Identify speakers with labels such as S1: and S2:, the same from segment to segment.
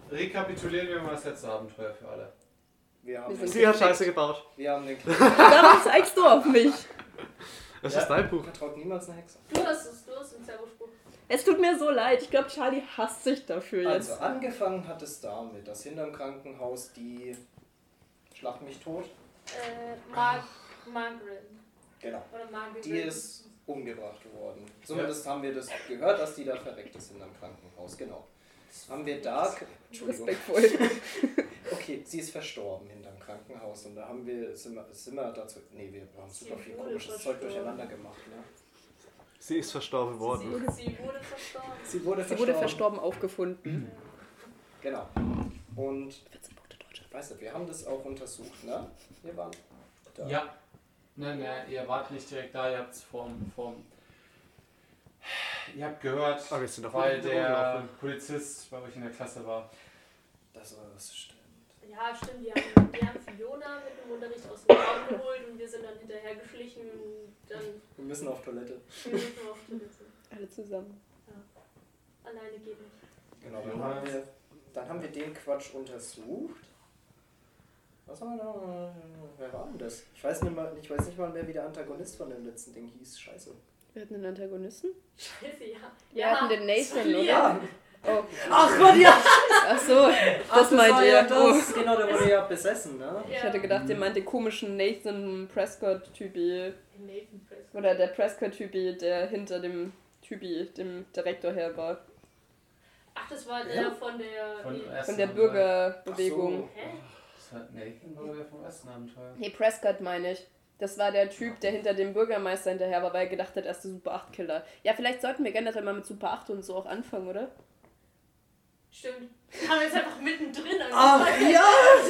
S1: rekapitulieren wir mal das letzte Abenteuer für alle.
S2: Sie hat Scheiße gebaut.
S3: Wir haben den
S4: Darum zeigst du auf mich.
S2: Das ist dein Buch.
S3: Vertraut niemals eine Hexe.
S5: Du hast den Zauberspruch.
S4: Es tut mir so leid. Ich glaube, Charlie hasst sich dafür jetzt.
S3: Also angefangen hat es damit, dass hinterm Krankenhaus die Schlag mich tot.
S5: Margaret.
S3: Genau.
S5: Oder Margaret.
S3: Die ist umgebracht worden. Zumindest haben wir das gehört, dass die da verreckt ist hinterm Krankenhaus. Genau. Haben wir da... Entschuldigung.
S4: Respektvoll.
S3: Okay, sie ist verstorben hinterm Krankenhaus und da sind wir dazu... Nee, wir haben super viel komisches Zeug durcheinander gemacht. Ne?
S2: Sie ist verstorben worden.
S5: Sie wurde verstorben.
S3: Sie wurde
S4: verstorben aufgefunden.
S3: Genau. Und... Weißt du, wir haben das auch untersucht, ne? Wir waren da.
S1: Ja. Nein, ihr wart nicht direkt da, ihr habt's ihr habt gehört,
S2: wir sind doch
S1: weil der Polizist bei euch in der Klasse war.
S3: Das stimmt.
S5: Ja, stimmt. Die haben Fiona mit dem Unterricht aus dem Raum geholt und wir sind dann hinterher geschlichen.
S3: Wir müssen auf Toilette.
S4: Alle zusammen.
S5: Ja. Alleine geht nicht.
S3: Genau, dann haben wir den Quatsch untersucht. Was haben wir da? Wer war denn das? Ich weiß nicht mal mehr, wie der Antagonist von dem letzten Ding hieß. Scheiße.
S4: Wir hatten einen Antagonisten?
S5: Scheiße, ja.
S4: Wir hatten den Nathan, oder?
S3: Ja.
S4: Oh.
S3: Ach Gott, ja!
S4: Ach so, das meint ihr.
S3: Genau, der wurde ja besessen, ne?
S4: Ich hatte gedacht, ihr meint den komischen Nathan Prescott-Typi.
S5: Nathan Prescott.
S4: Oder der Prescott-Typi, der hinter dem Typi, dem Direktor her war.
S5: Ach, das war der von der...
S4: Von der Bürgerbewegung.
S5: Hä?
S1: Das hat Nathan oder der vom ersten Abenteuer?
S4: Nee, Prescott meine ich. Das war der Typ, der hinter dem Bürgermeister hinterher war, weil er gedacht hat, er ist der Super 8-Killer. Ja, vielleicht sollten wir generell mal mit Super 8 und so auch anfangen, oder?
S5: Stimmt. Haben wir jetzt einfach mittendrin.
S3: Ach ja,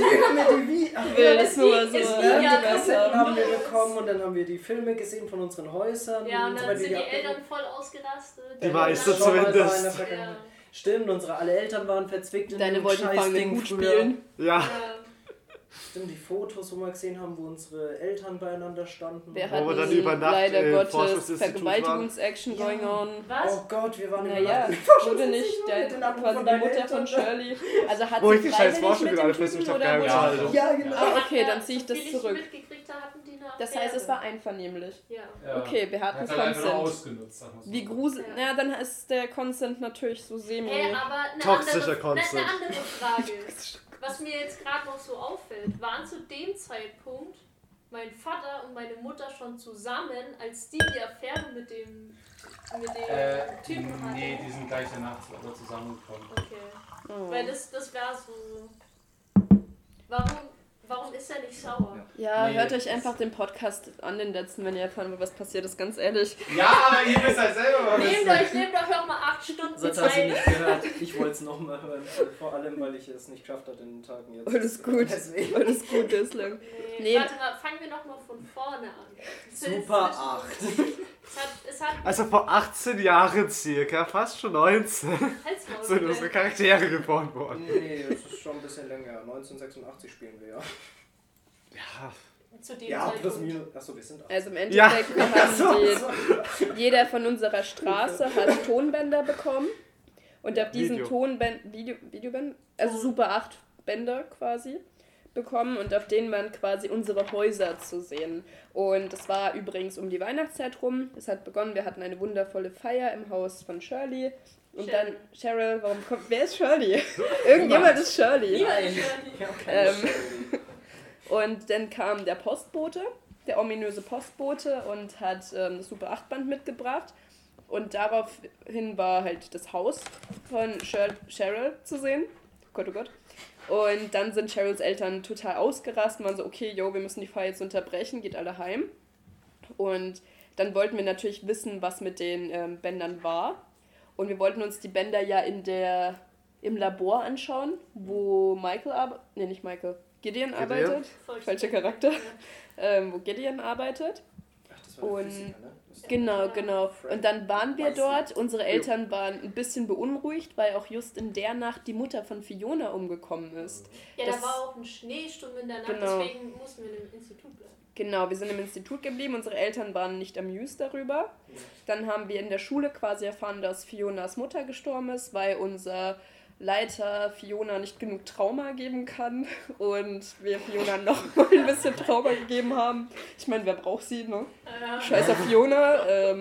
S4: Das nur so.
S3: Die Kassetten haben wir bekommen und dann haben wir die Filme gesehen von unseren Häusern.
S5: Ja, und dann sind die Eltern voll ausgerastet.
S2: Die meiste zumindest.
S5: Ja.
S3: Stimmt, alle Eltern waren verzwickt in
S4: Deine
S3: dem
S4: wollten fangen gut
S3: früher.
S4: spielen.
S2: Ja.
S3: Stimmt, die Fotos, wo wir gesehen haben, wo unsere Eltern beieinander standen.
S4: Wir
S2: Wo wir dann
S4: hatten
S2: über Nacht
S4: leider
S2: im
S4: Gottes
S2: Forschungsinstitut
S4: Vergewaltigungs-Action going on.
S5: Was?
S3: Oh Gott, wir waren
S4: Naja, wurde nicht quasi die Mutter von Shirley. Also hat
S2: Wo ich
S4: sie
S2: die scheiß
S4: freiwillig mit
S2: Forschung
S4: dem
S2: gerade
S4: Typen
S2: habe,
S4: oder
S2: geil.
S4: wurde...
S3: Ja, genau.
S4: Ah, okay, dann ziehe ich das
S5: soviel
S4: zurück.
S5: Mitgekriegt habe, hatten die eine
S4: Das
S5: Affäre.
S4: heißt, es war einvernehmlich.
S5: Ja.
S4: Okay, wir hatten
S1: Hat halt einfach nur
S4: Consent.
S1: ausgenutzt, sagen wir so.
S4: Wie grusel...
S5: Ja.
S4: Na, dann ist der Consent natürlich so semi...
S5: Aber eine
S2: Toxischer
S5: andere,
S2: Consent.
S5: eine andere Frage. Was mir jetzt gerade noch so auffällt, waren zu dem Zeitpunkt mein Vater und meine Mutter schon zusammen, als die Affäre mit dem Typen hatten?
S1: Nee, die sind gleich danach zusammengekommen.
S5: Okay.
S4: Oh.
S5: Weil das wäre so... Warum ist er nicht sauer?
S4: Ja,
S1: Nee,
S4: hört euch
S1: das-
S4: einfach den Podcast an, den letzten, wenn ihr erfahren wollt, was passiert ist, ganz ehrlich.
S1: Ja, aber ihr wisst halt selber, was
S5: Nehmt euch noch mal 8 Stunden
S3: Sonst hast du
S5: Zeit.
S3: nicht gehört. Ich wollte es nochmal hören. Vor allem, weil ich es nicht geschafft habe in den Tagen jetzt.
S4: Alles gut.
S3: Deswegen.
S4: Alles gut, Islam. Nee.
S5: Warte mal, fangen wir noch mal von vorne an.
S3: Super 8.
S5: Es hat
S2: Also vor 18 Jahren circa, fast schon 19,
S5: Halsmaul.
S2: sind unsere Charaktere geboren worden.
S3: Nee, das ist schon ein bisschen länger. 1986 spielen wir ja.
S2: Ja,
S5: Zu dem
S3: Ja,
S5: Zeitpunkt.
S3: plus minus. Achso, wir sind 8.
S4: Also im
S2: Ja.
S4: Endeffekt, wir haben jeder von unserer Straße hat Tonbänder bekommen. Und auf diesen
S2: Video.
S4: Tonbändern, Videobänder, also Super 8 Bänder quasi, bekommen und auf denen waren quasi unsere Häuser zu sehen. Und es war übrigens um die Weihnachtszeit rum. Es hat begonnen, wir hatten eine wundervolle Feier im Haus von Shirley. Und dann, Cheryl, wer ist Shirley? Irgendjemand ist Shirley. Und dann kam der Postbote, der ominöse Postbote und hat das Super 8 Band mitgebracht. Und daraufhin war halt das Haus von Cheryl zu sehen. Oh Gott, oh Gott. Und dann sind Cheryls Eltern total ausgerastet und waren so, okay, wir müssen die Feier jetzt unterbrechen, geht alle heim. Und dann wollten wir natürlich wissen, was mit den Bändern war. Und wir wollten uns die Bänder ja im Labor anschauen, wo Gideon arbeitet. Falscher Charakter. Wo Gideon arbeitet.
S3: Ach, das war
S4: Und
S3: der Physiker, ne?
S4: Genau. Und dann waren wir dort. Unsere Eltern waren ein bisschen beunruhigt, weil auch just in der Nacht die Mutter von Fiona umgekommen ist.
S5: Ja,
S4: Das-
S5: da war auch ein Schneesturm in der Nacht,
S4: Genau.
S5: deswegen mussten wir im Institut bleiben.
S4: Genau, wir sind im Institut geblieben. Unsere Eltern waren nicht amused darüber. Dann haben wir in der Schule quasi erfahren, dass Fionas Mutter gestorben ist, weil unser Leiter Fiona nicht genug Trauma geben kann und wir Fiona noch mal ein bisschen Trauma gegeben haben. Ich meine, wer braucht sie, ne? Scheiß auf Fiona.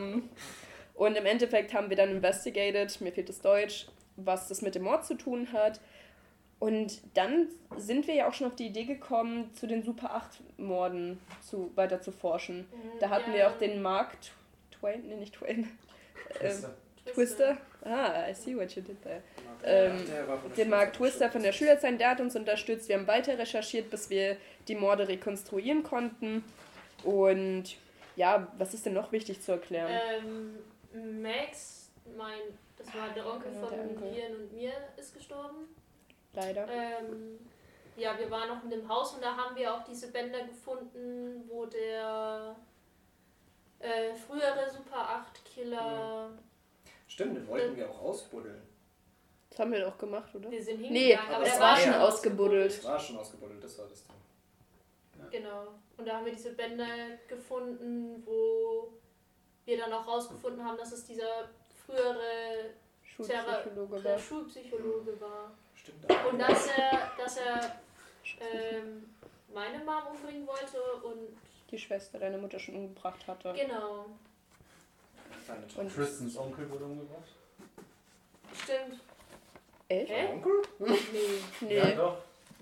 S4: Und im Endeffekt haben wir dann investigated, mir fehlt das Deutsch, was das mit dem Mord zu tun hat. Und dann sind wir ja auch schon auf die Idee gekommen, zu den Super-8-Morden weiter zu forschen. Da hatten wir auch den Mark Twain, nee, nicht Twain. Twister? I see what you did there. Den Mark Twister von der Schülerzeit, der hat uns unterstützt. Wir haben weiter recherchiert, bis wir die Morde rekonstruieren konnten. Und ja, was ist denn noch wichtig zu erklären?
S5: Max, das war der Onkel von Ian und mir, ist gestorben.
S4: Leider.
S5: Ja, wir waren noch in dem Haus und da haben wir auch diese Bänder gefunden, wo der frühere Super-8-Killer...
S3: Stimmt, den wollten wir auch ausbuddeln.
S4: Das haben wir doch gemacht, oder?
S5: Wir sind
S4: Nee,
S5: hingegangen,
S4: aber
S5: der
S4: das war schon ausgebuddelt.
S3: Das war schon ausgebuddelt, das war das Ding.
S5: Genau. Und da haben wir diese Bänder gefunden, wo wir dann auch rausgefunden haben, dass es dieser frühere Schulpsychologe war.
S3: Stimmt.
S5: Und dass er meine Mom umbringen wollte und
S4: die Schwester deiner Mutter schon umgebracht hatte.
S5: genau.
S1: Und Tristans Onkel wurde umgebracht?
S5: Stimmt.
S4: Echt?
S5: Hä?
S3: Onkel?
S4: Nee.
S1: Ja, doch.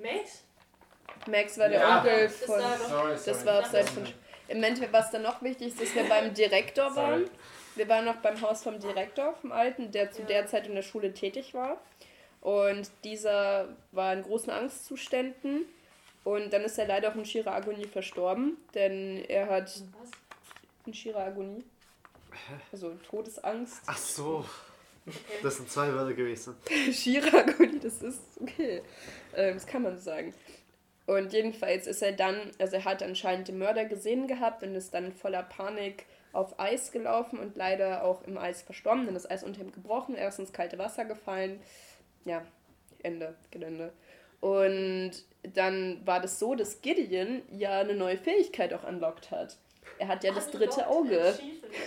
S4: Max war der
S1: Ja,
S4: Onkel
S5: das
S4: von...
S5: war doch-
S1: Sorry.
S4: Das war abseits von... Im Endeffekt, was dann noch wichtig ist, dass wir beim Direktor waren. Wir waren noch beim Haus vom Direktor, vom Alten, der zu der Zeit in der Schule tätig war. Und dieser war in großen Angstzuständen. Und dann ist er leider auch in schierer Agonie verstorben, denn er hat...
S5: Was?
S4: In schierer Agonie. Also Todesangst.
S2: Ach so. Das sind 2 Wörter gewesen.
S4: Schierer Agonie, das ist okay. Das kann man so sagen. Und jedenfalls ist er dann, also er hat anscheinend den Mörder gesehen gehabt und ist dann voller Panik auf Eis gelaufen und leider auch im Eis verstorben, denn das Eis unter ihm gebrochen, er ist ins kalte Wasser gefallen. Ja, Ende, Gelände. Und dann war das so, dass Gideon ja eine neue Fähigkeit auch unlockt hat. Er hat ja das 3. Auge.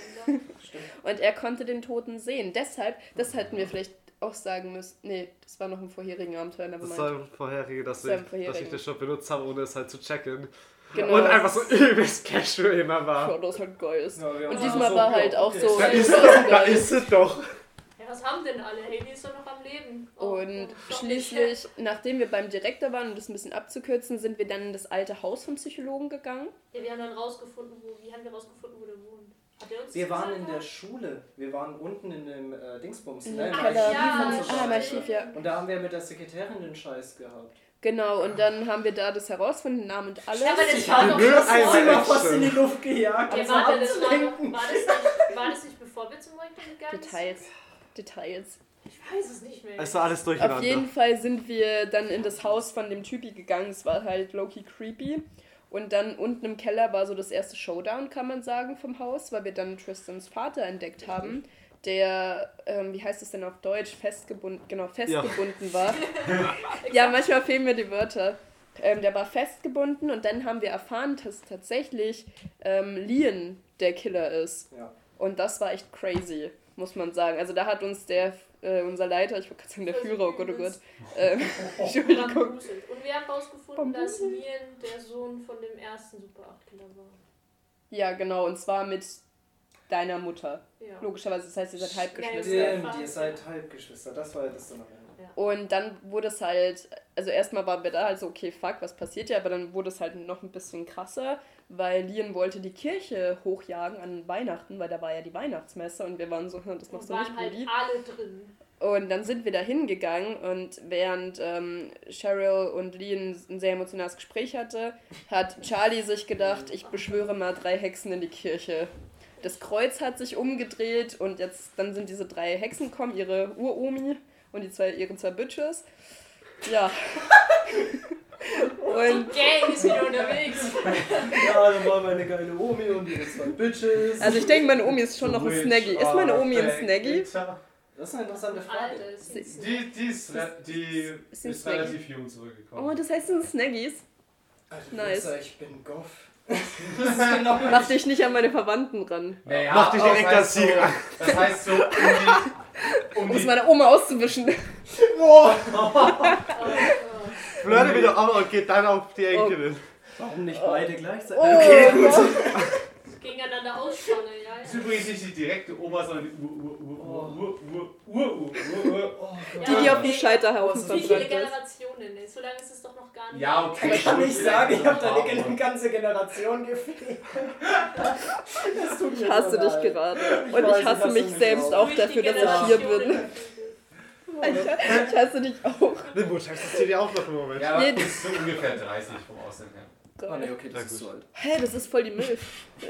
S4: Und er konnte den Toten sehen. Deshalb, das hätten wir vielleicht auch sagen müssen. Nee, das war noch im vorherigen Abenteuer.
S2: Das war im vorherigen, dass ich das schon benutzt habe, ohne es halt zu checken.
S4: Genau.
S2: Und einfach so übelst casual immer war.
S4: Ja, das halt geil ist.
S3: Ja,
S4: Und diesmal war halt auch so...
S2: Da ist es doch.
S5: Ja, was haben denn alle? Hey, die ist doch noch am Leben.
S4: Und schließlich, nachdem wir beim Direktor waren, um das ein bisschen abzukürzen, sind wir dann in das alte Haus vom Psychologen gegangen.
S5: Ja, wir haben dann rausgefunden, wo der wohnt. Hat der uns
S3: Wir
S5: das
S3: waren
S5: gesagt?
S3: in der Schule. Wir waren unten in dem Dingsbums.
S4: In
S3: ne,
S4: dem
S3: im
S4: Keller.
S3: Archiv und so
S4: Im
S3: weiter.
S4: Archiv, ja.
S3: Und da haben wir mit der Sekretärin den Scheiß gehabt.
S4: Genau, und dann haben wir da das herausgefunden, Namen und alles.
S5: Ja, aber das
S3: Ich
S5: war
S3: habe
S5: doch
S3: das
S2: Müll
S3: Zimmer
S2: einmal
S3: fast in die Luft gejagt.
S5: Ja,
S3: um so
S5: warte, das
S3: abzulenken.
S5: war das nicht bevor wir zum Meuchel gegangen sind?
S4: Details.
S5: Ich weiß es nicht mehr.
S2: Es war alles durcheinander.
S4: Auf jeden Fall sind wir dann in das Haus von dem Typi gegangen. Es war halt low-key creepy. Und dann unten im Keller war so das erste Showdown, kann man sagen, vom Haus, weil wir dann Tristans Vater entdeckt haben, der, wie heißt es denn auf Deutsch, festgebunden war. Ja, manchmal fehlen mir die Wörter. Der war festgebunden und dann haben wir erfahren, dass tatsächlich Lian der Killer ist.
S3: Ja.
S4: Und das war echt crazy, muss man sagen. Also da hat uns unser Leiter, ich wollte gerade sagen der Führer, oh Gott, oh Gott. Entschuldigung.
S5: Und wir haben rausgefunden, dass Lian der Sohn von dem ersten Super-8-Killer war.
S4: Ja, genau, und zwar mit deiner Mutter.
S5: Ja.
S4: Logischerweise, das heißt, ihr seid Halbgeschwister.
S3: Stimmt, ihr seid Halbgeschwister. Das war ja das dann am Ende.
S5: Ja.
S4: Und dann wurde es halt, also erstmal waren wir da halt so, okay, fuck, was passiert ja, aber dann wurde es halt noch ein bisschen krasser, weil Lian wollte die Kirche hochjagen an Weihnachten, weil da war ja die Weihnachtsmesse und wir waren so, das machst du nicht,
S5: waren halt
S4: Brudi.
S5: alle drin.
S4: Und dann sind wir da hingegangen und während Cheryl und Lian ein sehr emotionales Gespräch hatte, hat Charlie sich gedacht, ich beschwöre mal 3 Hexen in die Kirche. Das Kreuz hat sich umgedreht und dann sind diese 3 Hexen gekommen, ihre Uromi und ihre 2 Bitches. Ja. Und
S5: Gang ist wieder unterwegs.
S3: Ja, dann war meine geile Omi und ihre 2 Bitches.
S4: also ich denke, meine Omi ist schon noch ein Snaggy. Ist meine Omi ein Snaggy?
S3: Das ist eine interessante Frage.
S5: Alter,
S1: Die ist relativ jung zurückgekommen.
S4: Oh, das heißt, sind Snaggies.
S3: Alter,
S4: Nice.
S3: Wichser, ich bin Goff. Das ist genau
S4: Mach dich nicht an meine Verwandten ran.
S1: Naja,
S2: Mach dich direkt
S1: das heißt
S2: das Ziel
S1: so, das heißt so,
S4: um es meiner Oma auszuwischen.
S2: Flirte wieder an und geht dann auf die Enkelin.
S3: Warum nicht beide gleichzeitig?
S4: Okay, gut.
S5: Gegeneinander ausschauen, ja.
S1: Das ist übrigens nicht die direkte Oma, sondern die
S4: Die auf dem Scheiterhaufen
S5: Wie viele
S4: verbrannt ist.
S5: Generationen? So lange ist es doch noch gar nicht.
S1: Ja, okay.
S3: Ich kann nicht sagen, ich habe deine ganze Generation gefehlt. Das tut mir
S4: Ich hasse
S3: so
S4: dich
S3: leid.
S4: gerade.
S3: Ich
S4: Und
S3: weiß,
S4: ich hasse
S3: ich
S4: mich
S3: hasse mich
S4: selbst
S3: auch.
S4: auch dafür, dass ich hier bin. Ich hasse dich auch.
S2: Limbo, sagst du dir auch noch im Moment?
S1: Ja, aber
S4: Nee.
S1: das ist so ungefähr 30 vom Aussehen her.
S3: Oh ne, okay, das ist so alt.
S4: Hä, das ist voll die Milf.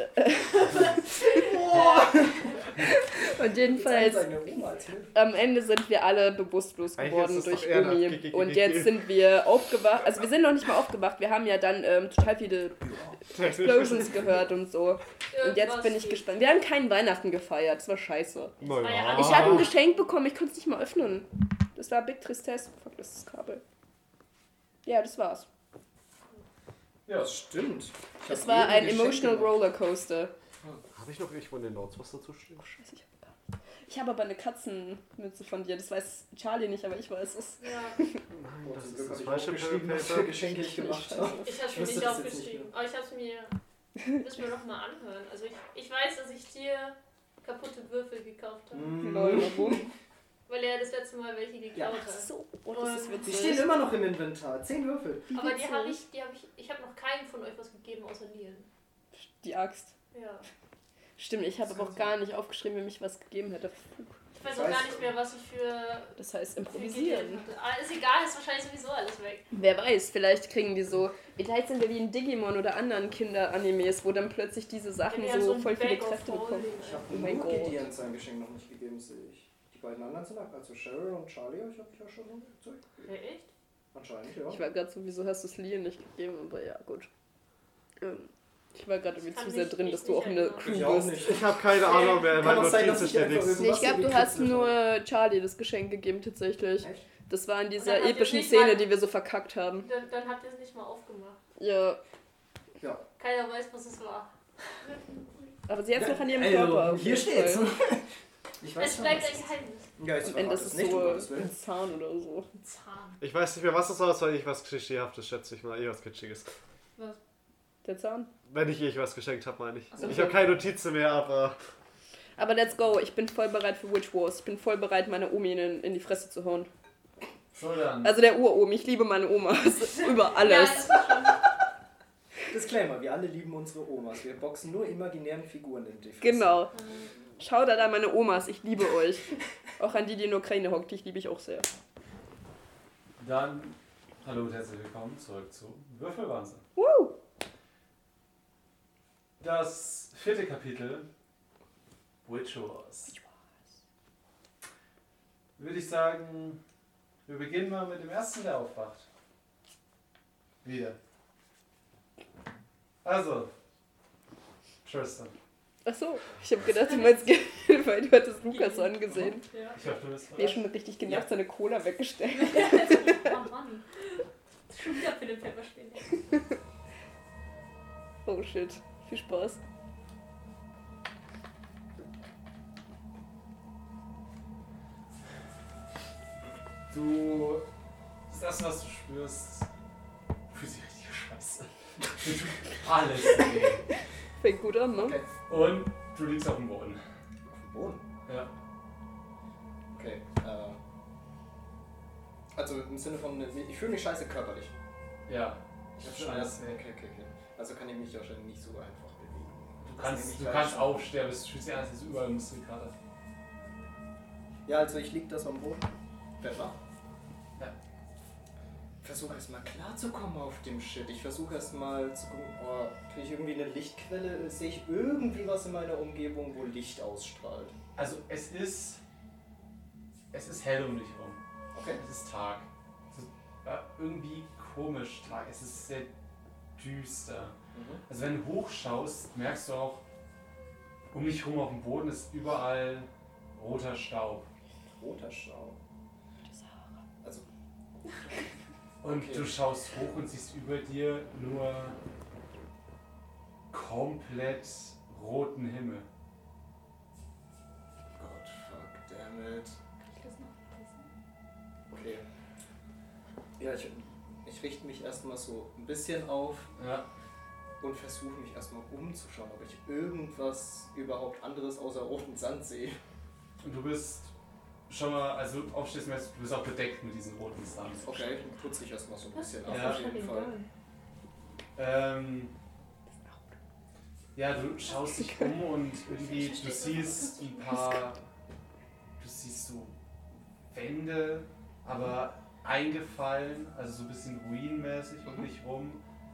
S4: Und jedenfalls,
S3: Seine Oma als Hilfe.
S4: am Ende sind wir alle bewusstlos
S2: Eigentlich
S4: geworden
S2: ist das
S4: durch
S2: doch eher nach
S4: Umi.
S2: Kiki.
S4: Und jetzt sind wir aufgewacht. Also wir sind noch nicht mal aufgewacht. Wir haben ja dann total viele Explosions gehört und so. Und jetzt bin ich gespannt. Wir haben keinen Weihnachten gefeiert. Das war scheiße.
S2: Naja.
S4: Ich habe ein Geschenk bekommen. Ich konnte es nicht mal öffnen. Das war Big Tristesse. Fuck, das ist das Kabel. Ja, das war's.
S1: Ja,
S3: Das stimmt. Ich
S4: Es
S3: hab
S4: war
S3: jedem
S4: ein
S3: Geschenk
S4: Emotional
S3: gemacht.
S4: Rollercoaster.
S2: Habe ich noch irgendwo in den Notes was dazu stehen?
S4: Scheiße, ich habe aber eine Katzenmütze von dir. Das weiß Charlie nicht, aber ich weiß es.
S5: Ja,
S3: Oh,
S2: Das
S3: zum
S2: ist
S3: Glück
S2: das
S3: habe ich
S2: falsche
S3: aufgeschrieben, was für Geschenke ich gemacht habe.
S5: ich habe es
S3: Ich
S5: mir
S3: wusste
S5: nicht
S3: das jetzt
S5: aufgeschrieben.
S3: nicht
S5: Aber ich habe es mir. Müssen wir nochmal anhören. Also ich weiß, dass ich dir kaputte Würfel gekauft habe.
S4: Lol, warum?
S5: Weil er das letzte Mal welche geklaut hat.
S4: So, oh, das ist
S3: Die
S4: witzig.
S3: stehen immer noch im Inventar. 10 Würfel.
S5: Aber die habe ich habe noch keinem von euch was gegeben, außer Lian.
S4: Die Axt.
S5: Ja.
S4: Stimmt, ich habe aber auch gar nicht aufgeschrieben, wer mich was gegeben hätte.
S5: Ich weiß auch gar nicht mehr, was ich für
S4: Das heißt
S5: gegeben
S4: improvisieren.
S5: hatte. Ah, ist egal, ist wahrscheinlich sowieso alles weg.
S4: Wer weiß, vielleicht kriegen die so. Vielleicht sind wir wie in Digimon oder anderen Kinder-Animes, wo dann plötzlich diese Sachen
S5: Wir haben
S4: so
S5: ein
S4: voll viele
S5: Bag of
S4: Kräfte bekommen.
S5: Holding.
S3: Ich habe
S4: Oh mein
S3: nur
S4: Gott.
S3: Gideon sein Geschenk noch nicht gegeben, sehe ich. Die beiden anderen sind ab. Also Cheryl und Charlie habe ich ja schon noch Zeug gegeben.
S5: Ja, echt?
S3: Anscheinend, ja.
S4: Ich war gerade so, wieso hast du es Lian nicht gegeben? Aber ja, gut. Ich war gerade irgendwie
S5: Kann
S4: zu sehr
S5: mich
S4: drin,
S5: nicht
S4: dass du auch eine
S5: erinnern.
S4: Crew
S3: Ich auch
S4: bist.
S3: nicht.
S2: Ich habe keine Ahnung mehr.
S3: Kann
S2: Mein
S3: auch sein, dass
S2: Notiz
S3: ich
S2: ist
S3: einfach
S2: nichts.
S4: Nee, ich glaube, du hast
S3: gekritzelt
S4: nur Charlie das Geschenk gegeben, tatsächlich.
S3: Echt?
S4: Das war in
S5: Und
S4: dieser
S5: dann habt ihr
S4: epischen
S5: nicht
S4: Szene,
S5: mal-
S4: die wir so verkackt haben.
S5: Dann habt ihr es nicht mal aufgemacht.
S4: Ja,
S3: Ja.
S5: Keiner weiß, was es war.
S4: aber sie hat es noch an ihrem
S3: Also,
S4: Körper. auf
S3: hier
S4: jeden
S3: steht's.
S4: Fall.
S3: Ich weiß
S5: Es
S3: schon,
S5: bleibt
S3: was
S5: ein
S3: es ist.
S5: Geheimnis.
S3: Ja, ich
S4: Am Ende ist
S3: verrate
S4: es
S3: es nicht, um
S4: so
S3: Gottes Willen.
S4: ein Zahn oder so.
S5: Ein Zahn.
S2: Ich weiß nicht mehr, was das war, es war irgendwas Klischeehaftes, schätze ich mal. Irgendwas Kitschiges.
S4: Der Zahn.
S2: Wenn ich irgendwas geschenkt habe, meine ich.
S5: So.
S2: Ich habe keine Notizen mehr, aber...
S4: Aber let's go. Ich bin voll bereit für Witch Wars. Ich bin voll bereit, meine Omi in die Fresse zu hauen.
S1: So dann.
S4: Also der Uromi. Ich liebe meine Omas. Über
S5: Ja,
S4: alles.
S5: das ist schon.
S3: Disclaimer, wir alle lieben unsere Omas. Wir boxen nur imaginären Figuren in die Fresse.
S4: Genau. Schaut an meine Omas. Ich liebe euch. Auch an die in der Ukraine hockt. Die liebe ich auch sehr.
S1: Dann, hallo und herzlich willkommen zurück zu Würfelwahnsinn.
S4: Woo!
S1: Das 4. Kapitel, Witch Wars. Würde ich sagen, wir beginnen mal mit dem ersten, der aufwacht. Wieder. Also, Tristan.
S4: Achso. Ich habe gedacht, du meinst, weil du hattest Lukas so angesehen.
S5: Ja.
S1: Ich hoffe, du bist
S4: Mir schon richtig genervt seine Cola weggestellt.
S5: Oh Mann. Schon wieder für den Pfeffer spielen.
S4: Oh shit. Viel Spaß.
S1: Du, das erste, was du spürst, fühlt sich richtig scheiße. Du tut alles weh.
S4: Fängt gut an, ne?
S3: Okay.
S1: Und du liegst auf dem Boden.
S3: Auf dem Boden?
S1: Ja.
S3: Okay. Also im Sinne von, ich fühle mich scheiße körperlich.
S1: Ja.
S3: Ich habe
S1: Schon
S3: schon
S1: alles weh.
S3: Okay. Also kann ich mich wahrscheinlich nicht so einfach bewegen.
S1: Du kannst aufstehen, aber es fühlt sich an, als hättest du überall Muskelkater.
S3: Ja, also ich liege da so am Boden. Werd wach.
S1: Ja.
S3: Versuche erstmal klarzukommen auf dem Shit. Ich versuche erstmal zu gucken, oh, kriege ich irgendwie eine Lichtquelle? Sehe ich irgendwie was in meiner Umgebung, wo Licht ausstrahlt?
S1: Also es ist hell um dich rum.
S3: Okay.
S1: Es ist Tag. Es ist irgendwie komisch Tag. Es ist sehr düster. Also wenn du hochschaust, merkst du auch, um dich herum auf dem Boden ist überall roter Staub.
S3: Roter Staub. Also,
S1: Und
S3: Okay.
S1: du schaust hoch und siehst über dir nur komplett roten Himmel.
S3: Gott, fuck, damn it. Okay. Ja, ich richte mich erstmal so ein bisschen auf und versuche mich erstmal umzuschauen, ob ich irgendwas überhaupt anderes außer roten Sand sehe.
S1: Und du bist schon mal, also du aufstehst, merkst du bist auch bedeckt mit diesen roten Sand.
S3: Okay, dann putze ich erstmal so ein bisschen auf,
S1: Ja.
S3: auf jeden Fall.
S1: Ja, du schaust dich um und irgendwie, du siehst ein paar, du siehst so Wände, aber eingefallen, also so ein bisschen ruinenmäßig um dich rum.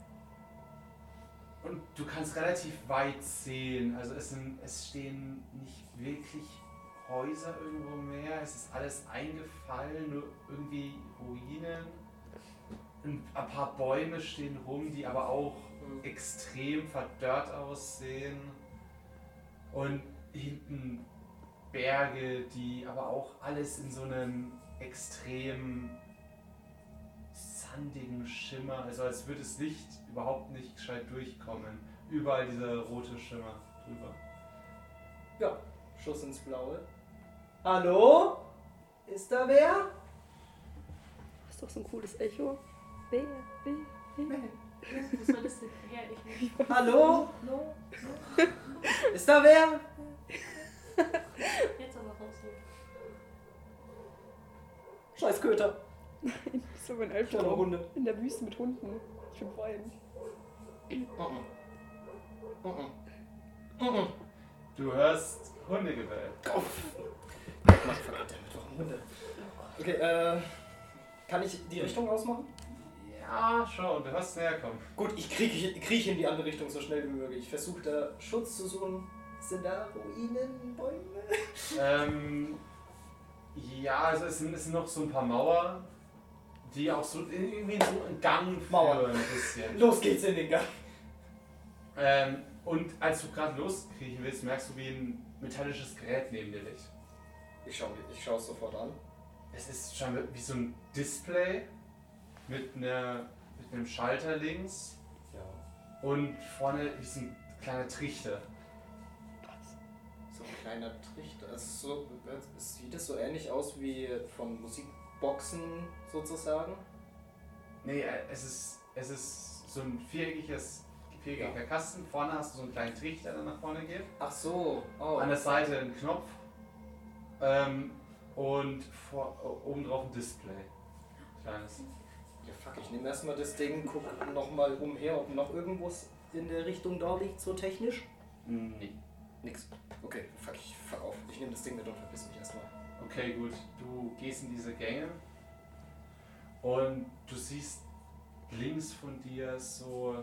S1: Und du kannst relativ weit sehen, also es stehen nicht wirklich Häuser irgendwo mehr, es ist alles eingefallen, nur irgendwie Ruinen. Ein paar Bäume stehen rum, die aber auch extrem verdörrt aussehen. Und hinten Berge, die aber auch alles in so einem extrem sandigen Schimmer, also als würde das Licht überhaupt nicht gescheit durchkommen. Überall dieser rote Schimmer drüber.
S3: Ja, Schuss ins Blaue. Hallo? Ist da wer?
S4: Das ist doch so ein cooles Echo. Wer?
S5: Was soll das denn? Ja, ich nicht.
S3: Hallo? Ist da wer?
S5: Jetzt aber raus hier.
S3: Scheiß Köter.
S4: So ein
S3: Kleine
S4: Albtraum.
S3: Hunde.
S4: In der Wüste mit Hunden. Ich bin weinen.
S1: Du hörst Hundegebell.
S3: Mach verdammt, warum Hunde? Okay, kann ich die Richtung ausmachen?
S1: Ja, schon, du hörst näher kommen.
S3: Gut, ich kriech in die andere Richtung so schnell wie möglich. Ich versuche da Schutz zu suchen. Sind da Ruinen, Bäume?
S1: Ja, also es sind noch so ein paar Mauern, die auch so irgendwie in so einen Gang
S3: Mauern.
S1: führen ein bisschen.
S3: Los geht's in den Gang.
S1: Und als du gerade loskriechen willst, merkst du, wie ein metallisches Gerät neben dir liegt.
S3: Ich schau es sofort an.
S1: Es ist schon wie so ein Display mit einem Schalter links
S3: Ja.
S1: und vorne wie so ein kleiner Trichter.
S3: So ein kleiner Trichter. Also sieht es so ähnlich aus wie von Musikboxen sozusagen?
S1: Nee, es ist so ein viereckiger Kasten. Vorne hast du so einen kleinen Trichter, der nach vorne geht.
S3: Ach so. Oh.
S1: An der Seite ein Knopf und oben drauf ein Display. Kleines.
S3: Ja, fuck, ich nehme erstmal das Ding, guck nochmal umher, ob noch irgendwas in der Richtung da liegt, so technisch.
S1: Nee.
S3: Nix. Okay, fuck auf. Ich nehme das Ding mit und verpiss mich erstmal.
S1: Okay, gut. Du gehst in diese Gänge und du siehst links von dir so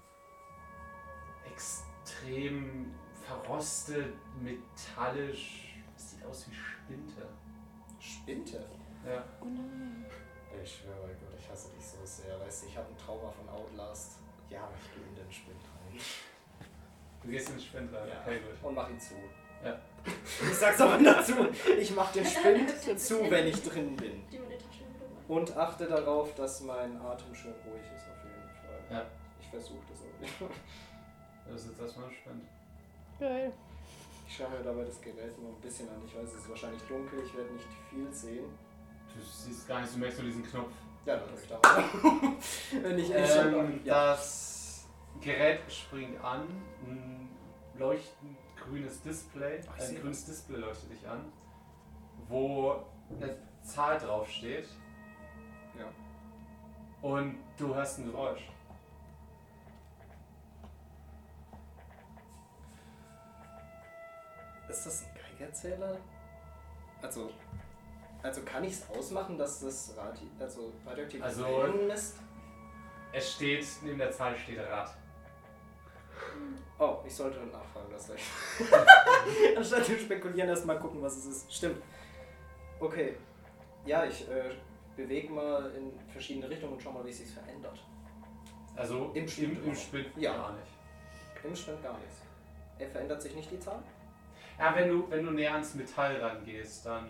S1: extrem verrostet, metallisch. Das sieht aus wie Spinte.
S3: Spinte?
S1: Ja.
S4: Oh nein.
S3: Ich schwöre bei Gott, ich hasse dich so sehr. Weißt du, ich habe ein Trauma von Outlast. Ja, ich gehe in den Spind rein.
S1: Du gehst in den Spind rein.
S3: Ja.
S1: Okay, gut.
S3: Und mach ihn zu.
S1: Ja.
S3: Ich sag's aber dazu. Ich mach den Spind zu, wenn ich drin bin.
S5: Die mit der Tasche wieder rein.
S3: Und achte darauf, dass mein Atem schön ruhig ist, auf jeden Fall.
S1: Ja.
S3: Ich versuche das auf jeden Fall.
S1: Das ist jetzt erstmal ein Spind.
S4: Geil.
S3: Ich schaue mir dabei das Gerät nur ein bisschen an. Ich weiß, es ist wahrscheinlich dunkel, ich werde nicht viel sehen.
S1: Du siehst gar nicht, du merkst nur diesen Knopf.
S3: Ja, dann drück ich da mal. Wenn ich
S1: Das Gerät springt an, ein leuchtend grünes Display,
S3: Ach, ich
S1: ein
S3: sehe
S1: grünes Display leuchtet dich an, wo eine Zahl draufsteht.
S3: Ja.
S1: Und du hörst ein Geräusch.
S3: Ist das ein Geigerzähler? Also kann ich es ausmachen, dass das radioaktiv ist?
S1: Es steht, neben der Zahl steht Rad.
S3: Oh, ich sollte nachfragen, das recht. Anstatt zu spekulieren, erst mal gucken, was es ist. Stimmt. Okay. Ja, ich bewege mal in verschiedene Richtungen und schau mal, wie es sich verändert.
S1: Also
S3: Im Spind
S1: ja. Gar nicht.
S3: Im Spind gar nichts. Verändert sich nicht die Zahl?
S1: Ja, wenn du näher ans Metall rangehst, dann...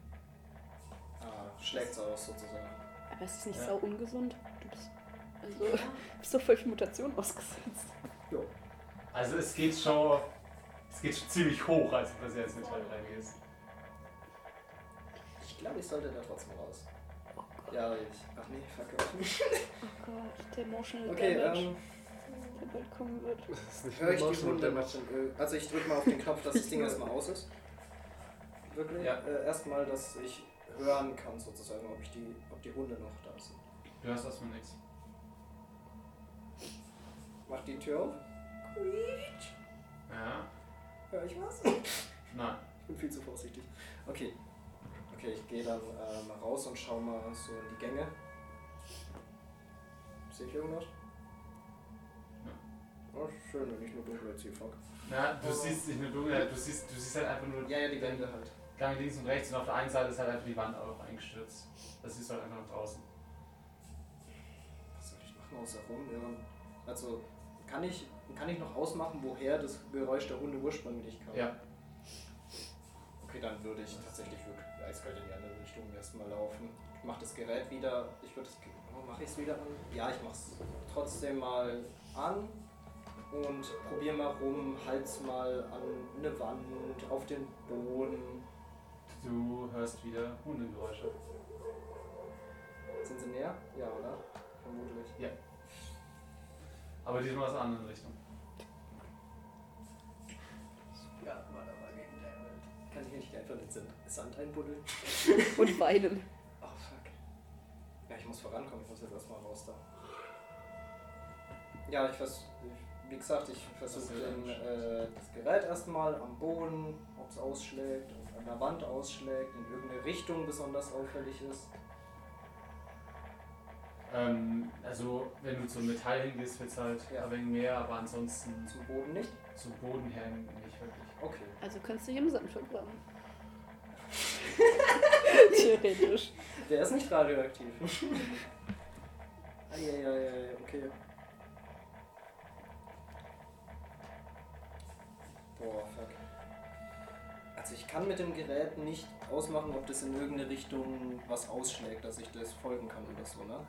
S3: Schlägt es aus sozusagen.
S4: Aber ist es nicht sau ungesund? Du bist doch voll viel Mutation ausgesetzt.
S3: Jo.
S1: Also es geht schon ziemlich hoch, als du ins Metall reingehst.
S3: Ich glaube, ich sollte da trotzdem raus. Ja, ach nee, fuck auch nicht.
S4: Oh Gott, der Emotional
S3: Okay,
S4: Damage, der bald kommen wird.
S2: Das ist nicht
S3: höre ich die
S2: emotional
S3: Hunde
S2: damage.
S3: noch? Also ich drücke mal auf den Knopf, dass das Ding erstmal aus ist. Wirklich?
S1: Ja.
S3: Erstmal, dass ich hören kann sozusagen, ob die Hunde noch da sind.
S1: Du hörst erstmal nichts.
S3: Mach die Tür auf.
S1: Ja.
S3: Hör ich was?
S1: Nein.
S3: Ich bin viel zu vorsichtig. Okay. Okay, ich gehe dann mal raus und schau mal so in die Gänge. Sehe ich irgendwas? Oh, schön, wenn ich nur dunkel jetzt hier fuck.
S1: Ja, du siehst nicht nur dunkel, du siehst halt einfach nur
S3: Ja, die Wände halt.
S1: Gang links und rechts und auf der einen Seite ist halt einfach die Wand auch eingestürzt. Das siehst du halt einfach nach draußen.
S3: Was soll ich machen außer rumhören? Also, kann ich noch ausmachen, woher das Geräusch der Hunde ursprünglich kam?
S1: Ja.
S3: Okay, dann würde ich tatsächlich eiskalt in die andere Richtung erstmal laufen. Ich mache das Gerät wieder. Mache ich es wieder an? Ja, ich mache es trotzdem mal an und probiere mal rum, halt's mal an eine Wand, auf den Boden.
S1: Du hörst wieder Hundegeräusche.
S3: Sind sie näher? Ja, oder? Vermutlich.
S1: Ja. Aber diesmal aus einer anderen Richtung.
S3: Ja, mal aber gegen der Welt. Kann ich nicht einfach den Sand einbuddeln?
S4: Und weinen.
S3: Oh fuck. Ja, ich muss vorankommen, ich muss jetzt erstmal raus da. Ja, wie gesagt, ich versuche das Gerät erstmal am Boden, ob es ausschlägt, ob an der Wand ausschlägt, in irgendeine Richtung besonders auffällig ist.
S1: Also, wenn du zum Metall hingehst, wird es halt ein wenig mehr, aber ansonsten
S3: Zum Boden nicht?
S1: zum Boden her nicht wirklich.
S3: Okay.
S4: Also kannst du dich im Sand verbrennen. Theoretisch.
S3: Der ist nicht radioaktiv. Eieiei, okay. Boah, fuck. Also ich kann mit dem Gerät nicht ausmachen, ob das in irgendeine Richtung was ausschlägt, dass ich das folgen kann oder so, ne?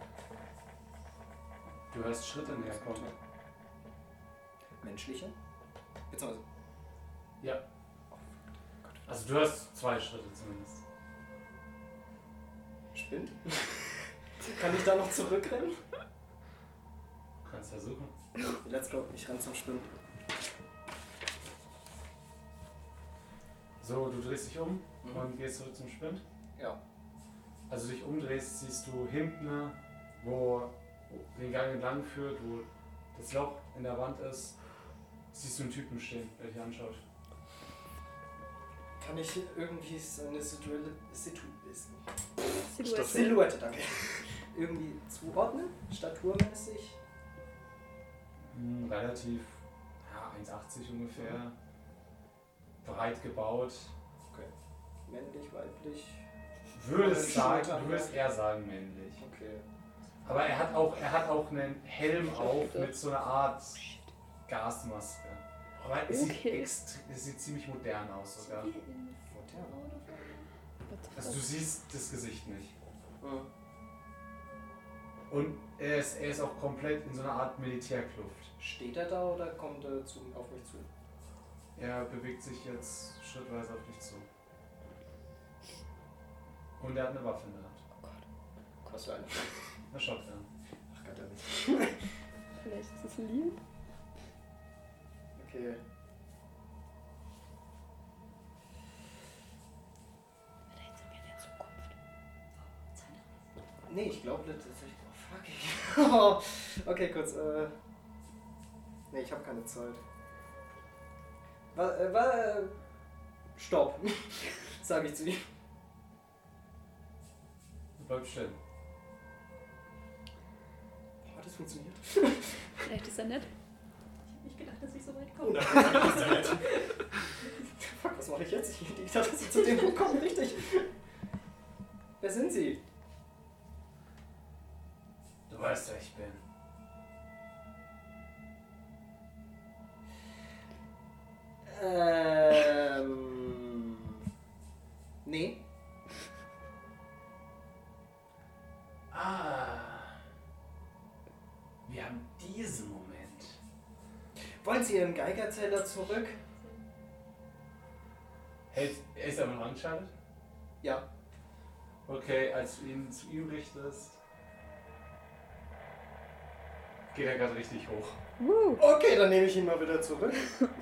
S1: Du hörst Schritte näher kommen.
S3: Menschliche? Beziehungsweise.
S1: Ja. Also du hörst 2 Schritte zumindest.
S3: Spind? Kann ich da noch zurückrennen?
S1: Kannst versuchen.
S3: Let's go, ich renn zum Spind.
S1: So, du drehst dich um und gehst zurück zum Spind.
S3: Ja.
S1: Also dich umdrehst, siehst du hinten, wo den Gang entlang führt, wo das Loch in der Wand ist, siehst du einen Typen stehen, der dich anschaut.
S3: Kann ich irgendwie seine
S4: Silhouette.
S3: Silhouette, danke. Irgendwie zuordnen? Staturmäßig?
S1: Relativ, ja, 1,80 ungefähr. Breit gebaut.
S3: Okay. Männlich, weiblich?
S1: Du würdest eher sagen männlich.
S3: Okay.
S1: Aber er hat auch einen Helm auf mit so einer Art Gasmaske. Aber es sieht ziemlich modern aus sogar.
S3: Modern.
S1: Also du siehst das Gesicht nicht.
S3: Mhm.
S1: Und er ist auch komplett in so einer Art Militärkluft.
S3: Steht er da oder kommt er auf mich zu?
S1: Er bewegt sich jetzt schrittweise auf dich zu. Und er hat eine Waffe in der Hand.
S3: Was für eine?
S1: Eine Shotgun.
S3: Ach Gott, nicht.
S4: Vielleicht ist es lieb.
S3: Okay.
S4: Vielleicht sind wir in der Zukunft.
S3: Nee, ich glaube tatsächlich. Oh fuck. Okay, kurz. Nee, ich habe keine Zeit. Stopp. Sag ich zu ihm.
S1: Bleib still.
S3: Hat das funktioniert?
S4: Vielleicht ist er nett.
S5: Ich hab nicht gedacht, dass ich so weit
S3: Oh,
S5: komme.
S3: nein. Fuck, was mache ich jetzt? Ich dachte, dass Sie zu dem Punkt kommen, richtig. Wer sind Sie?
S1: Du weißt, wer ich bin.
S3: Nee.
S1: Wir haben diesen Moment.
S3: Wollen Sie Ihren Geigerzähler zurück?
S1: Er ist aber noch angeschaltet?
S3: Ja.
S1: Okay, als du ihn zu ihm richtest, geht er gerade richtig hoch.
S3: Okay, dann nehme ich ihn mal wieder zurück.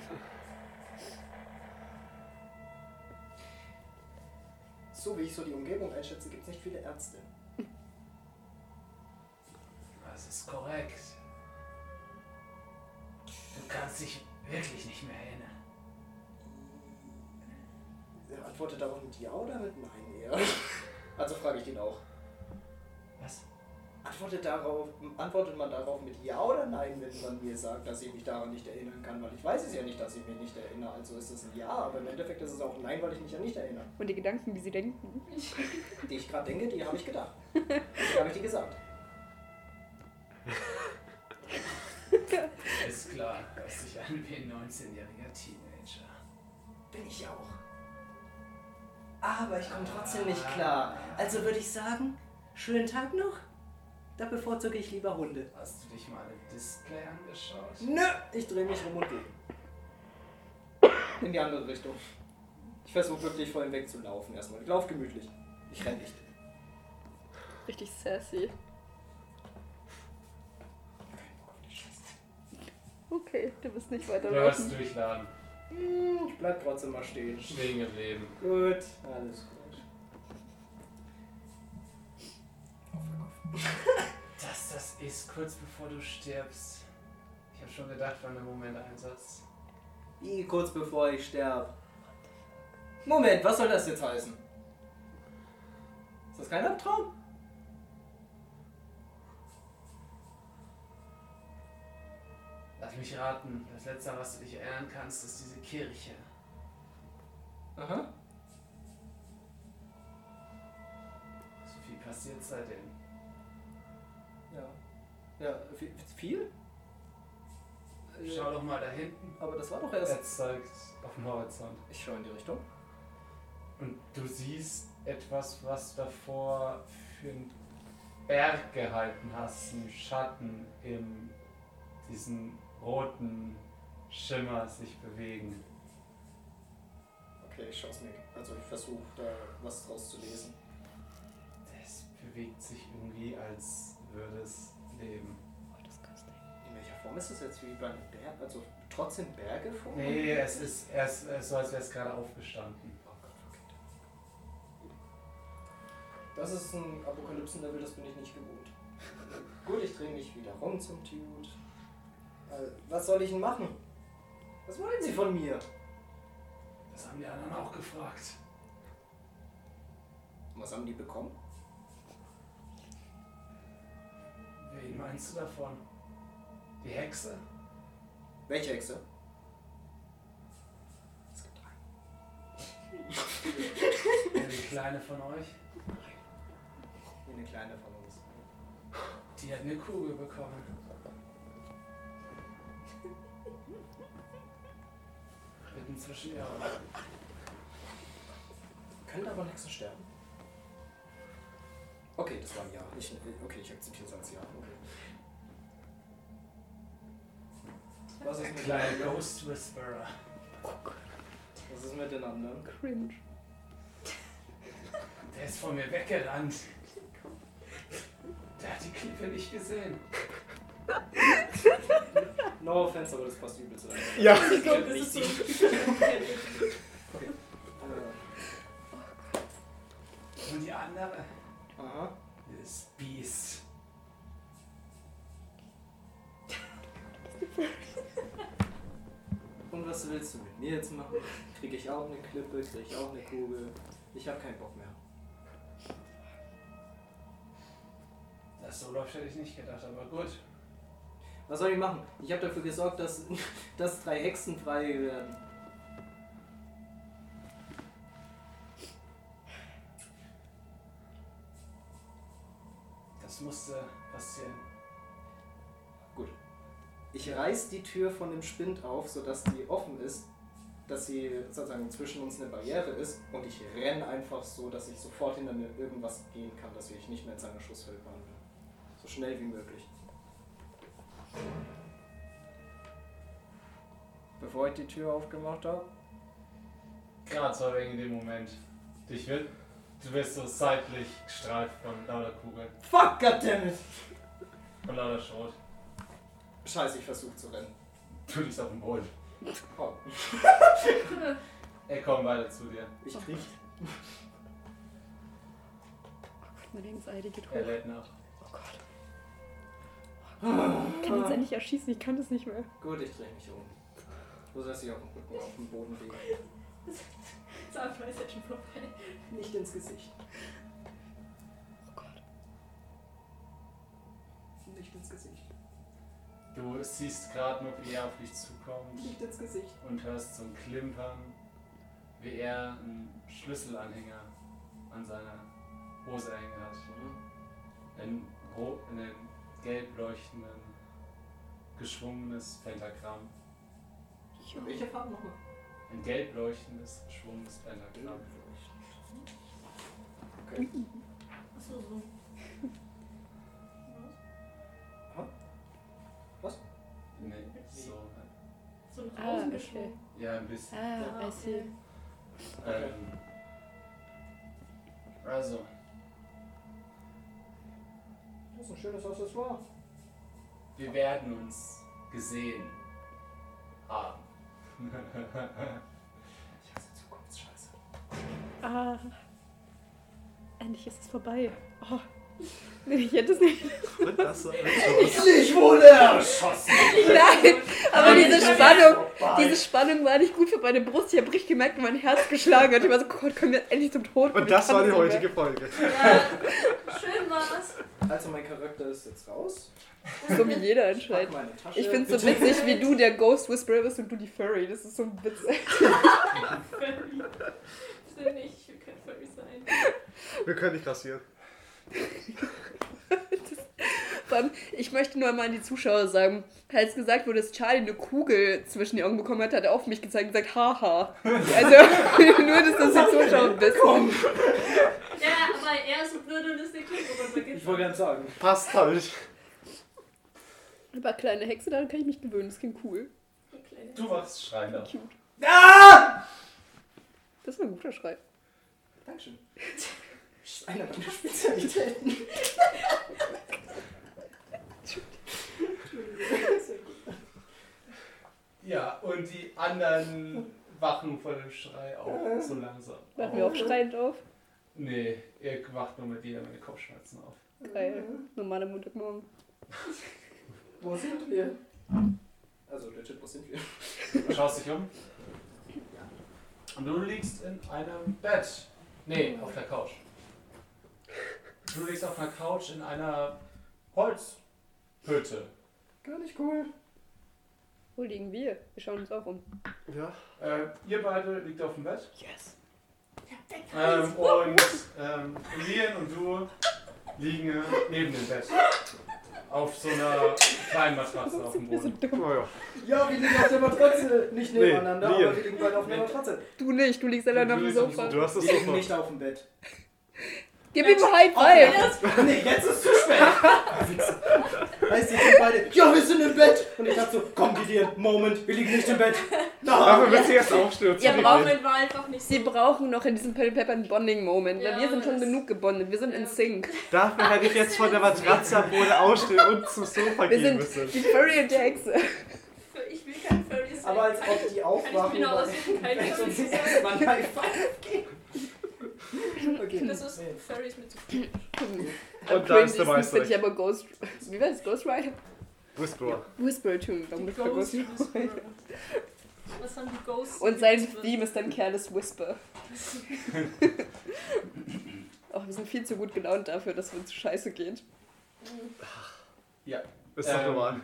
S3: So wie ich so die Umgebung einschätze, gibt es nicht viele Ärzte.
S1: Das ist korrekt. Du kannst dich wirklich nicht mehr erinnern.
S3: Er antwortet darauf mit Ja oder mit Nein eher? Also frage ich ihn auch.
S1: Was?
S3: Antwortet man darauf mit Ja oder Nein, wenn man mir sagt, dass ich mich daran nicht erinnern kann? Weil ich weiß es ja nicht, dass ich mich nicht erinnere. Also ist es ein Ja, aber im Endeffekt ist es auch ein Nein, weil ich mich ja nicht erinnere.
S4: Und die Gedanken, die sie denken.
S3: Die ich gerade denke, die habe ich gedacht. Die habe ich dir gesagt.
S1: Ist klar, hörst dich an wie ein 19-jähriger Teenager.
S3: Bin ich auch. Aber ich komme trotzdem nicht klar. Also würde ich sagen, schönen Tag noch? Da bevorzuge ich lieber Hunde.
S1: Hast du dich mal im Display angeschaut?
S3: Nö, ich drehe mich um und gehe. In die andere Richtung. Ich versuche wirklich vor ihm wegzulaufen erstmal. Ich laufe gemütlich. Ich renne nicht.
S4: Richtig sassy. Okay, du bist nicht weiter
S1: Du wirst
S4: laufen.
S1: durchladen.
S3: Ich bleib trotzdem mal stehen.
S1: Stehen geblieben.
S3: Gut, alles gut.
S1: Das ist kurz bevor du stirbst. Ich habe schon gedacht, wann der Moment einsetzt.
S3: Wie kurz bevor ich sterbe. Moment, was soll das jetzt heißen? Ist das kein Albtraum?
S1: Lass mich raten, das Letzte, was du dich erinnern kannst, ist diese Kirche.
S3: Aha.
S1: So viel passiert seitdem.
S3: Ja. Ja, viel?
S1: Schau doch mal da hinten.
S3: Aber das war doch erst...
S1: Er zeigt auf den Horizont.
S3: Ich schaue in die Richtung.
S1: Und du siehst etwas, was davor für einen Berg gehalten hast. Einen Schatten in diesen roten Schimmer sich bewegen.
S3: Okay, ich schaue es mir. Also ich versuche da was draus zu lesen.
S1: Es bewegt sich irgendwie, als würde es leben.
S4: Oh, das kannst du.
S3: In welcher Form ist das jetzt wie bei einem Berg? Also trotzdem Berge vor?
S1: Nee, es ist erst so, als wäre es gerade aufgestanden.
S3: Oh Gott, okay. Das ist ein Apokalypsen-Level, das bin ich nicht gewohnt. Gut, ich drehe mich wieder rum zum Dude. Was soll ich denn machen? Was wollen Sie von mir?
S1: Das haben die anderen auch gefragt.
S3: Was haben die bekommen?
S1: Wen meinst du davon? Die Hexe?
S3: Welche Hexe? Es gibt drei.
S1: Die kleine von euch?
S3: Wie eine kleine von uns.
S1: Die hat eine Kugel bekommen. Mitten zwischen ihr Augen.
S3: Können aber Hexen sterben? Okay, das war ein Ja. Okay, ich akzeptiere es als Ja. Okay. Was ist
S1: Der
S3: mit
S1: kleine
S3: den anderen?
S1: Ghost Whisperer.
S3: Was ist mit den anderen?
S4: Cringe.
S1: Der ist von mir weggerannt. Der hat die Klippe nicht gesehen.
S3: No offense, aber das passt übel zu deinem.
S2: Ja.
S3: Ich könnte nicht sehen. Okay.
S1: Und die andere?
S3: Aha.
S1: Das Biest.
S3: Und was willst du mit mir jetzt machen? Kriege ich auch eine Klippe? Kriege ich auch eine Kugel? Ich habe keinen Bock mehr.
S1: Das so läuft, hätte ich nicht gedacht, aber gut.
S3: Was soll ich machen? Ich habe dafür gesorgt, dass 3 Hexen frei werden.
S1: Das musste passieren.
S3: Gut. Ich reiß die Tür von dem Spind auf, sodass die offen ist, dass sie sozusagen zwischen uns eine Barriere ist und ich renne einfach so, dass ich sofort hinter mir irgendwas gehen kann, dass ich nicht mehr in seiner Schussfeldbahn bin. So schnell wie möglich. Bevor ich die Tür aufgemacht habe.
S1: Gerade so wegen dem Moment. Dich wird Du wirst so seitlich gestreift von lauter Kugeln.
S3: Fuck, goddammit!
S1: Von lauter Schrot.
S3: Scheiße, ich versuche zu rennen.
S1: Du liegst auf dem Boden.
S3: Oh,
S1: Er kommt weiter zu dir.
S3: ich krieg.
S4: Meine Anxiety geht
S1: Er
S4: hoch.
S1: lädt nach.
S4: Oh Gott. Ich kann jetzt endlich erschießen, ich kann das nicht mehr.
S3: Gut, ich drehe mich um. Du sollst dich auf dem Rücken auf dem Boden legen.
S5: Das Abenteuer ist jetzt schon vorbei.
S3: Nicht ins Gesicht.
S4: Oh Gott.
S3: Nicht ins Gesicht.
S1: Du siehst gerade noch, wie er auf dich zukommt
S3: Nicht ins Gesicht.
S1: und hörst so ein Klimpern, wie er einen Schlüsselanhänger an seiner Hose hängen hat. Ein gelb leuchtenden, geschwungenes Pentagramm.
S3: Welche Farbe nochmal?
S1: Ein gelb leuchtendes, geschwungenes Pentagramm.
S3: Okay.
S5: Achso, so.
S1: Nee, so.
S5: So ein
S4: Ah,
S5: Rosengeschwung.
S4: okay.
S1: Ja, ein bisschen.
S4: Ah, I see.
S1: Also,
S3: Das ist ein schönes Accessoire.
S1: wir werden uns gesehen haben.
S3: Ich hasse Zukunftsscheiße.
S4: Ah. Endlich ist es vorbei. Oh. Nee, ich hätte es nicht.
S2: Und das so.
S3: Ich wurde erschossen!
S4: Nein, aber
S3: Vorbei.
S4: diese Spannung war nicht gut für meine Brust. Ich habe richtig gemerkt, wie mein Herz geschlagen hat. Ich war so, Gott, können wir endlich zum Tod kommen?
S2: Und das
S4: Ich kann
S2: war die
S4: nicht mehr.
S2: heutige Folge.
S5: Ja, schön war's.
S3: Also mein Charakter ist jetzt raus.
S4: So wie jeder
S3: Ich pack
S4: anscheinend.
S3: meine Tasche.
S4: Ich finde es so
S3: bitte.
S4: witzig, wie du der Ghost Whisperer bist und du die Furry. Das ist so ein Witz.
S5: Furry. Sind nicht, ich will kein Furry sein.
S2: Wir können nicht rasieren.
S4: Vor allem, ich möchte nur mal an die Zuschauer sagen, als gesagt wurde, dass Charlie eine Kugel zwischen die Augen bekommen hat, hat er auf mich gezeigt und gesagt, haha. Also, nur, dass das die Zuschauer wissen.
S5: Ja, aber er ist so blöd und ist der Klippe
S3: Ich
S5: runtergegangen.
S3: wollte gerade sagen.
S2: Passt halt.
S4: Aber kleine Hexe, daran kann ich mich gewöhnen, das klingt cool.
S1: Du machst Schreiner.
S4: Cute.
S3: Ah!
S4: Das war ein guter Schrei.
S3: Dankeschön. Das ist eine meiner Spezialitäten.
S1: Ja, und die anderen wachen vor dem Schrei auch so langsam.
S4: Machen wir auch schreiend auf.
S1: Nee, ihr wacht nur mit jeder Menge Kopfschmerzen auf.
S4: Geil. Normaler Montagmorgen.
S3: Wo sind wir? Also, legit, wo sind wir?
S1: Du schaust dich um. Und du liegst in einem Bett. Nee, auf der Couch. Du liegst auf einer Couch in einer Holzhütte.
S3: Gar nicht cool.
S4: Wo liegen wir? Wir schauen uns auch um.
S2: Ja.
S1: Ihr beide liegt auf dem Bett.
S4: Yes.
S1: Und Lian und du liegen neben dem Bett. Auf so einer kleinen Matratze auf dem
S4: Wir
S1: Boden.
S4: sind dumm.
S2: Oh ja.
S3: Ja, wir liegen auf der Matratze. Nicht
S2: Nee,
S3: nebeneinander,
S2: Liam.
S3: aber wir liegen beide auf der Matratze.
S4: Du nicht, du liegst allein
S1: Du
S4: auf dem
S1: liegst auf dem
S4: Sofa.
S2: Du hast das
S3: Wir liegen
S2: Sofa.
S3: nicht auf dem Bett.
S4: Gib ihm ein High Five!
S3: Nee, jetzt ist zu spät. Heißt, die sind beide, ja, wir sind im Bett. Und ich dachte so, komm, Gideon, Moment, wir liegen nicht im Bett.
S2: Dafür wird sie erst aufstürzen.
S4: Ja,
S5: Der Moment war einfach nicht so.
S4: Sie brauchen noch in diesem Pen Pepper einen Bonding-Moment.
S5: Ja,
S4: weil wir sind schon
S5: das-
S4: genug gebondet. Wir sind in
S5: Ja.
S4: Sync.
S2: Dafür hätte ich jetzt von der Matratze am Boden ausstehen und zum Sofa
S4: Wir
S2: gehen
S4: sind
S2: müssen.
S4: die Furry und die Hexe.
S5: Ich will kein Furry sein.
S3: Aber als ob die aufwachen
S5: Kann ich mir
S3: weil
S5: aussuchen, kein
S3: wenn
S5: Furry
S3: uns
S5: zu sein.
S3: erstmal ein High Five geben. Okay.
S5: Das ist Furries mit zu viel.
S2: Und da ist der
S4: Meister.
S2: Meister.
S4: Bin ich aber Ghost... Wie war das? Ghost Rider?
S2: Whisperer.
S4: Whisper Tune. Warum bist du
S5: Ghost
S4: Ghost
S5: Whisperer. Was haben die Ghosts?
S4: Und sein Theme ist dann Careless Whisper. Oh, wir sind viel zu gut gelaunt dafür, dass es uns scheiße geht.
S1: Ja.
S2: Ist doch normal.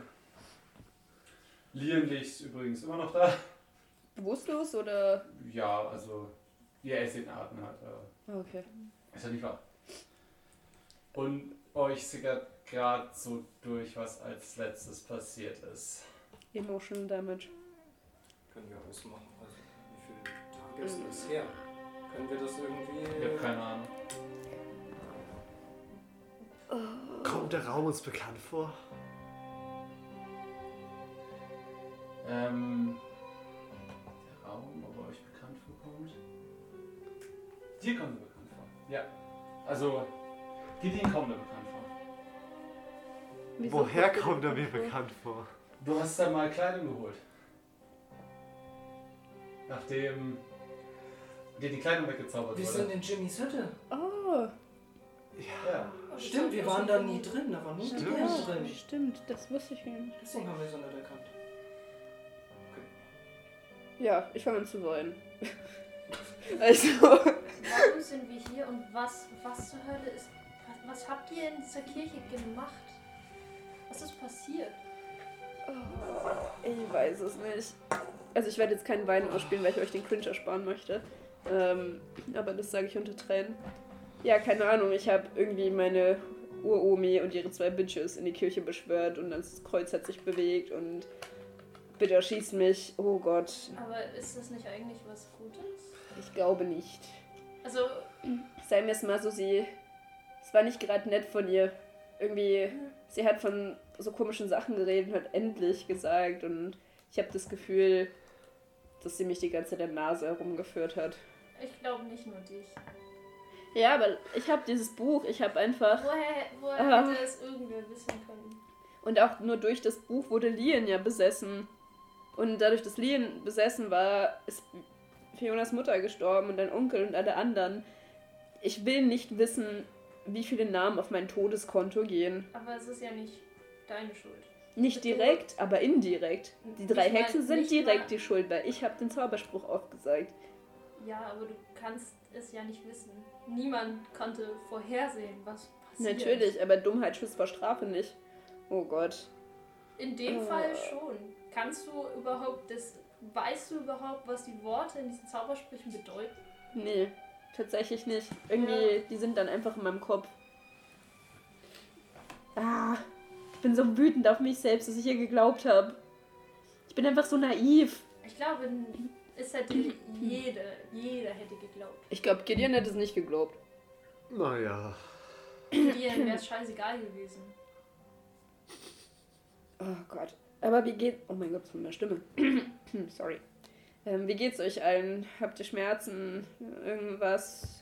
S1: Lian liegt übrigens immer noch da.
S4: Bewusstlos oder...
S1: Ja, also, ja, er sieht einen Atem halt.
S4: Okay.
S1: Ist ja nicht wahr. Und euch sickert gerade so durch, was als letztes passiert ist.
S4: Emotional Damage.
S3: Können wir ausmachen. Also, wie viele Tage ist das her? Können wir das irgendwie...
S1: Ich habe keine Ahnung.
S2: Kommt der Raum uns bekannt vor?
S1: Der Raum, ob er euch bekannt vorkommt. Dir kommt er bekannt vor. Ja. Also, Gideon kommt mir bekannt vor.
S4: Wieso
S2: Woher
S4: dir
S2: kommt er mir
S4: vor?
S2: bekannt vor?
S1: Du hast da mal Kleidung geholt. Nachdem dir die Kleidung weggezaubert
S3: Wir
S1: wurde.
S3: sind in Jimmys Hütte.
S4: Oh,
S1: Ja.
S3: Stimmt, wir waren da nie drin, da war nur
S2: Stimmt.
S3: der drin.
S4: stimmt, das wusste ich nicht.
S3: Deswegen haben wir so nicht erkannt.
S4: Ja, ich fange an zu weinen. Also,
S5: Warum sind wir hier und was zur Hölle ist. Was habt ihr in dieser Kirche gemacht? Was ist passiert?
S4: ich weiß es nicht. Also ich werde jetzt keinen Wein ausspielen, weil ich euch den Cringe ersparen möchte. Aber das sage ich unter Tränen. Ja, keine Ahnung, ich habe irgendwie meine Uromi und ihre 2 Bitches in die Kirche beschwört und das Kreuz hat sich bewegt und bitte erschießt mich. Oh Gott,
S5: Aber ist das nicht eigentlich was Gutes?
S4: ich glaube nicht.
S5: Also,
S4: Sagen wir es mal so, es war nicht gerade nett von ihr. Irgendwie, sie hat von so komischen Sachen geredet und hat endlich gesagt und ich habe das Gefühl, dass sie mich die ganze Zeit der Nase herumgeführt hat.
S5: ich glaube nicht nur dich.
S4: Ja, aber ich habe dieses Buch, ich habe einfach...
S5: Woher hätte es irgendwer wissen können?
S4: Und auch nur durch das Buch wurde Lien ja besessen. Und dadurch, dass Lien besessen war, ist Fionas Mutter gestorben und dein Onkel und alle anderen. Ich will nicht wissen, wie viele Namen auf mein Todeskonto gehen.
S5: Aber es ist ja nicht deine Schuld.
S4: Nicht direkt, aber indirekt. Die 3
S5: Nicht mal-
S4: Hexen sind
S5: nicht
S4: direkt
S5: mal-
S4: die Schuld, weil ich habe den Zauberspruch aufgesagt.
S5: Ja, aber du kannst es ja nicht wissen. Niemand konnte vorhersehen, was passiert.
S4: Natürlich, aber Dummheit schützt vor Strafe nicht. Oh Gott.
S5: In dem Fall schon. Kannst du überhaupt weißt du überhaupt, was die Worte in diesen Zaubersprüchen bedeuten?
S4: Nee, tatsächlich nicht. Irgendwie, die sind dann einfach in meinem Kopf. Ich bin so wütend auf mich selbst, dass ich ihr geglaubt habe. Ich bin einfach so naiv.
S5: Ich glaube, es hätte jeder hätte geglaubt.
S4: Ich glaube, Gideon hätte es nicht geglaubt.
S2: Naja.
S5: Dir wäre es scheißegal gewesen.
S4: Oh Gott. Aber wie geht... Oh mein Gott, von meiner Stimme. Sorry. Wie geht's euch allen? Habt ihr Schmerzen? Irgendwas?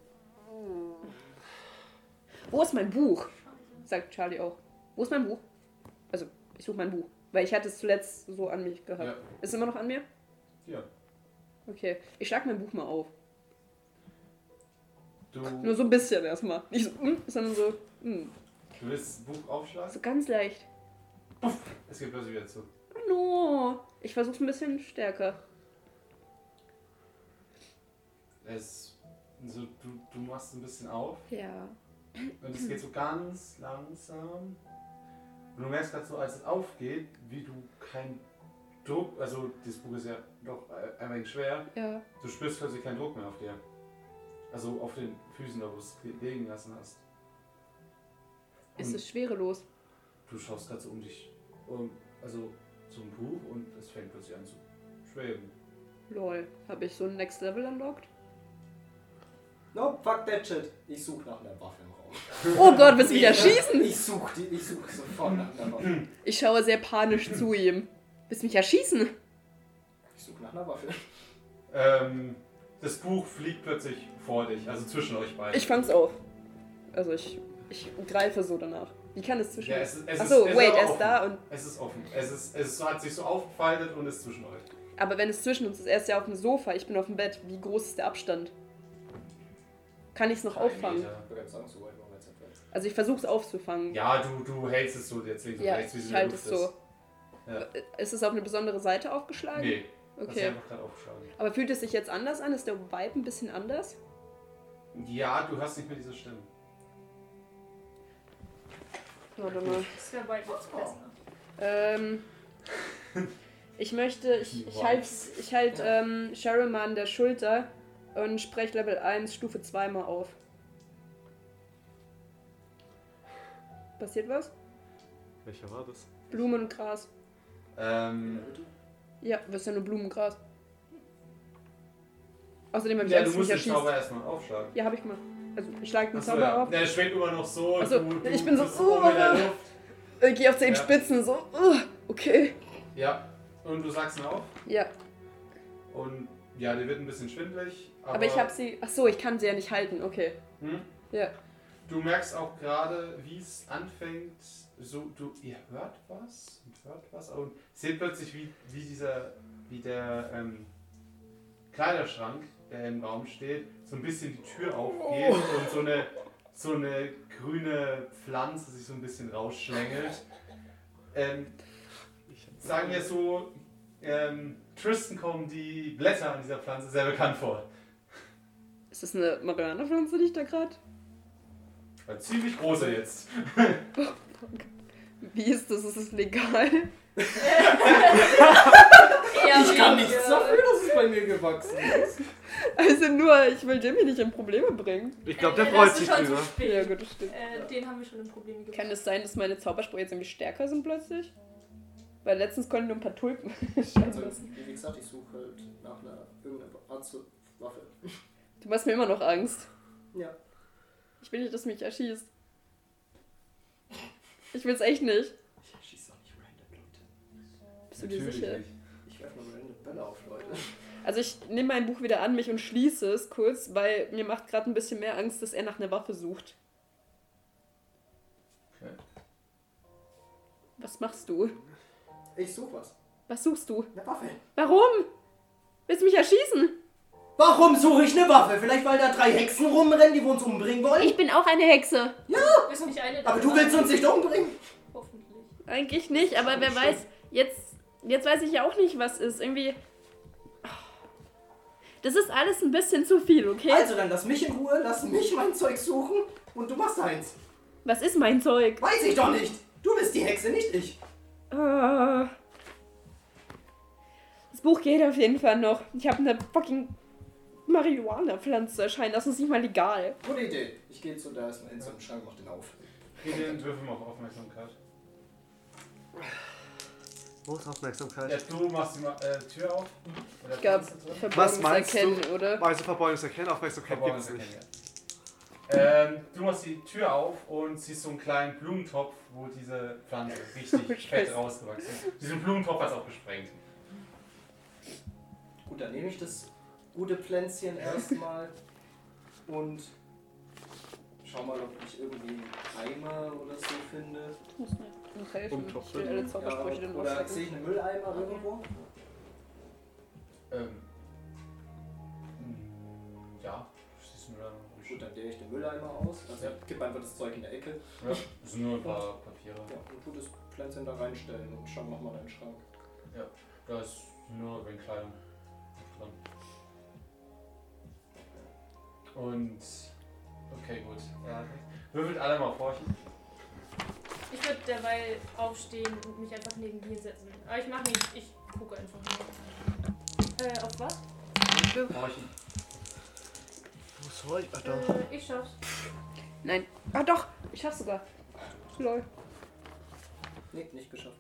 S4: Wo ist mein Buch? Sagt Charlie auch. Wo ist mein Buch? Also, ich suche mein Buch. Weil ich hatte es zuletzt so an mich gehabt.
S1: Ja.
S4: Ist es immer noch an mir?
S1: Ja.
S4: Okay. Ich schlag mein Buch mal auf.
S1: Du
S4: Nur so ein bisschen erstmal. Nicht so, sondern so,
S1: willst das Buch aufschlagen?
S4: so ganz leicht.
S1: Es geht plötzlich wieder zu.
S4: Oh no. Ich versuch's ein bisschen stärker.
S1: Du machst ein bisschen auf
S4: Ja.
S1: und es geht so ganz langsam. Und du merkst gerade so, als es aufgeht, wie du keinen Druck, also das Buch ist ja doch ein wenig schwer,
S4: Ja.
S1: du spürst plötzlich keinen Druck mehr auf dir. Also auf den Füßen, da wo du es liegen lassen hast.
S4: Ist
S1: Und
S4: es schwerelos?
S1: du schaust gerade so um dich, also zum Buch und es fängt plötzlich an zu schweben.
S4: Lol. Habe ich so ein Next Level unlocked?
S3: Nope, fuck that shit. Ich suche nach einer Waffe im Raum.
S4: Oh Gott, willst du wieder schießen?
S3: Ich suche sofort nach einer Waffe.
S4: Ich schaue sehr panisch zu ihm. Willst du mich erschießen?
S3: Ich suche nach einer Waffe.
S1: Das Buch fliegt plötzlich vor dich, also zwischen euch beiden.
S4: Ich fang's auf. Also ich greife so danach. Wie kann es zwischen
S1: Ja,
S4: uns?
S1: es
S4: Achso,
S1: ist
S4: wait,
S1: aber
S4: er ist
S1: offen.
S4: da und.
S1: Es ist offen. Es hat sich so aufgefaltet und ist zwischen euch.
S4: Aber wenn es zwischen uns ist, er ist ja auf dem Sofa, ich bin auf dem Bett. Wie groß ist der Abstand? Kann ich es noch
S1: 3
S4: auffangen?
S1: Meter.
S3: Ich würde sagen, so weit wollen wir jetzt nicht weg.
S4: Also ich versuche es aufzufangen.
S1: Ja, du hältst es so jetzt links und
S4: Ja,
S1: rechts, wie es in
S4: ich
S1: der
S4: halte es
S1: Luft
S4: so.
S1: ist. Ja.
S4: Ist es auf eine besondere Seite aufgeschlagen?
S1: Nee, hast du
S4: Okay.
S1: einfach gerade aufgeschlagen.
S4: Aber fühlt es sich jetzt anders an? Ist der Vibe ein bisschen anders?
S1: Ja, du hast nicht mehr diese Stimme.
S4: Warte mal.
S5: Das wäre bald jetzt besser.
S4: Ich halte Cheryl mal an der Schulter und spreche Level 1 Stufe 2 mal auf. Passiert was?
S2: Welcher war das?
S4: Blumen und Gras. Ja, das ist ja nur Blumengras. Außerdem habe ich
S1: Ja,
S4: Angst,
S1: du musst
S4: mich
S1: den
S4: erschießt.
S1: Zauber erstmal aufschlagen.
S4: Ja, habe ich gemacht. Also ich schlage den
S1: Achso,
S4: Zauber
S1: ja.
S4: auf.
S1: Der schwebt immer noch so.
S4: Achso,
S1: du
S4: ich bin so,
S1: bist oben in der Luft.
S4: Ich gehe auf 10
S1: Ja.
S4: Spitzen, so, okay.
S1: Ja, und du sagst ihn auf.
S4: Ja,
S1: Und ja, dir wird ein bisschen schwindelig.
S4: aber ich habe sie, achso, ich kann sie ja nicht halten, okay. Ja.
S1: Du merkst auch gerade, wie es anfängt, ihr hört was und seht plötzlich, wie der Kleiderschrank, der im Raum steht, so ein bisschen die Tür aufgeht und so eine grüne Pflanze sich so ein bisschen rausschlängelt. Sagen wir so, Tristan kommen die Blätter an dieser Pflanze sehr bekannt vor.
S4: Ist das eine Marihuana-Pflanze, die ich da gerade?
S1: Ziemlich große jetzt.
S4: Wie ist das? Ist es legal?
S3: Ich kann nichts dafür, dass es bei mir gewachsen ist.
S4: Also nur, ich will Jimmy nicht in Probleme bringen.
S2: Ich glaube, der freut sich
S5: schon
S2: drüber.
S5: zu spät.
S4: Ja, gut, das stimmt.
S5: Den haben wir schon in Probleme gebracht.
S4: Kann es sein, dass meine Zaubersprüche jetzt irgendwie stärker sind plötzlich? Weil letztens konnten nur ein paar Tulpen.
S3: Also, wie gesagt, ich suche halt nach irgendeiner Art zur Waffe.
S4: Du machst mir immer noch Angst.
S3: Ja.
S4: Ich will nicht, dass du mich erschießt. Ich will's echt nicht.
S3: Ich schieße auch nicht random, Leute.
S4: Bist du dir sicher?
S1: Nicht.
S3: Ich werfe nur random Bälle auf, Leute.
S4: Also ich nehme mein Buch wieder an mich und schließe es kurz, weil mir macht gerade ein bisschen mehr Angst, dass er nach einer Waffe sucht.
S1: Okay.
S4: Was machst du?
S3: Ich suche was.
S4: Was suchst du?
S3: Eine Waffe.
S4: Warum? Willst du mich erschießen?
S3: Warum suche ich eine Waffe? Vielleicht weil da 3 Hexen rumrennen, die wir uns umbringen wollen?
S4: Ich bin auch eine Hexe.
S5: Du bist nicht eine
S3: Aber du
S5: davon.
S3: willst uns nicht umbringen?
S5: Hoffentlich.
S4: Eigentlich nicht, aber wer weiß, jetzt weiß ich ja auch nicht, was ist. Irgendwie... Das ist alles ein bisschen zu viel, okay?
S3: Also dann lass mich in Ruhe, lass mich mein Zeug suchen und du machst deins.
S4: Was ist mein Zeug?
S3: Weiß ich doch nicht. Du bist die Hexe, nicht ich.
S4: Das Buch geht auf jeden Fall noch. Ich habe eine fucking Marihuana-Pflanze erscheinen. Das ist nicht mal legal.
S3: Gute Idee. Ich gehe zu da erstmal hin zum Schrank, mach den auf.
S1: Geh den Würfel mal auf Aufmerksamkeit.
S2: Wo ist Aufmerksamkeit?
S1: Ja, du machst die Tür auf. Oder
S4: Ich glaube,
S1: Pflanze drin?
S2: Was meinst
S4: Verborgenes
S2: du?
S4: Erkennen, oder?
S2: Also Verborgenes Erkennen, Aufmerksamkeit gibt es
S1: Verborgenes
S2: nicht.
S1: Erkennen, ja. Du machst die Tür auf und siehst so einen kleinen Blumentopf, wo diese Pflanze richtig fett rausgewachsen ist. Diesen Blumentopf hat es auch gesprengt.
S3: Gut, dann nehme ich das gute Pflänzchen erstmal und schau mal, ob ich irgendwie einen Eimer oder so finde.
S4: Ich muss helfen.
S2: Und
S4: Ich will alle Zaubersprüche dann
S3: Oder
S4: aussagen.
S3: sehe ich einen Mülleimer irgendwo?
S1: Ja, siehst du mir dann
S3: Gut, dann dehne ich den Mülleimer aus. Also
S1: Ja.
S3: gib einfach das Zeug in der Ecke.
S1: Ja, das sind nur ein paar Papiere.
S3: Ja, ein gutes Pflänzchen da reinstellen und schau, mach mal deinen Schrank.
S1: Da ist nur wegen Kleidung drin. Und. Okay, gut. Ja, würfelt alle mal horchen.
S5: Ich würde derweil aufstehen und mich einfach neben dir setzen. Aber ich mache nicht, ich gucke einfach nur. Auf was?
S1: Horchen.
S2: Wo soll ich? Ach doch.
S5: Ich schaff's.
S4: Nein. Ah doch, ich schaff's sogar. Lol.
S3: Nee, nicht geschafft.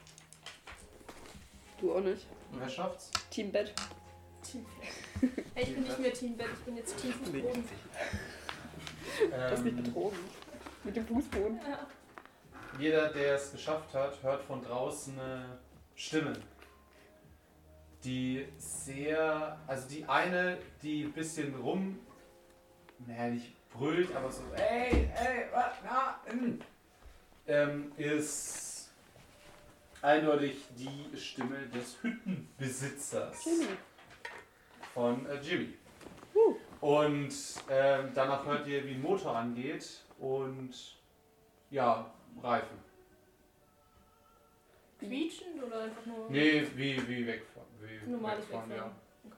S4: Du auch nicht.
S1: Wer schafft's?
S4: Teambett.
S5: Teamflex. Hey, ich bin nicht mehr Teambett, ich bin jetzt Team Fußboden.
S4: Du hast mich betrogen. Mit dem Fußboden.
S5: Ja.
S1: Jeder, der es geschafft hat, hört von draußen eine Stimme. Die sehr, also die eine, die ein bisschen nicht brüllt, aber so, ey, was, ist eindeutig die Stimme des Hüttenbesitzers
S4: Jimmy.
S1: von Jimmy. Und danach hört ihr, wie ein Motor angeht und ja, Reifen.
S5: Quietschend oder einfach nur.
S1: Nee, wie wegfahren. Wie
S5: Normales
S1: wegfahren,
S5: Wegfahren.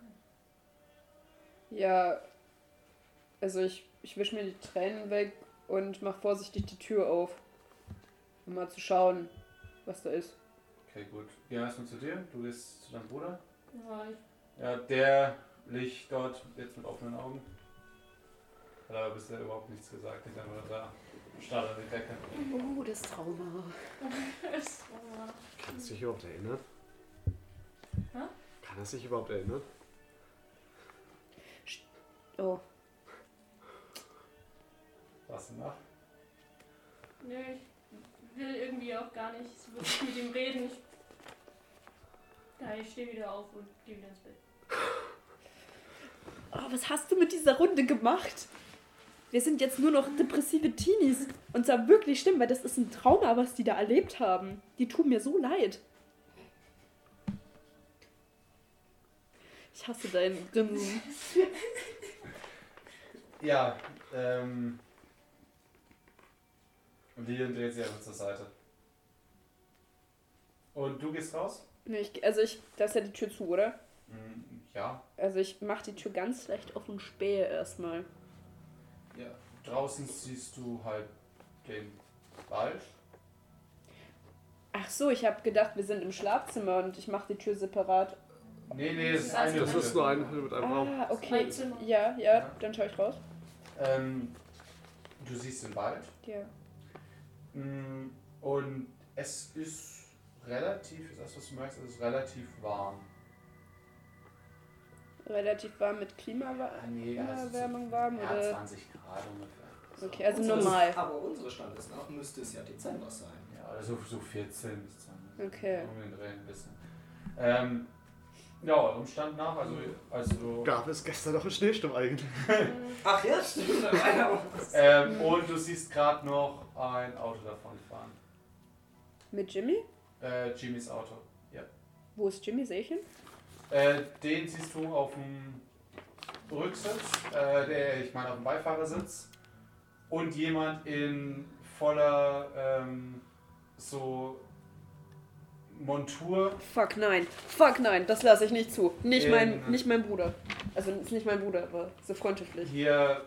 S4: Ja, also ich wische mir die Tränen weg und mach vorsichtig die Tür auf. Um mal zu schauen, was da ist.
S1: Okay, gut. Geh erstmal zu dir. Du gehst zu deinem Bruder.
S5: Ja,
S1: Ja, der liegt dort jetzt mit offenen Augen. Hat aber bisher überhaupt nichts gesagt. Liegt einfach da. Starrt an die Decke.
S4: Oh, das Trauma.
S2: Kann er sich überhaupt erinnern?
S5: Hä?
S2: Kann er sich überhaupt erinnern?
S4: Oh.
S1: Was denn nach?
S5: Nee, ich will irgendwie auch gar nicht so wirklich mit ihm reden. Ich stehe wieder auf und gehe wieder ins Bett.
S4: Oh, was hast du mit dieser Runde gemacht? Wir sind jetzt nur noch depressive Teenies. Und zwar wirklich schlimm, weil das ist ein Trauma, was die da erlebt haben. Die tun mir so leid. Ich hasse dein Grinsen.
S1: Ja, und Lilian dreht sich einfach zur Seite. Und du gehst raus?
S4: Nee, da ist ja die Tür zu, oder?
S1: Ja.
S4: Also ich mach die Tür ganz leicht auf und spähe erstmal.
S1: Ja. Draußen siehst du halt den Wald.
S4: Ach so, ich habe gedacht, wir sind im Schlafzimmer und ich mache die Tür separat.
S1: Nee, das ist eine
S2: Das
S1: Tür.
S2: ist nur eine Tür mit einem Raum.
S4: Ah, okay.
S5: Mein Zimmer.
S4: Ja, dann schaue ich raus.
S1: Du siehst den Wald.
S4: Ja.
S1: Und es ist relativ, ist das, was du merkst, es ist relativ warm.
S4: Relativ warm mit Klimaerwärmung warm,
S1: ja,
S4: oder?
S1: 20 Grad ungefähr.
S4: Okay, also
S3: Unseres-
S4: normal.
S3: Aber unsere Stand ist nach, müsste es ja Dezember sein.
S1: Ja, oder so 14 bis 20.
S4: Okay.
S1: Um den Dreh ein bisschen. Ja, eurem Stand nach, also
S2: Gab es gestern noch einen Schneesturm eigentlich?
S3: Ach ja, stimmt. Da war ja auch was.
S1: und du siehst gerade noch ein Auto davon fahren.
S4: Mit Jimmy?
S1: Jimmys Auto. Ja.
S4: Wo ist Jimmy? Sehe ich ihn?
S1: Den siehst du auf dem Rücksitz, ich meine auf dem Beifahrersitz. Und jemand in voller so Montur.
S4: Fuck nein, das lasse ich nicht zu. Nicht
S1: In-
S4: mein Bruder. Also ist nicht mein Bruder, aber so freundschaftlich.
S1: Hier,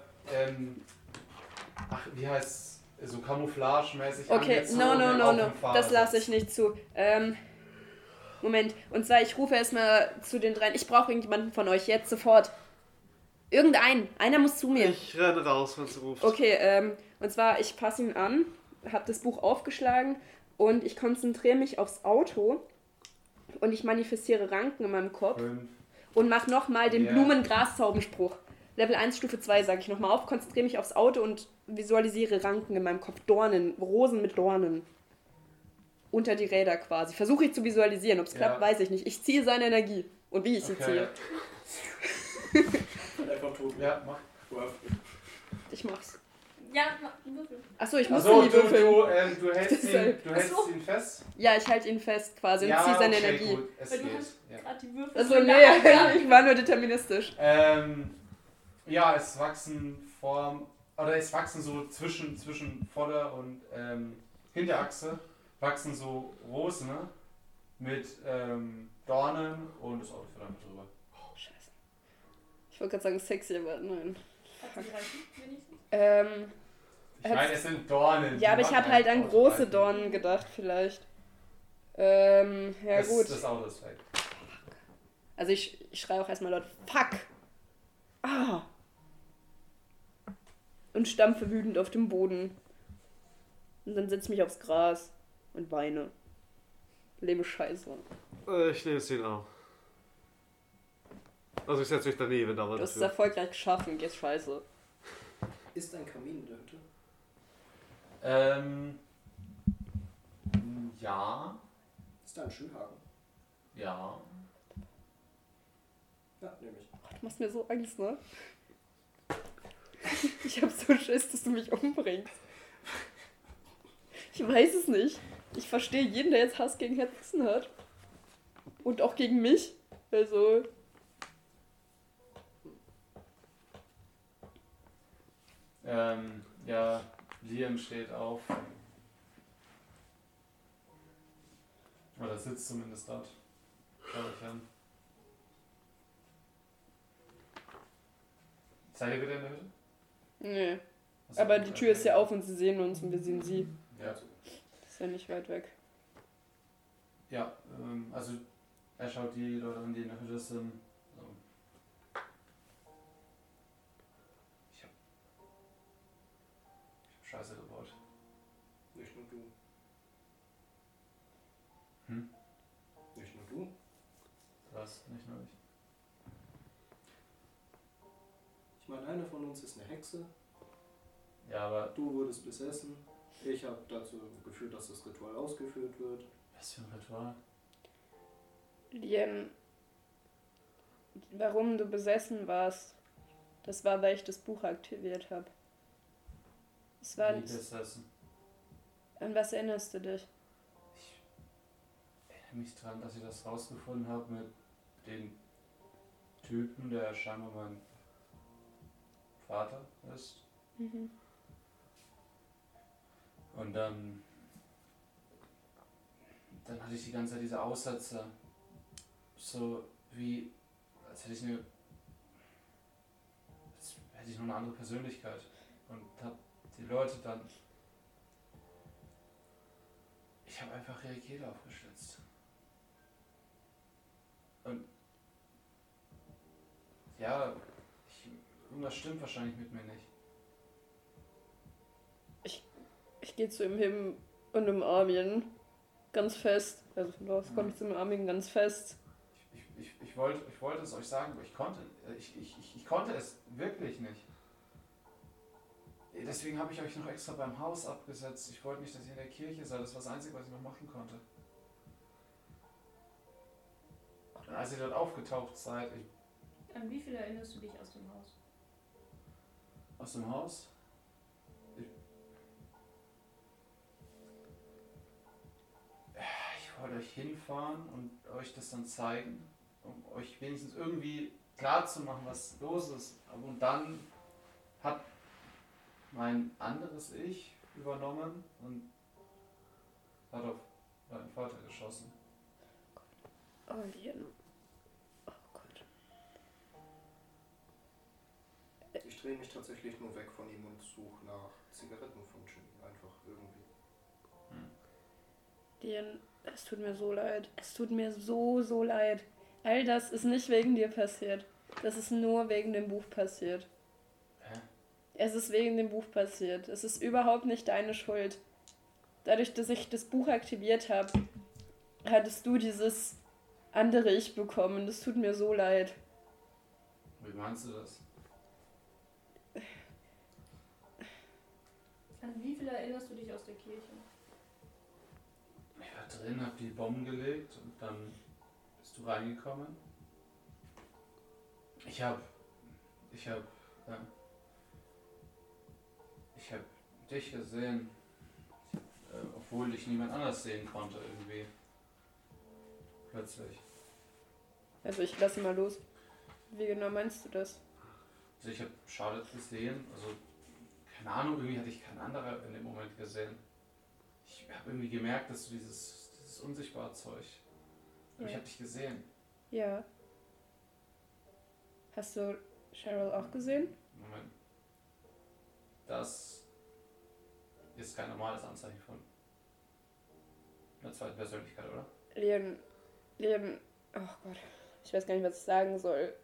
S1: wie heißt so camouflagemäßig
S4: Okay,
S1: angezogen
S4: no,
S1: auf dem
S4: das
S1: Fahrersitz.
S4: lasse ich nicht zu. Moment, und zwar, ich rufe erstmal zu den dreien. Ich brauche irgendjemanden von euch, jetzt sofort. Einer muss zu mir.
S2: Ich renne raus, wenn es ruft.
S4: Okay, und zwar, ich passe ihn an, habe das Buch aufgeschlagen und ich konzentriere mich aufs Auto und ich manifestiere Ranken in meinem Kopf
S1: 5.
S4: und mache nochmal den
S1: Ja.
S4: Blumen-Gras-Zaubenspruch. Level 1, Stufe 2 sage ich nochmal auf, konzentriere mich aufs Auto und visualisiere Ranken in meinem Kopf. Dornen, Rosen mit Dornen. Unter die Räder quasi. Versuche ich zu visualisieren. Ob es klappt, weiß ich nicht. Ich ziehe seine Energie. Und wie ich sie ziehe.
S3: Der kommt tot.
S1: Ja, mach.
S4: Ich mach's.
S5: Ja, Würfel.
S4: Achso, ich muss
S1: Achso,
S4: die würfeln.
S1: du hältst
S5: Achso.
S1: ihn fest.
S4: Ja, ich halte ihn fest quasi und ziehe seine Energie.
S1: Gut, es
S5: Weil du
S1: geht.
S5: hast
S1: Ja.
S5: gerade die Würfel.
S4: Achso,
S5: in der
S4: nee,
S5: Hand gehabt.
S4: ich war nur deterministisch.
S1: Ja, es wachsen so zwischen Vorder- und Hinterachse wachsen so Rosen, ne? Mit Dornen und das Auto fährt damit drüber.
S4: Scheiße. Ich wollte gerade sagen sexy, aber nein.
S5: Hat sie reichen, wenigstens?
S1: Ich meine, es sind Dornen.
S4: Ja, aber ich habe halt an große Dornen gedacht, vielleicht. Ja gut.
S1: Das Auto ist weg.
S4: Also ich schreie auch erstmal laut, fuck! Ah! Und stampfe wütend auf dem Boden. Und dann setze ich mich aufs Gras und weine. Lebe scheiße.
S2: Ich nehme es ihn auch. Also ich setze mich daneben, aber
S4: Du hast es
S2: dafür.
S4: erfolgreich geschafft und gehst scheiße.
S3: Ist ein Kamin in der Hütte?
S1: Ja.
S3: Ist da ein Schülhaken?
S1: Ja.
S3: Ja, nehme ich.
S4: Du machst mir so Angst, ne? Ich hab so Schiss, dass du mich umbringst. Ich weiß es nicht. Ich verstehe jeden, der jetzt Hass gegen Hetzen hat. Und auch gegen mich. Also.
S1: Ja, Liam steht auf. Oder sitzt zumindest dort. Schau ich an. Seid ihr wieder in der Hütte?
S4: Nee.
S1: Achso,
S4: Aber
S1: gut,
S4: die Tür ist
S1: okay.
S4: ja auf und sie sehen uns und wir sehen sie.
S1: Ja,
S4: Das ist ja nicht weit weg.
S1: ja also er schaut die Leute an, die in der Hütte sind. So. Ich hab Scheiße gebaut.
S3: Nicht nur du.
S1: Hm?
S3: Nicht nur du.
S1: Was? Nicht nur ich.
S3: Ich meine, eine von uns ist eine Hexe.
S1: Ja, aber
S3: Du wurdest besessen. Ich habe dazu geführt, dass das Ritual ausgeführt wird.
S1: was für ein Ritual?
S4: Liam, warum du besessen warst, das war, weil ich das Buch aktiviert habe. Es war.
S1: Wie besessen.
S4: An was erinnerst du dich?
S1: Ich erinnere mich daran, dass ich das rausgefunden habe mit dem Typen, der scheinbar mein Vater ist.
S4: Mhm.
S1: Und dann hatte ich die ganze Zeit diese Aussätze. So wie, als hätte ich noch eine andere Persönlichkeit. Und habe die Leute dann. Ich habe einfach ihre Kehle aufgeschlitzt. Und ja, irgendwas stimmt wahrscheinlich mit mir nicht.
S4: Ich gehe zu ihm hin und umarme ihn ganz fest. Also von da aus komme ich zu umarmen ihn ganz fest.
S1: Ich wollte es euch sagen, aber ich konnte es wirklich nicht. Deswegen habe ich euch noch extra beim Haus abgesetzt. Ich wollte nicht, dass ihr in der Kirche seid. Das war das Einzige, was ich noch machen konnte. Und als ihr dort aufgetaucht seid,
S5: An wie viel erinnerst du dich aus dem Haus?
S1: aus dem Haus, ich wollte euch hinfahren und euch das dann zeigen, um euch wenigstens irgendwie klar zu machen, was los ist. Und dann hat mein anderes Ich übernommen und hat auf meinen Vater geschossen.
S4: Oh, Lian. Oh Gott.
S3: Ich drehe mich tatsächlich nur weg von ihm und suche nach Zigaretten von Jimmy. Einfach irgendwie.
S4: Lian, es tut mir so leid. Es tut mir so leid. All das ist nicht wegen dir passiert. Das ist nur wegen dem Buch passiert.
S1: Hä?
S4: Es ist wegen dem Buch passiert. Es ist überhaupt nicht deine Schuld. Dadurch, dass ich das Buch aktiviert habe, hattest du dieses andere Ich bekommen. Das tut mir so leid.
S1: Wie meinst du das?
S5: An wie viel erinnerst du dich aus der Kirche?
S1: Ich war drin, hab die Bomben gelegt und dann bist du reingekommen. Ich hab dich gesehen, obwohl ich niemand anders sehen konnte irgendwie. Plötzlich.
S4: Also ich lasse mal los. Wie genau meinst du das?
S1: Also ich habe Charlotte gesehen, also keine Ahnung, irgendwie hatte ich keinen anderen in dem Moment gesehen. Ich habe irgendwie gemerkt, dass du dieses unsichtbare Zeug, aber ich habe dich gesehen.
S4: Ja. Hast du Cheryl auch gesehen?
S1: Moment. Das ist kein normales Anzeichen von einer zweiten Persönlichkeit, oder?
S4: Lian, oh Gott, ich weiß gar nicht, was ich sagen soll.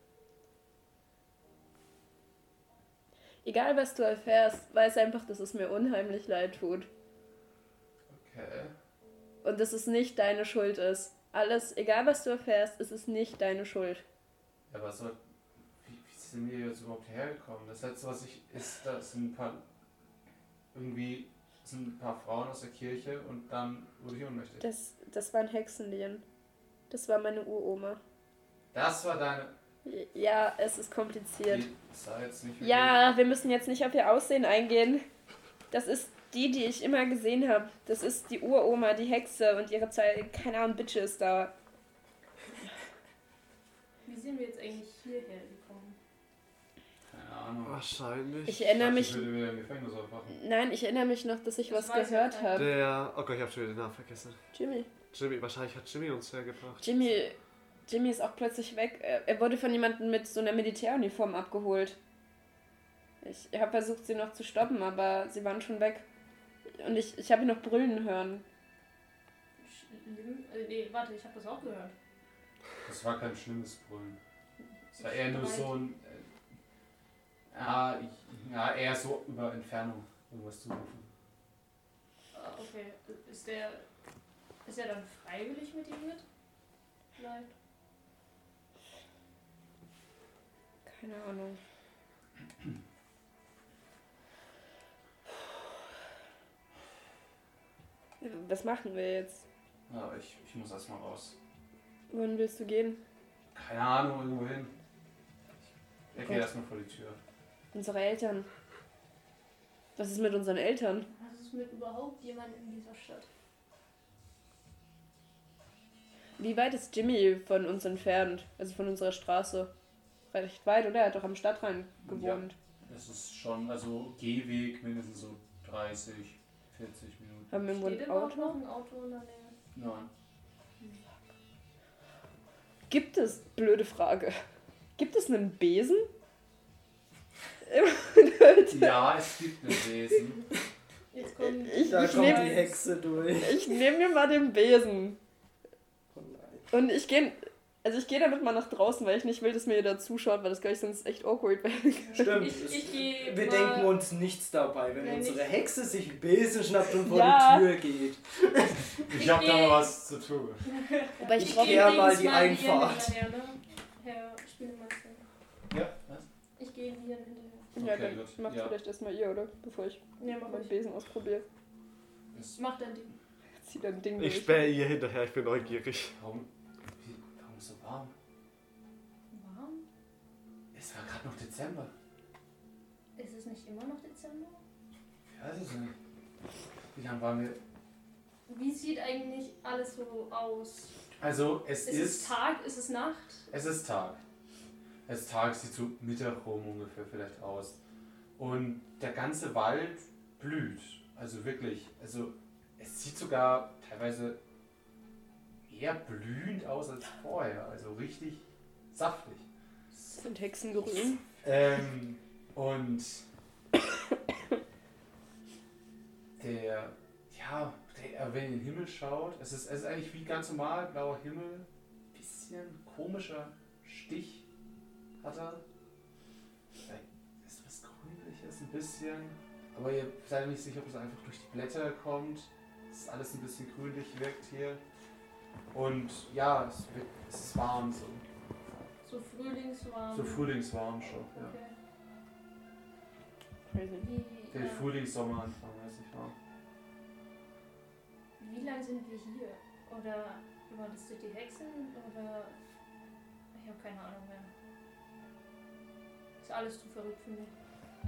S4: Egal, was du erfährst, weiß einfach, dass es mir unheimlich leid tut.
S1: Okay.
S4: Und dass es nicht deine Schuld ist. Alles, egal was du erfährst, ist es nicht deine Schuld.
S1: Ja, aber wie sind wir jetzt überhaupt hergekommen? Das letzte, was da sind ein paar Frauen aus der Kirche und dann wurde ich ohnmächtig.
S4: Das waren Hexen, Lian. Das war meine Uroma.
S1: Das war deine...
S4: Ja, es ist kompliziert.
S1: Das sah jetzt nicht wirklich...
S4: Ja, wir müssen jetzt nicht auf ihr Aussehen eingehen. Das ist die ich immer gesehen habe. Das ist die Uroma, die Hexe und ihre Zeit, keine Ahnung, Bitches da.
S5: Wie sind wir jetzt eigentlich hierher gekommen?
S1: Keine Ahnung.
S2: Wahrscheinlich.
S4: Ich erinnere mich.
S1: Ich würde wieder im Gefängnis aufwachen.
S4: Nein, ich erinnere mich noch, dass ich
S5: Das
S4: was
S5: weiß
S4: gehört
S5: ich nicht.
S4: habe.
S2: Oh Gott, ich hab schon wieder den Namen vergessen.
S4: Jimmy.
S2: Wahrscheinlich hat Jimmy uns hergebracht.
S4: Jimmy ist auch plötzlich weg. Er wurde von jemandem mit so einer Militäruniform abgeholt. Ich habe versucht, sie noch zu stoppen, aber sie waren schon weg. Und ich habe ihn noch brüllen hören.
S5: Nee, warte, ich habe das auch gehört.
S1: Das war kein schlimmes Brüllen. Es war eher nur so ein... eher so über Entfernung irgendwas zu rufen.
S5: Ah, okay. Ist er dann freiwillig mit ihm mit? Vielleicht.
S4: Keine Ahnung. Was machen wir jetzt?
S1: Ja, ich muss erstmal raus.
S4: Wohin willst du gehen?
S1: Keine Ahnung, irgendwo hin. Ich gehe
S4: Gott.
S1: erstmal vor die Tür.
S4: Unsere Eltern. Was ist mit unseren Eltern?
S5: Was ist mit überhaupt jemandem in dieser Stadt?
S4: Wie weit ist Jimmy von uns entfernt? Also von unserer Straße? Recht weit, oder? Er hat doch am Stadtrand gewohnt.
S1: Ja, das ist schon, also Gehweg mindestens so 30, 40 Minuten.
S4: Haben wir irgendwo
S5: Steht
S4: ein
S5: überhaupt noch
S4: Auto?
S5: ein Auto in der Nähe?
S1: Nein.
S4: Gibt es, blöde Frage, gibt es einen Besen?
S1: Ja, es gibt einen Besen.
S5: Jetzt kommt
S3: Da
S4: Ich
S3: kommt die
S4: nehm-
S3: Hexe durch.
S4: Ich nehme mir mal den Besen.
S3: Oh nein.
S4: Und ich gehe damit mal nach draußen, weil ich nicht will, dass mir jeder zuschaut, weil das glaube ich sonst echt awkward wäre.
S3: Stimmt.
S5: Ich gehe
S3: Wir
S5: mal-
S3: denken uns nichts dabei, wenn
S5: Nein,
S3: unsere
S5: nicht.
S3: Hexe sich einen Besen schnappt und vor
S4: Ja.
S3: die Tür geht.
S1: Ich hab da mal was zu tun.
S4: Aber
S3: Ich
S4: brauch-
S3: kehr mal
S5: übrigens
S3: die
S5: Viren
S3: Einfahrt.
S5: hinterher, ne? Herr Spielmeister.
S1: Ja, was?
S5: Ich gehe Viren hinterher.
S4: Ja,
S1: Okay,
S4: dann
S1: gut.
S4: macht
S1: Ja.
S4: vielleicht erstmal ihr, oder? Bevor ich
S5: Ja, mach
S4: meinen
S5: ich.
S4: Besen ausprobiere.
S5: Mach dein Ding.
S4: Zieh dein Ding
S2: Ich
S4: durch.
S2: spähe ihr hinterher, ich bin neugierig.
S1: Warum ist so warm?
S5: Warm?
S1: Es war gerade noch Dezember.
S5: Ist es nicht immer noch Dezember?
S1: Ich weiß es nicht. Wie lange waren wir?
S5: Wie sieht eigentlich alles so aus?
S1: Also es
S5: Ist es
S1: ist
S5: Tag? Ist es Nacht?
S1: Es ist Tag. Es ist Tag, sieht so Mittag rum ungefähr vielleicht aus. Und der ganze Wald blüht. Also wirklich, also es sieht sogar teilweise eher blühend aus als vorher. Also richtig saftig.
S4: Sind Hexen grün?
S1: Und wenn ihr in den Himmel schaut, es ist eigentlich wie ganz normal, blauer Himmel, bisschen komischer Stich hat er. Vielleicht ist was Grünliches ein bisschen, aber ihr seid nicht sicher, ob es einfach durch die Blätter kommt. Es ist alles ein bisschen grünlich wirkt hier. Und ja, es ist warm so.
S5: So frühlingswarm.
S1: So frühlingswarm schon, ja.
S5: Okay.
S4: Crazy.
S1: Der Frühlings-Sommeranfang, weiß ich warm.
S5: Wie lange sind wir hier? Oder war das die Hexen? Oder. Ich habe keine Ahnung mehr. Ist alles zu verrückt für mich.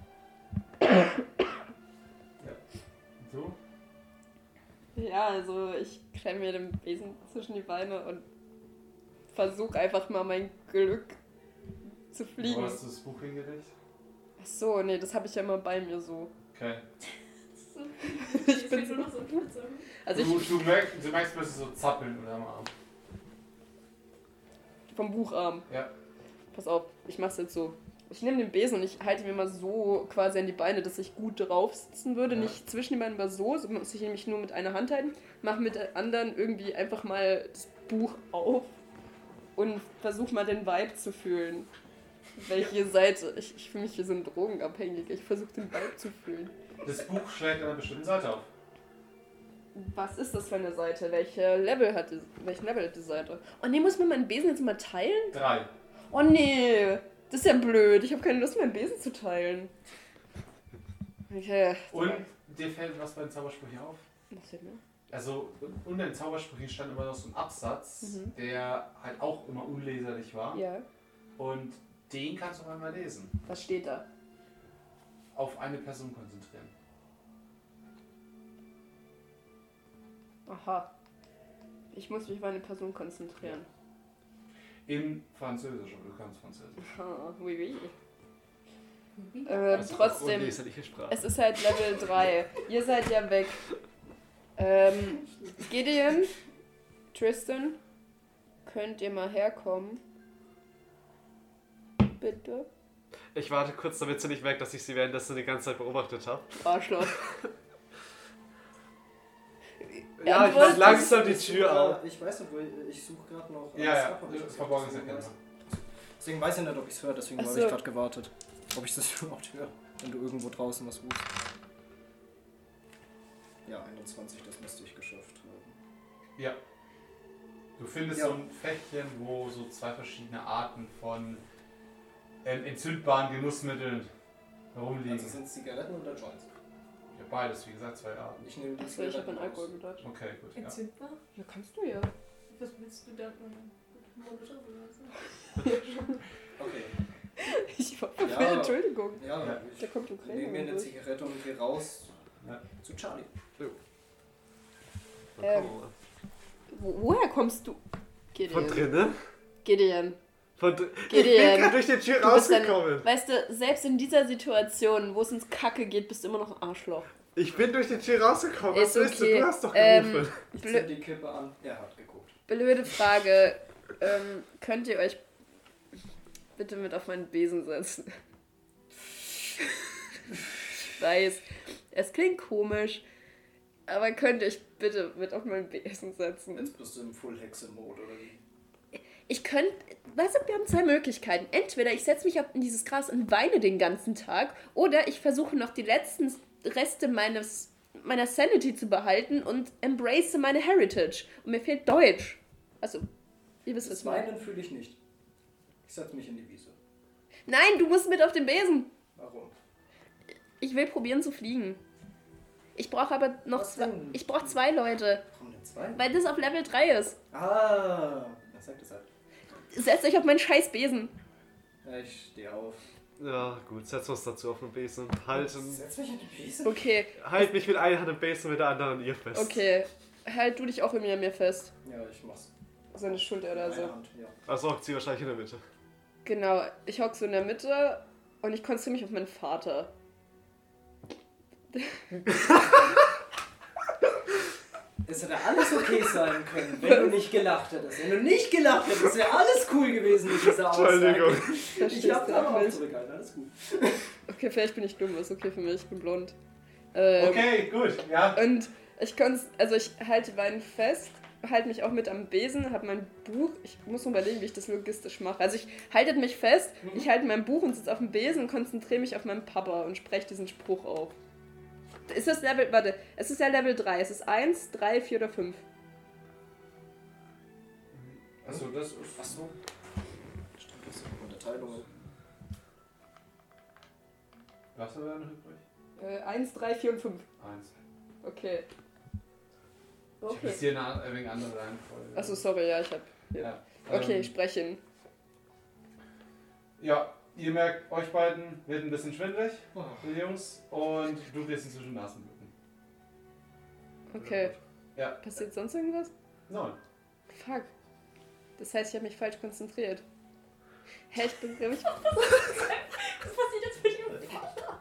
S1: Und so?
S4: Ja, also ich klemme mir den Besen zwischen die Beine und versuche einfach mal mein Glück zu
S1: Wo
S4: fliegen.
S1: hast du das Buch hingelegt?
S4: Ach so, nee, das habe ich ja immer bei mir so.
S1: Okay.
S5: Ich bin nur noch so kurz.
S4: Also
S1: Du merkst plötzlich so zappeln unter dem Arm.
S4: vom Bucharm.
S1: Ja.
S4: Pass auf, ich mach's jetzt so. Ich nehme den Besen und ich halte mir mal so quasi an die Beine, dass ich gut drauf sitzen würde.
S1: Ja.
S4: Nicht zwischen die Beine, aber so muss ich nämlich nur mit einer Hand halten. Mach mit der anderen irgendwie einfach mal das Buch auf und versuch mal den Vibe zu fühlen. Welche Seite? Ich fühle mich wie so ein Drogenabhängiger. Ich versuche den Vibe zu fühlen.
S1: Das Buch schlägt an einer bestimmten Seite auf.
S4: Was ist das für eine Seite? Welchen Level hat die Seite? Oh nee, muss man meinen Besen jetzt mal teilen?
S1: 3.
S4: Oh nee, das ist ja blöd. Ich habe keine Lust, meinen Besen zu teilen. Okay.
S1: Und dir fällt was bei den Zaubersprüchen auf?
S4: Was denn, ne?
S1: Also unter den Zaubersprüchen stand immer noch so ein Absatz,
S4: Mhm.
S1: der halt auch immer unleserlich war.
S4: Ja.
S1: Und den kannst du auf einmal lesen.
S4: Was steht da?
S1: Auf eine Person konzentrieren.
S4: Aha. Ich muss mich auf eine Person konzentrieren.
S1: In Französisch, aber du kannst Französisch.
S4: Ah, oui, oui.
S2: Das ist
S4: Trotzdem,
S2: unleserliche Sprache.
S4: es ist halt Level 3. Ihr seid ja weg. Gideon, Tristan, könnt ihr mal herkommen? Bitte?
S2: Ich warte kurz, damit sie nicht merkt, dass ich sie währenddessen die ganze Zeit beobachtet habe.
S4: Arschloch.
S2: Ja, ich mach langsam die Tür auf.
S3: Ich weiß nicht, wo ich suche gerade noch.
S1: Ja, ja,
S3: Stab, aber ich
S1: verborgen ist
S3: deswegen
S1: erkennbar.
S3: Deswegen weiß ich nicht, ob ich es höre, deswegen
S4: Ach
S3: habe
S4: so.
S3: ich gerade gewartet. Ob ich das überhaupt höre, wenn du irgendwo draußen was suchst. Ja, 21, das müsste ich geschafft haben.
S1: Ja. Du findest
S3: Ja.
S1: so ein Fächchen, wo so 2 verschiedene Arten von entzündbaren Genussmitteln herumliegen.
S3: Also sind es Zigaretten oder Joints?
S1: Ja, beides, wie gesagt, 2 Arten.
S3: Ich nehme die
S4: Achso, ich habe
S3: Zigaretten
S4: an Alkohol
S3: raus.
S4: gedacht.
S1: Okay, gut. Ja.
S5: Entzündbar?
S4: Ja, kannst du ja.
S5: Was willst du da? Molotov oder so?
S3: Okay.
S4: Ich war
S3: Ja.
S4: Entschuldigung.
S3: Ja,
S1: Ja.
S4: Da kommt
S3: ich
S4: Ukraine.
S3: nehme mir eine Zigarette und gehe raus
S1: Ja.
S3: zu Charlie.
S4: Woher kommst du?
S2: Von
S4: Gideon.
S2: drinnen?
S4: Gideon.
S2: Ich bin
S4: Gideon.
S2: gerade durch die Tür
S4: Du bist
S2: rausgekommen.
S4: Weißt du, selbst in dieser Situation, wo es ins Kacke geht, bist du immer noch ein Arschloch.
S2: Ich bin durch die Tür rausgekommen.
S4: Ist
S2: Was willst du?
S4: okay.
S2: Du hast doch gerufen.
S3: Ich
S4: Blö-
S3: zünd die Kippe an. Er hat geguckt.
S4: Blöde Frage. Könnt ihr euch bitte mit auf meinen Besen setzen? Ich weiß, es klingt komisch, aber könnt ihr euch bitte mit auf meinen Besen setzen?
S3: Jetzt bist du im Full-Hexe-Mode, oder wie?
S4: Ich könnte, weißt du, wir haben zwei Möglichkeiten. Entweder ich setze mich in dieses Gras und weine den ganzen Tag, oder ich versuche noch die letzten Reste meiner Sanity zu behalten und embrace meine Heritage. Und mir fehlt Deutsch. Also, ihr wisst, was
S3: Das
S4: ich meine.
S3: Weinen fühle ich nicht. Ich setze mich in die Wiese.
S4: Nein, du musst mit auf den Besen.
S3: Warum?
S4: Ich will probieren zu fliegen. Ich brauche aber noch
S3: Was
S4: zwei.
S3: denn?
S4: Ich brauche 2 Leute,
S3: Warum denn 2?
S4: weil das auf Level 3 ist.
S3: Ah, das sagt es halt.
S4: Setzt euch auf meinen scheiß Besen.
S3: Ja, ich stehe auf.
S2: Ja, gut, setzen wir uns dazu auf den Besen.
S3: Setz mich in die Wiese.
S4: Okay,
S2: Halt mich mit einer Hand im Besen, mit der anderen ihr fest.
S4: okay. Halt du dich auch irgendwie an mir fest.
S3: Ja, ich mach's.
S4: Seine Schulter oder so.
S3: Meine Hand, ja.
S2: Also hockt sie wahrscheinlich in der Mitte.
S4: Genau, ich hock so in der Mitte und ich konzentriere mich auf meinen Vater.
S3: Es hätte alles okay sein können, wenn du nicht gelacht hättest. Wenn du nicht gelacht hättest, wäre alles cool gewesen mit dieser Aussage.
S2: Entschuldigung.
S3: Ich
S4: Verstehst
S3: hab
S4: du
S3: da
S4: auch
S3: auch
S4: nicht?
S3: zurückgehalten, alles gut.
S4: Okay, vielleicht bin ich dumm, ist okay für mich, ich bin blond.
S1: Okay, gut, ja.
S4: Und ich halte Wein fest, halte mich auch mit am Besen, habe mein Buch, ich muss noch überlegen, wie ich das logistisch mache. Also ich halte mich fest, ich halte mein Buch und sitze auf dem Besen und konzentriere mich auf meinen Papa und spreche diesen Spruch auf. Ist das Level, warte, es ist ja Level 3, es ist 1, 3, 4 oder 5.
S1: Achso, das ist.
S3: Achso. Stimmt, das sind Unterteilungen.
S1: Was war da noch übrig?
S4: 1, 3, 4 und 5.
S1: 1.
S4: Okay.
S1: Ich habe jetzt hier eine wegen andere Reihenfolge.
S4: Achso, sorry, ja, ich hab.
S1: Ja.
S4: Okay, ich spreche ihn.
S1: Ja, ihr merkt, euch beiden wird ein bisschen schwindelig,
S3: Oh.
S1: die Jungs, und du wirst inzwischen Nasenbluten.
S4: Okay.
S1: Ja.
S4: Passiert sonst irgendwas?
S1: 9.
S4: Fuck. Das heißt, ich habe mich falsch konzentriert. Hä, ich bin nämlich.
S5: Was passiert jetzt mit dem Vater?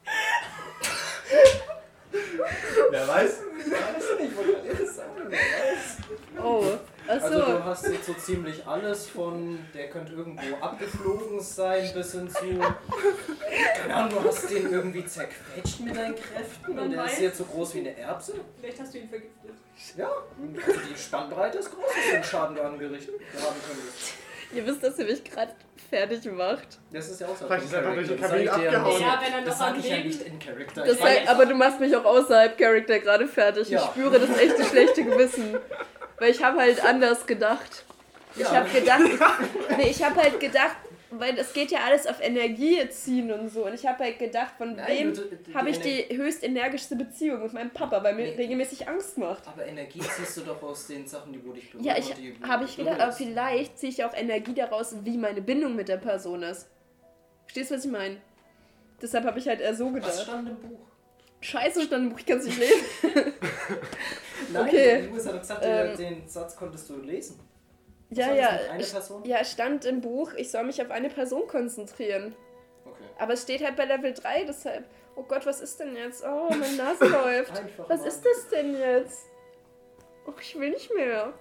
S1: Wer weiß?
S3: Ich wollte gerade das sagen. Wer weiß.
S4: Oh,
S3: Also
S4: achso.
S3: du hast jetzt so ziemlich alles von, der könnte irgendwo abgeflogen sein, bis hin zu, keine Ahnung, du hast den irgendwie zerquetscht mit deinen Kräften
S5: Man
S3: und der
S5: weiß.
S3: ist jetzt so groß wie eine Erbse.
S5: Vielleicht hast du ihn vergiftet.
S3: Ja, also die Spannbreite ist groß, was für einen Schaden du angerichtet haben könntest.
S4: Ihr wisst, dass ihr mich gerade fertig macht.
S3: Das ist ja auch so.
S2: Vielleicht ist er einfach durch den
S3: Das
S2: Kamin
S3: sag ich dir
S2: abgehauen.
S5: Ja, wenn er
S3: Das
S5: noch
S3: sag
S5: am
S3: ich ja
S5: Leben.
S3: nicht in Character.
S4: Das
S3: Ich weiß-
S4: aber du machst mich auch außerhalb Charakter gerade fertig.
S3: Ja.
S4: Ich spüre das echte schlechte Gewissen. Weil ich habe halt anders gedacht. Ich
S3: Ja.
S4: habe gedacht, ich habe halt gedacht, weil es geht ja alles auf Energie ziehen und so. Und ich habe halt gedacht, von
S3: Nein,
S4: wem
S3: die
S4: habe ich die höchst energischste Beziehung mit meinem Papa, weil mir
S3: Nee.
S4: regelmäßig Angst macht.
S3: Aber Energie ziehst du doch aus den Sachen, die wo dich berühren.
S4: Ja,
S3: und die
S4: habe ich gedacht, aber
S3: berührst.
S4: vielleicht ziehe ich auch Energie daraus, wie meine Bindung mit der Person ist. Verstehst du, was ich meine? Deshalb habe ich halt eher so
S3: Was
S4: gedacht.
S3: stand im Buch?
S4: Scheiße, stand im Buch, ich kann es nicht lesen.
S3: Nein,
S4: Okay.
S3: du hast ja gesagt, den Satz konntest du lesen. Was
S4: Ja,
S3: war das
S4: ja.
S3: mit einer Person?
S4: Ja, es stand im Buch, ich soll mich auf eine Person konzentrieren.
S3: Okay.
S4: Aber es steht halt bei Level 3, deshalb. Oh Gott, was ist denn jetzt? Oh, meine Nase läuft.
S3: Einfach
S4: Was
S3: mal.
S4: ist das denn jetzt? Oh, ich will nicht mehr.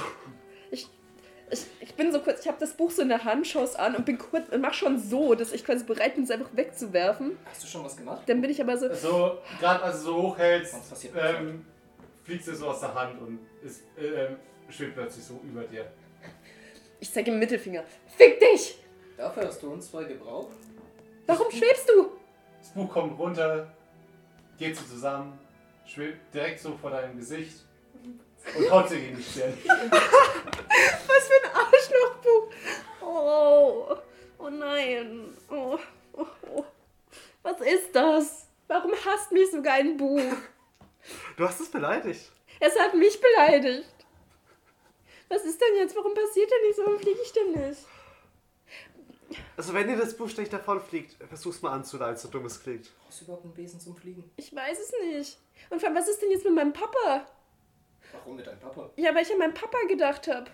S4: Ich bin so kurz, ich habe das Buch so in der Hand, schaue es an und bin kurz und mach schon so, dass ich quasi bereit bin, es einfach wegzuwerfen.
S3: Hast du schon was gemacht?
S4: Dann bin ich aber so.
S1: So, gerade als du so hochhältst,
S3: Was passiert nicht?
S1: fliegst du so aus der Hand und ist, schwebt plötzlich so über dir.
S4: Ich zeige ihm Mittelfinger. Fick dich!
S3: Dafür hast du uns 2 gebraucht.
S4: Warum schwebst du?
S1: Das Buch kommt runter, geht so zusammen, schwebt direkt so vor deinem Gesicht und haut dir gegen die Stirn.
S4: Was für ein Arschlochbuch! Oh, oh nein. Oh, oh, oh. Was ist das? Warum hasst mich sogar ein Buch?
S2: Du hast es beleidigt.
S4: Es hat mich beleidigt. Was ist denn jetzt? Warum passiert denn nichts? Warum fliege ich denn nicht?
S2: Also wenn dir das Buch schlecht davonfliegt, versuch's mal anzuleiten, so dumm es klingt.
S3: Brauchst du überhaupt einen Besen zum Fliegen?
S4: Ich weiß es nicht. Und vor allem, was ist denn jetzt mit meinem Papa?
S3: Warum mit deinem Papa?
S4: Ja, weil ich an meinen Papa gedacht habe.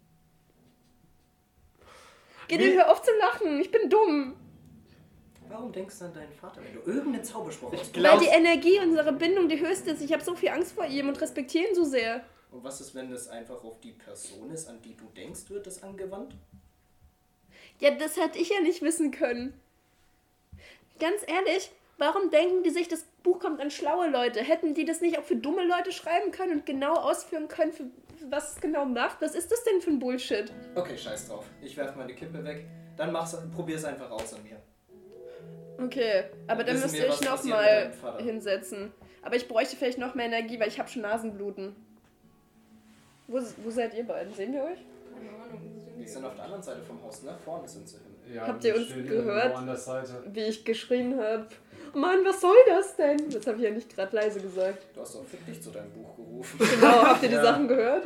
S4: Gideon, hör auf zu lachen. Ich bin dumm.
S3: Warum denkst du an deinen Vater, wenn du irgendeinen Zauberspruch hast?
S4: Weil die Energie unserer Bindung die höchste ist. Ich habe so viel Angst vor ihm und respektiere ihn so sehr.
S3: Und was ist, wenn es einfach auf die Person ist, an die du denkst, wird das angewandt?
S4: Ja, das hätte ich ja nicht wissen können. Ganz ehrlich, warum denken die sich, das Buch kommt an schlaue Leute? Hätten die das nicht auch für dumme Leute schreiben können und genau ausführen können, für was es genau macht? Was ist das denn für ein Bullshit?
S3: Okay, scheiß drauf. Ich werf meine Kippe weg. Dann probier's einfach aus an mir.
S4: Okay, aber dann
S3: wissen
S4: müsst
S3: wir,
S4: ihr euch
S3: was passiert mit
S4: nochmal
S3: deinem Vater.
S4: hinsetzen. Aber ich bräuchte vielleicht noch mehr Energie, weil ich habe schon Nasenbluten. Wo seid ihr beiden? Sehen wir euch?
S5: Keine Ahnung.
S3: Die sind auf der anderen Seite vom Haus, ne? Vorne sind sie hin.
S1: Ja,
S4: Habt ihr
S1: wir
S4: uns
S1: stehen
S4: gehört?
S1: irgendwo an der Seite.
S4: Wie ich geschrien habe. Mann, was soll das denn? Das habe ich ja nicht gerade leise gesagt.
S3: Du hast auch für dich zu deinem Buch gerufen.
S4: Genau, habt ihr die
S1: Ja.
S4: Sachen gehört?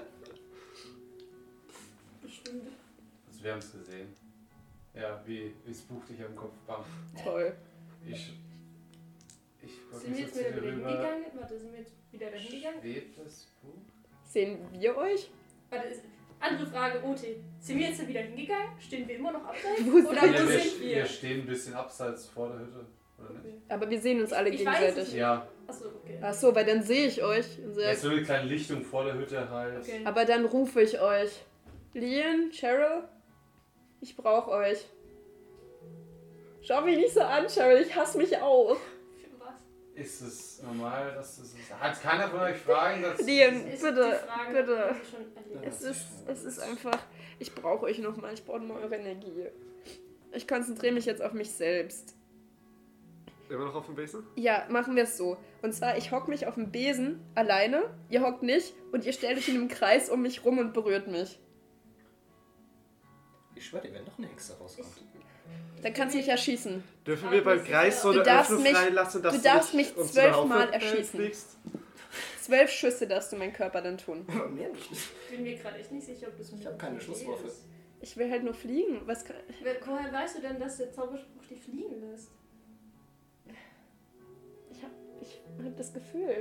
S5: Bestimmt.
S1: Also wir haben es gesehen. Ja, wie das Buch dich am Kopf bam.
S4: Toll.
S1: Ich
S5: Sind wir jetzt wieder hingegangen? Warte, sind wir jetzt wieder dahin gegangen?
S1: Schwebt das Buch?
S4: Sehen wir euch?
S5: Warte, andere Frage, Oti. Sind wir jetzt wieder hingegangen? Stehen wir immer noch abseits?
S4: Wo sind
S5: Oder
S4: wir?
S5: wo
S1: wir,
S5: sind wir?
S1: wir stehen ein bisschen abseits vor der Hütte, oder nicht?
S5: Okay.
S4: Aber wir sehen uns alle
S5: Ich weiß
S4: gegenseitig.
S5: es
S1: Ja,
S5: Achso, okay.
S4: Ach so, weil dann sehe ich euch. Und
S1: ja,
S4: sag,
S1: so eine kleine Lichtung vor der Hütte halt.
S5: Okay.
S4: aber dann rufe ich euch. Lian, Cheryl, ich brauche euch. Schau mich nicht so an, Cheryl, ich hasse mich auch.
S5: Für was?
S1: Ist es normal, dass das ist? Hat keiner von euch Fragen dazu?
S4: Lian,
S5: Ist
S4: bitte,
S5: die Frage,
S4: bitte.
S5: ob wir schon erledigt
S4: Es ist einfach, ich brauche euch nochmal, ich brauche nochmal eure Energie. Ich konzentriere mich jetzt auf mich selbst.
S2: Immer noch auf dem Besen?
S4: Ja, machen wir es so. Und zwar, ich hock mich auf dem Besen alleine, ihr hockt nicht und ihr stellt euch in einem Kreis um mich rum und berührt mich.
S3: Ich schwör dir, wenn noch eine Hexe rauskommt.
S4: Dann kannst du mich erschießen.
S2: Dürfen wir beim Kreis so
S4: Du
S2: eine
S4: darfst
S2: Öffnung
S4: mich-
S2: reinlassen, dass
S4: du darfst
S2: nicht
S4: mich
S2: uns
S4: 12
S2: zu der
S4: Mal
S2: Haufe,
S4: erschießen.
S2: fliegst?
S4: 12 Schüsse darfst du meinen Körper dann tun.
S3: Aber mehr nicht.
S5: Ich bin mir gerade echt nicht sicher, ob das
S3: Ich hab keine Schusswaffe.
S5: ist.
S4: Ich will halt nur fliegen. Was kann...
S5: Woher weißt du denn, dass der Zauberspruch dich fliegen lässt?
S4: Ich hab das Gefühl.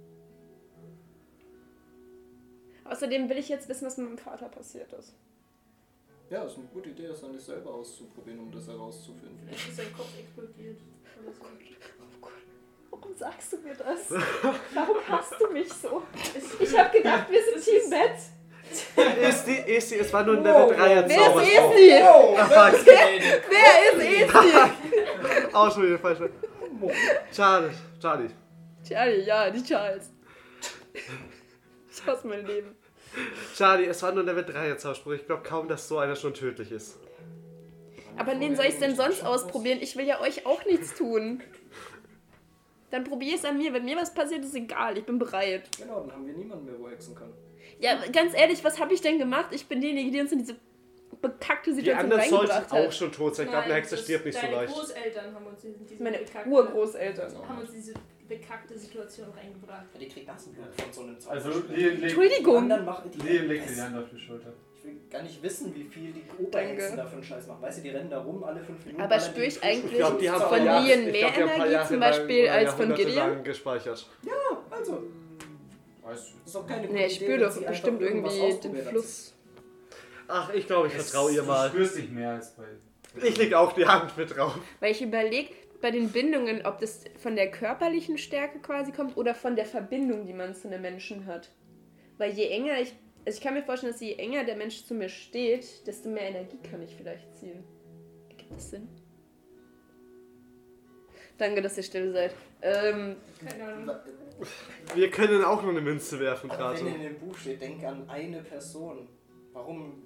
S4: Außerdem will ich jetzt wissen, was mit meinem Vater passiert ist.
S3: Ja, ist eine gute Idee, das an dich selber auszuprobieren, um das herauszufinden.
S5: Vielleicht ist sein Kopf explodiert. Oder so.
S4: Oh Gott, warum sagst du mir das? Warum hasst du mich so? Ich hab gedacht, wir sind Team Bett.
S2: Esti, es war nur ein Level 3er
S4: Wer ist
S2: Zauberspruch.
S4: Esti?
S3: Oh,
S4: Wer ist Esti?
S2: Auch schon wieder falsch. Schade, Charlie.
S4: Charlie, ja, die Charles. Ich hasse mein Leben.
S2: Charlie, es war nur ein Level 3er Zauberspruch. Ich glaube kaum, dass so einer schon tödlich ist.
S4: Aber an wen soll ich es denn sonst ausprobieren? Ich will ja euch auch nichts tun. Dann probier es an mir. Wenn mir was passiert, ist egal. Ich bin bereit.
S3: Genau, dann haben wir niemanden mehr, wo er hexen kann.
S4: Ja, ganz ehrlich, was habe ich denn gemacht? Ich bin diejenige, die uns in diese bekackte
S2: Die
S4: Situation
S2: anderen sollten
S4: reingebracht
S2: auch
S4: hat.
S2: schon tot sein. Ich glaube, eine Hexe stirbt nicht so
S5: Deine
S2: leicht.
S5: Großeltern haben uns in diese
S4: Meine
S5: bekackte,
S4: Urgroßeltern.
S5: haben uns diese bekackte Situation reingebracht.
S3: Ja, die kriegt Nasenblut von so einem
S1: Also,
S3: Zauberspruch.
S4: Entschuldigung.
S1: Liam legt die Hand auf die Schulter.
S3: Ich will gar nicht wissen, wie viel die
S4: Danke.
S3: Oberhexen da für einen Scheiß machen. Weißt du, die rennen da rum alle 5 Minuten.
S4: Aber
S3: ballern
S4: spür
S3: die
S4: ich
S3: Frisch-
S4: eigentlich
S2: Ich glaube, die haben
S4: von
S2: ein paar Jahre-
S4: Lian
S2: ich
S4: mehr
S2: glaub, die haben ein paar
S4: Energie
S2: Jahre
S4: zum
S2: lang
S4: Beispiel
S2: oder
S4: als von
S2: Jahrhunderte
S4: Gideon?
S2: lang gespeichert.
S3: Also,
S1: Weißt du?
S3: das ist doch keine gute
S4: Nee, ich
S3: Idee,
S4: spüre
S3: wenn
S4: doch
S3: sie einfach
S4: bestimmt
S3: irgendwas
S4: irgendwie den
S3: ausprobiert hat.
S4: Fluss.
S2: Ach, ich glaube, ich vertraue ihr
S1: Du
S2: mal.
S1: spürst dich mehr als bei.
S2: Ich leg auch die Hand mit drauf.
S4: Weil ich überlege bei den Bindungen, ob das von der körperlichen Stärke quasi kommt oder von der Verbindung, die man zu einem Menschen hat. Weil je enger ich kann mir vorstellen, dass je enger der Mensch zu mir steht, desto mehr Energie kann ich vielleicht ziehen. Ergibt das Sinn? Danke, dass ihr still seid.
S5: Keine Ahnung.
S2: Wir können auch nur eine Münze werfen
S3: Aber
S2: gerade.
S3: wenn in dem Buch steht, denk an eine Person. Warum,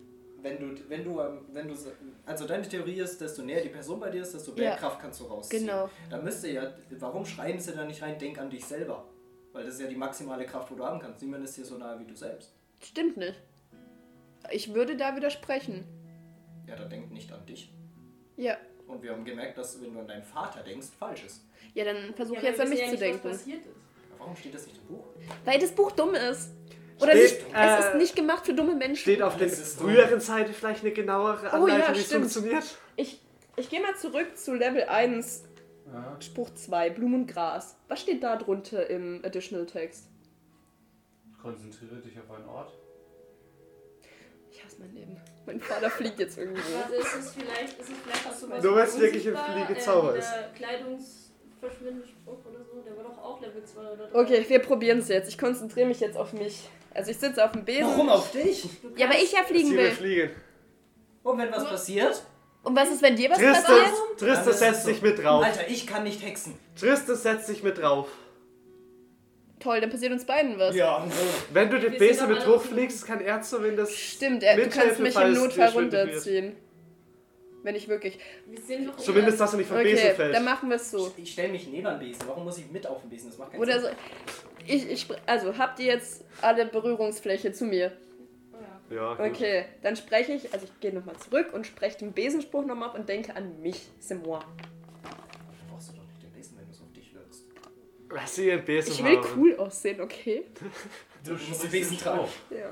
S3: also deine Theorie ist, desto näher die Person bei dir ist, desto mehr
S4: Ja.
S3: Kraft kannst du rausziehen.
S4: Genau.
S3: Da müsste ja, warum schreiben sie da nicht rein, denk an dich selber? Weil das ist ja die maximale Kraft, wo du haben kannst. Niemand ist dir so nahe wie du selbst.
S4: Stimmt nicht. Ich würde da widersprechen.
S3: Ja, dann denk nicht an dich.
S4: Ja.
S3: Und wir haben gemerkt, dass wenn du an deinen Vater denkst, falsch ist.
S4: Ja, dann versuche ich
S5: Ja,
S4: jetzt an
S5: wir
S4: mich
S5: wissen
S4: zu
S5: ja nicht,
S4: denken.
S5: was passiert ist.
S3: Warum steht das nicht im Buch?
S4: Weil das Buch dumm ist. Oder
S2: Steht,
S4: nicht, es ist nicht gemacht für dumme Menschen.
S2: Steht auf der
S3: Das ist so.
S2: früheren Seite vielleicht eine genauere
S4: Oh ja,
S2: Anleitung, wie es
S4: stimmt.
S2: funktioniert?
S4: Ich Ich gehe mal zurück zu Level 1,
S1: Ja.
S4: Spruch 2, Blumen und Gras. Was steht da drunter im Additional Text?
S1: Konzentriere dich auf einen Ort.
S4: Ich hasse mein Leben. Mein Vater fliegt jetzt irgendwo.
S5: Warte, ist es vielleicht auch sowas
S2: Nur
S5: wie
S2: weil es wirklich ein
S5: unsichtbar,
S2: Fliegezauber ist.
S5: Der Kleidungsverschwindespruch oder so, der war doch auch Level 2 oder 3.
S4: Okay, wir probieren es jetzt. Ich konzentriere mich jetzt auf mich. Also ich sitze auf dem Besen.
S3: Warum auf dich?
S4: Ja, weil ich ja fliegen
S2: Sie will
S4: will.
S2: fliegen.
S3: Und wenn was passiert?
S4: Und was ist, wenn dir was passiert?
S2: Tristan setzt sich mit drauf.
S3: Alter, ich kann nicht hexen.
S2: Tristan setzt sich mit drauf.
S4: Toll, dann passiert uns beiden was.
S3: Ja.
S2: Wenn du den
S5: Wir
S2: Besen
S5: sind
S2: mit
S5: doch alle
S2: hochfliegst, kann er zumindest...
S4: Stimmt, du kannst
S2: Mithelfen,
S4: mich im
S2: falls
S4: Notfall
S2: dir schwindelig wird.
S4: runterziehen. Wenn ich wirklich...
S5: Wir sind doch
S2: Zumindest, dass er nicht vom Besen
S4: Okay,
S2: fällt.
S4: dann machen wir es so.
S3: Ich stelle mich neben den Besen. Warum muss ich mit auf den Besen? Das macht keinen
S4: Oder
S3: Sinn.
S4: so. Also, habt ihr jetzt alle Berührungsfläche zu mir?
S5: Ja.
S2: Ja, gut.
S4: Okay, dann spreche ich, also ich gehe nochmal zurück und spreche den Besenspruch nochmal ab und denke an mich. C'est moi.
S3: Brauchst du doch nicht den Besen, wenn du es auf dich wirkst.
S2: Lass sie ihren Besen
S4: Ich will
S2: haben.
S4: cool aussehen, okay?
S1: Du
S3: musst den
S1: sprichst
S3: Besen
S1: dich
S3: tragen.
S1: auf.
S4: Ja.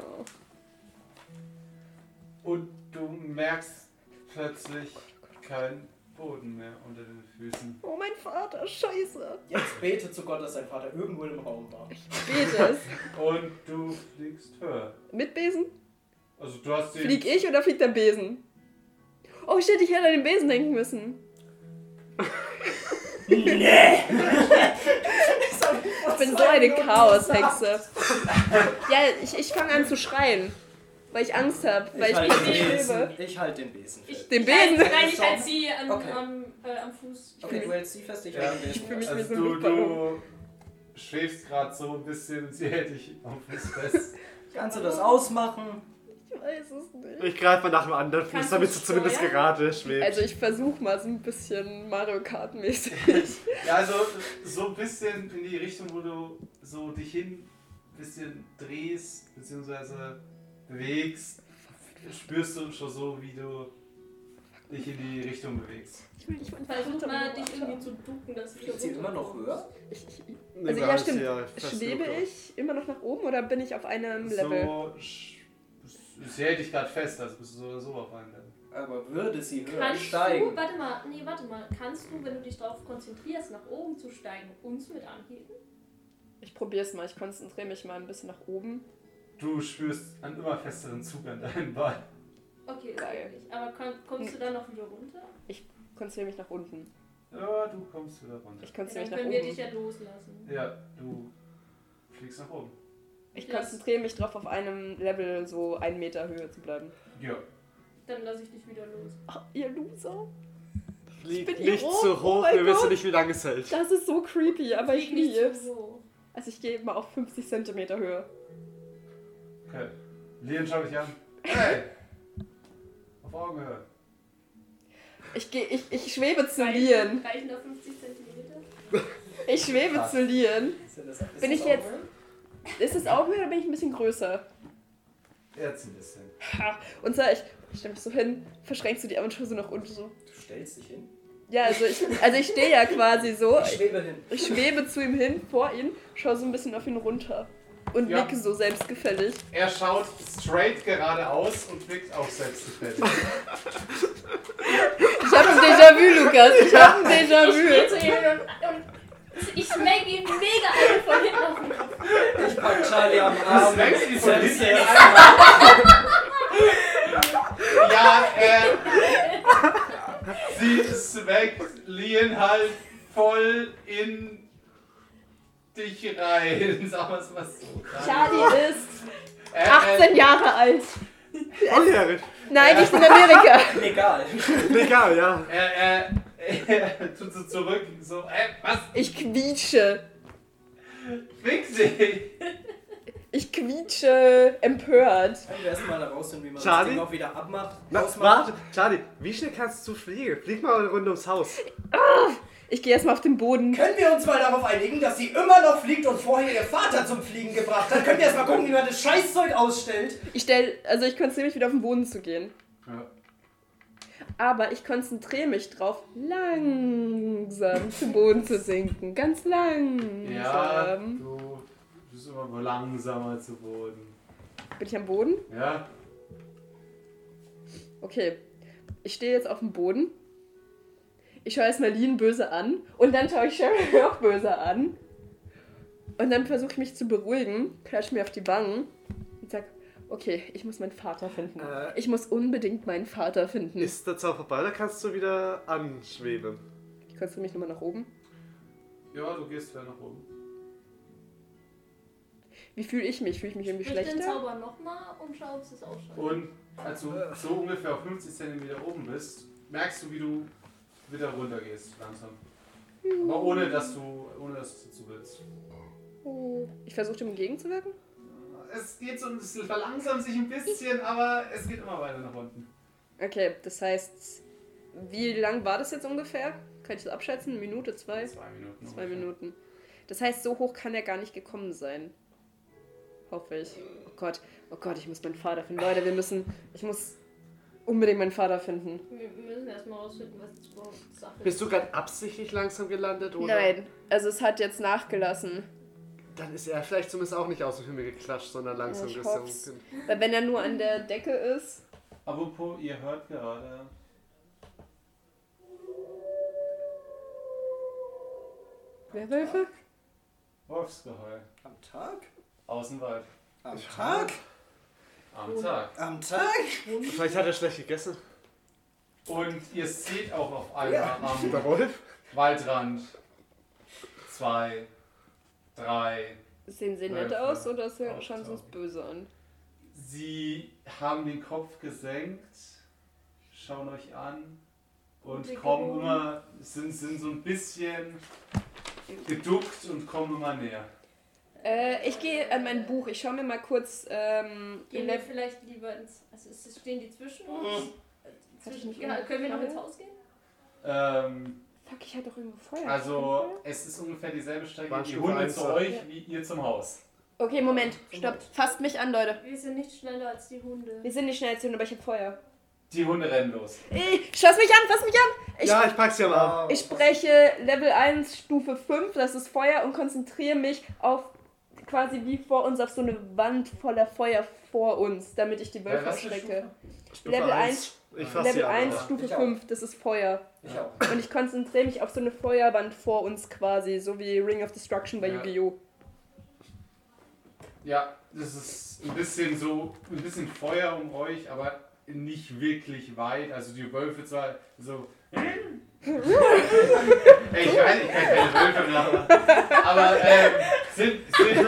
S1: Und du merkst plötzlich keinen Boden mehr unter den Füßen.
S4: Oh, mein Vater, scheiße.
S3: Jetzt bete zu Gott, dass dein Vater irgendwo im Raum war.
S4: Ich bete es.
S1: Und du fliegst höher.
S4: Mit Besen?
S1: Also du hast den...
S4: Flieg ich oder fliegt der Besen? Oh shit, ich hätte an den Besen denken müssen. Ich bin so eine Chaos-Hexe. Ja, ich fange an zu schreien. Weil ich Angst habe. Weil ich plötzlich schwebe.
S3: Ich halte den Besen fest.
S4: Den Besen?
S5: Nein, ich halte sie
S3: Okay.
S5: am Fuß.
S3: Okay, du hältst sie fest, ich
S1: Ja,
S3: halte den Besen
S4: fühl mich
S3: fest.
S4: wie
S1: Also
S4: so ein
S1: du
S4: Luftballon.
S1: schwebst gerade so ein bisschen und sie hält dich am Fuß fest.
S3: Kannst du das ausmachen?
S4: Ich weiß es nicht.
S2: Ich greife mal nach dem anderen Fuß,
S5: Kannst
S2: damit
S5: du
S2: du zumindest
S5: steuern?
S2: gerade schwebt.
S4: Also ich versuche mal so ein bisschen Mario Kart mäßig.
S1: Ja, also so ein bisschen in die Richtung, wo du so dich hin ein bisschen drehst, beziehungsweise bewegst, spürst du schon so, wie du dich in die Richtung bewegst.
S4: Ich will nicht
S5: Versuch mal, dich irgendwie zu ducken, dass du
S3: Ist sie immer noch höher?
S2: Nee,
S4: Also
S2: wir
S4: ja,
S2: haben
S4: stimmt.
S2: sie ja fest
S4: Schwebe
S2: genug.
S4: ich immer noch nach oben oder bin ich auf einem Level?
S1: So, sie hält dich gerade fest, also bist du so oder so auf einem Level.
S3: Aber würde sie höher
S5: Kannst
S3: steigen?
S5: du, warte mal, kannst du, wenn du dich darauf konzentrierst, nach oben zu steigen, uns mit anheben?
S4: Ich probier's mal, ich konzentriere mich mal ein bisschen nach oben.
S1: Du spürst einen immer festeren Zug an deinem Bein.
S5: Okay, das
S4: Geil.
S5: geht nicht. Aber kommst du dann noch wieder runter?
S4: Ich konzentriere mich nach unten.
S1: Ja, du kommst wieder runter.
S4: Ich
S5: Dann
S4: konzentriere mich nach
S5: können wir dich
S4: oben.
S5: ja loslassen.
S1: Ja, du fliegst nach oben.
S4: Ich konzentriere mich drauf, auf einem Level so 1 Meter Höhe zu bleiben.
S1: Ja.
S5: Dann lasse ich dich wieder los.
S4: Ach, ihr Loser.
S2: Flieg
S4: bin hier
S2: nicht
S4: hoch,
S2: so
S4: oh
S2: hoch,
S4: mein
S2: wir wissen
S4: Gott.
S2: nicht, wie lange es hält.
S4: Das ist so creepy, aber ich
S5: Flieg nicht
S4: lieb's.
S5: zu hoch.
S4: Also ich gehe mal auf 50 Zentimeter Höhe.
S1: Okay. Leon schaut dich an. Hey! Auf Augenhöhe.
S4: Ich schwebe zu Lien.
S5: Reichen da 50 Zentimeter?
S4: Ich schwebe
S1: Krass.
S4: zu Lien.
S3: Ist
S4: Bin
S3: das
S4: ich jetzt-
S3: Augenhöhe?
S4: Ist es Augenhöhe oder bin ich ein bisschen größer?
S1: Jetzt ein bisschen.
S4: Ha. Und zwar, ich stelle mich so hin, verschränkst du die Arme und schau so nach unten so.
S3: Du stellst dich hin.
S4: Ja, also ich stehe ja quasi so.
S3: Ich schwebe hin.
S4: Ich schwebe zu ihm hin, vor ihn, schaue so ein bisschen auf ihn runter. Und
S1: Ja.
S4: nicke so selbstgefällig.
S1: Er schaut straight geradeaus und blickt auch selbstgefällig.
S4: Ich habe ein Déjà-vu, Lukas. Ich habe ein
S5: Ich gehe
S4: Déjà-vu.
S5: zu ihm und ich smack ihm mega eine von hinten auf den Kopf.
S3: Ich pack Charlie am
S1: Du
S3: Arm.
S1: smackst ihn von
S3: Setz
S1: hinten
S3: ihn
S1: Ja, sie smackt Leon halt voll in dich rein. Sagen wir es mal so.
S4: Charlie ist 18 Jahre alt.
S2: Volljährig.
S4: Nein, nicht in Amerika.
S3: Legal.
S2: Egal, ja.
S1: Er tut so zurück, so, was?
S4: Ich quietsche.
S1: Fick dich!
S4: Ich quietsche empört.
S3: Können wir erstmal herausfinden, wie man
S2: Charlie?
S3: das Ding auch wieder abmacht?
S2: Na,
S3: ausmacht?
S2: warte, Charlie, wie schnell kannst du fliegen? Flieg mal eine Runde ums Haus.
S4: Ich gehe erstmal auf den Boden.
S3: Können wir uns mal darauf einigen, dass sie immer noch fliegt und vorher ihr Vater zum Fliegen gebracht hat? Können wir erstmal gucken, wie man das Scheißzeug ausstellt?
S4: Ich konzentriere mich wieder auf den Boden zu gehen.
S1: Ja.
S4: Aber ich konzentriere mich drauf, langsam zu Boden zu sinken. Ganz langsam.
S1: Ja, du bist immer langsamer zu Boden.
S4: Bin ich am Boden?
S1: Ja?
S4: Okay. Ich stehe jetzt auf dem Boden Ich schaue erstmal Lean böse an und dann schaue ich Cheryl auch böse an. Und dann versuche ich mich zu beruhigen, klatsche mir auf die Wangen und sage, okay, ich muss meinen Vater finden. Ich muss unbedingt meinen Vater finden.
S2: Ist der Zauber vorbei, oder kannst du wieder anschweben?
S4: Ich konzentriere mich nochmal nach oben.
S1: Ja, du gehst wieder nach oben.
S4: Wie fühle ich mich? Fühle ich mich irgendwie
S5: Sprich den
S4: schlechter?
S5: Zauber nochmal und schau, ob es ausschaltet.
S1: Und als du so ungefähr auf 50 cm oben bist, merkst du, wie du wieder runter gehst, langsam. Aber ohne dass du dazu willst.
S4: Ich versuche dem entgegenzuwirken.
S1: Es geht so, es verlangsamt sich ein bisschen, aber es geht immer weiter nach unten.
S4: Okay, das heißt, wie lang war das jetzt ungefähr? Kann ich das abschätzen? Eine Minute, 2?
S1: 2 Minuten.
S4: 2 Minuten. Das heißt, so hoch kann er gar nicht gekommen sein. Hoffe ich. Oh Gott, ich muss meinen Vater finden. Leute, ich muss unbedingt meinen Vater finden.
S5: Wir müssen erstmal rausfinden, was jetzt überhaupt Sache ist.
S2: Bist du gerade absichtlich langsam gelandet, oder?
S4: Nein, also es hat jetzt nachgelassen.
S2: Dann ist er vielleicht zumindest auch nicht aus dem Himmel geklatscht, sondern langsam
S4: Ja, ich
S2: gesunken.
S4: hoff's. Weil wenn er nur an der Decke ist...
S1: Apropos, ihr hört gerade.
S4: Werwölfe?
S1: Wolfsgeheul.
S3: Am Tag?
S1: Aus dem Wald.
S3: Am Tag?
S1: Am Tag.
S3: Am Tag?
S2: Vielleicht hat er schlecht gegessen.
S1: Und ihr seht auch auf einmal am
S2: Der Wolf?
S1: Waldrand 2, 3.
S4: Sehen sie nett
S1: Wölfe.
S4: aus oder schauen sie
S1: Auftauchen.
S4: uns böse an?
S1: Sie haben den Kopf gesenkt, schauen euch an und
S5: Dicke
S1: kommen
S5: Ohren.
S1: immer, sind so ein bisschen geduckt und kommen immer näher.
S4: Ich gehe an mein Buch. Ich schaue mir mal kurz...
S5: Gehen wir vielleicht lieber ins... Also stehen die zwischen uns? Können wir noch ins Haus gehen?
S4: Fuck, ich hatte doch irgendwo Feuer.
S1: Also es ist ungefähr dieselbe Strecke, die
S2: Warnstufe
S1: Hunde
S2: 1,
S1: zu euch, wie ihr zum Haus.
S4: Okay, Moment. Stopp. Fasst mich an, Leute.
S5: Wir sind nicht schneller als die Hunde.
S4: Wir sind nicht schnell zu, aber ich hab Feuer.
S1: Die Hunde rennen los.
S4: Fass mich an, fass mich an!
S2: Ich pack sie am Arm.
S4: Ich spreche Level 1, Stufe 5, das ist Feuer, und konzentriere mich auf quasi wie vor uns auf so eine Wand voller Feuer vor uns, damit ich die Wölfe
S1: was für
S4: erschrecke.
S2: Stufe
S4: Level
S2: 1. Ich fass
S4: Level
S2: sie an.
S4: 1,
S3: Ja.
S4: Stufe
S3: Ich auch.
S4: 5, das ist Feuer.
S3: Ich auch.
S4: Und ich konzentriere mich auf so eine Feuerwand vor uns quasi, so wie Ring of Destruction bei
S1: Ja.
S4: Yu-Gi-Oh!
S1: Ja, das ist ein bisschen Feuer um euch, aber nicht wirklich weit. Also die Wölfe zwar so. Ey, ich weiß, ich kann keine Wölfe nachmachen. Aber sind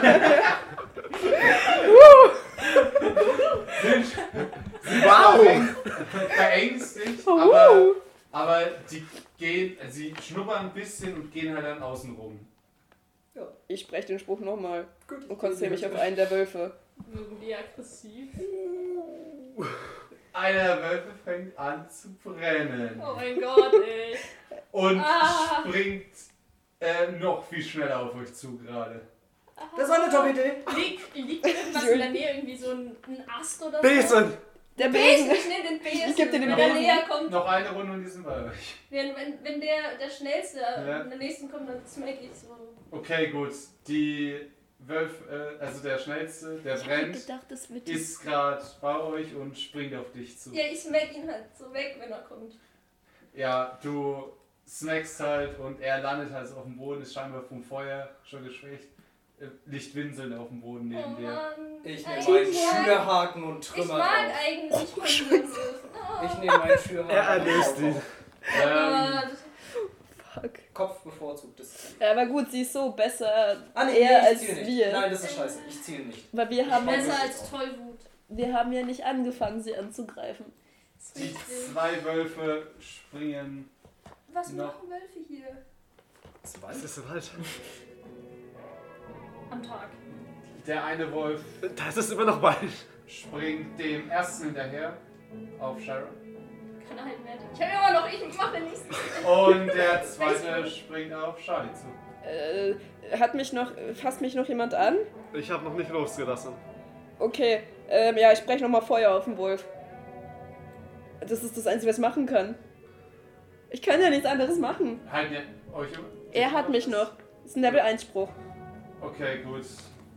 S1: verängstigt, aber sie schnuppern ein bisschen und gehen halt dann außen rum.
S4: Ich spreche den Spruch nochmal
S3: Gut.
S4: und konzentriere mich auf einen der Wölfe.
S5: Mögen die aggressiv?
S1: Einer der Wölfe fängt an zu brennen
S5: Oh mein Gott, ey.
S1: und
S5: Ah.
S1: springt noch viel schneller auf euch zu gerade.
S3: Das war eine Top-Idee.
S5: Liegt irgendwas in der Nähe? Irgendwie so ein Ast oder so?
S2: Besen!
S4: Der
S5: Besen,
S4: Besen!
S5: ich nehme den Besen.
S4: Ich geb dir den
S5: wenn er
S4: Besen.
S5: näher kommt,
S1: Noch eine Runde und die sind bei euch.
S5: wenn der Schnellste
S1: Ja.
S5: in der nächsten kommt, dann smack ich so.
S1: Okay, gut. Die Wölfe, also der Schnellste, der brennt,
S4: gedacht, das wird
S1: ist gerade bei euch und springt auf dich zu.
S5: Ja, ich smack ihn halt so weg, wenn er kommt.
S1: Ja, du smackst halt und er landet halt so auf dem Boden, ist scheinbar vom Feuer schon geschwächt. Liegt winselnd auf dem Boden neben
S5: Oh
S1: dir.
S5: Mann.
S3: Ich
S5: Äh,
S3: nehme meinen
S5: ich mag-
S3: Schürhaken und
S5: Ich
S3: trümmer
S5: mag
S3: drauf.
S5: eigentlich Konserven. Oh.
S3: Ich nehme meinen Schürhaken.
S2: Er erlöst ihn.
S1: Ähm,
S4: Fuck.
S3: Kopf bevorzugt das.
S4: Ja, aber gut, sie ist so besser
S3: Nee,
S4: eher
S3: ich
S4: als
S3: ziele nicht.
S4: wir.
S3: Nein, das ist scheiße. Ich ziele nicht.
S4: Weil wir haben,
S3: mag
S5: Besser
S3: das
S5: als
S3: auch.
S5: Tollwut.
S4: wir haben ja nicht angefangen, sie anzugreifen.
S5: Das ist
S1: die
S5: richtig.
S1: 2 Wölfe springen.
S5: Was
S1: noch.
S5: machen Wölfe hier?
S2: Was ist im Wald?
S5: Am Tag.
S1: Der eine Wolf
S2: Das ist immer noch Wald.
S1: springt dem ersten hinterher auf Sharon.
S5: Kann halt mehr. Ich habe immer noch, ich mache den nächsten.
S1: Und der zweite springt auf Charlie zu.
S4: Fasst mich noch jemand an?
S2: Ich habe noch nicht losgelassen.
S4: Okay, ja, ich spreche nochmal Feuer auf den Wolf. Das ist das Einzige, was ich machen kann. Ich kann ja nichts anderes machen.
S1: Halt ihr euch um.
S4: Er hat mich noch. Das ist ein Level 1 Spruch.
S1: Okay, gut.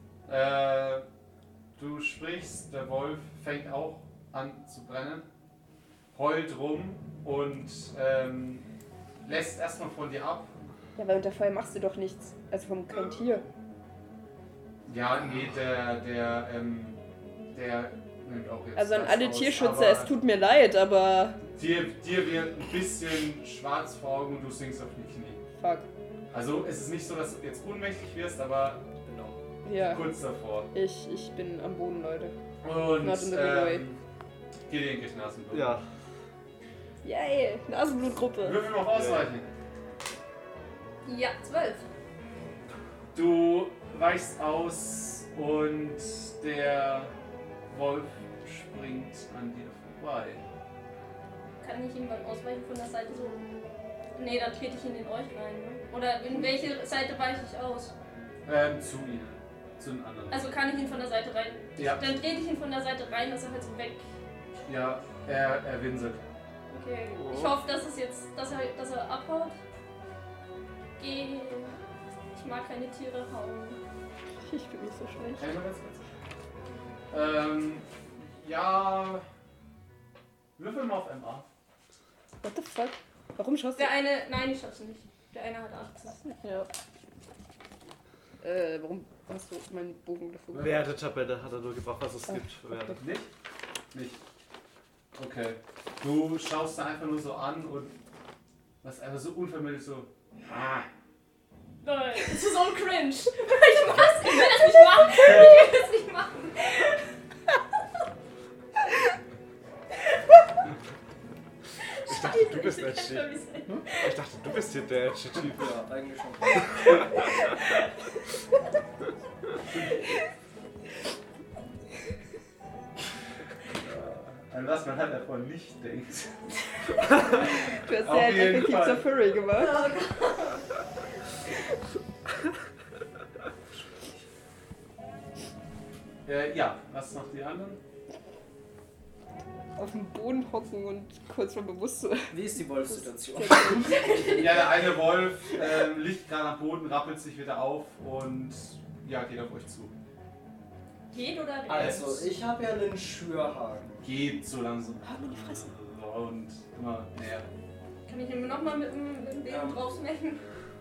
S1: Du sprichst, der Wolf fängt auch an zu brennen, heult rum und lässt erstmal von dir ab.
S4: Ja, weil unter Feuer machst du doch nichts. Also vom kein Tier.
S1: Ja, nee, der nimmt auch jetzt
S4: Also an
S1: das
S4: alle
S1: aus,
S4: Tierschützer,
S1: aber
S4: es tut mir leid, aber...
S1: Dir wird ein bisschen schwarz vor Augen und du sinkst auf die Knie.
S4: Fuck.
S1: Also es ist nicht so, dass du jetzt ohnmächtig wirst, aber
S4: Ja,
S1: kurz davor.
S4: ich bin am Boden, Leute.
S1: Und
S4: Not in the big way.
S1: Gideon kriegt Nasenblut.
S2: Ja.
S4: Yay, Nasenblutgruppe.
S1: Würfel noch ausweichen.
S5: Ja, 12.
S1: Du weichst aus und der Wolf springt an dir vorbei.
S5: Kann ich ihm beim Ausweichen von der Seite so... Nee, dann trete ich ihn in euch rein, ne? Oder in welche Seite weiche ich aus?
S1: Zu ihnen. Zu den anderen.
S5: Also kann ich ihn von der Seite rein...
S1: Ja.
S5: Dann trete ich ihn von der Seite rein, dass er halt so weg...
S1: Ja, er winselt.
S5: Okay. Ich hoffe, dass es jetzt... dass er abhaut. Geh... Ich mag keine Tiere hauen.
S4: Ich fühle mich so schlecht.
S1: Einmal ganz kurz. Ja. Würfel mal auf MA.
S4: What the fuck? Warum schaust du?
S5: Der eine... Nein, ich schaff's nicht. Der eine hat 18.
S4: Ja. Warum hast du meinen Bogen dafür gemacht?
S2: Wertetabelle hat er nur gebracht, was es gibt für Werte.
S1: Nicht? Nicht. Okay. Du schaust da einfach nur so an und was einfach so unvermittelt so. Ah.
S5: Nein, das ist so cringe. Ich will das nicht machen. Ich will das nicht machen.
S2: Ich dachte, du bist edgy. Ich dachte, du bist hier der edgy Typ.
S3: Ja, eigentlich schon.
S1: An was man halt davon nicht denkt.
S4: Du hast
S1: Auf
S4: ja
S1: jeden
S4: effektiv
S1: Fall.
S4: zur Furry gemacht.
S1: Ja, was noch die anderen?
S4: Auf dem Boden hocken und kurz vor Bewusstsein.
S3: Wie ist die Wolfssituation?
S1: Ja, der eine Wolf liegt gerade am Boden, rappelt sich wieder auf und ja, geht auf euch zu.
S5: Geht oder nicht?
S3: Also, ich habe ja einen Schürhaken.
S1: Geht so langsam.
S4: Hau mir in die Fresse.
S1: Und immer näher.
S5: Kann ich ihn nochmal mit dem Besen drauf smacken?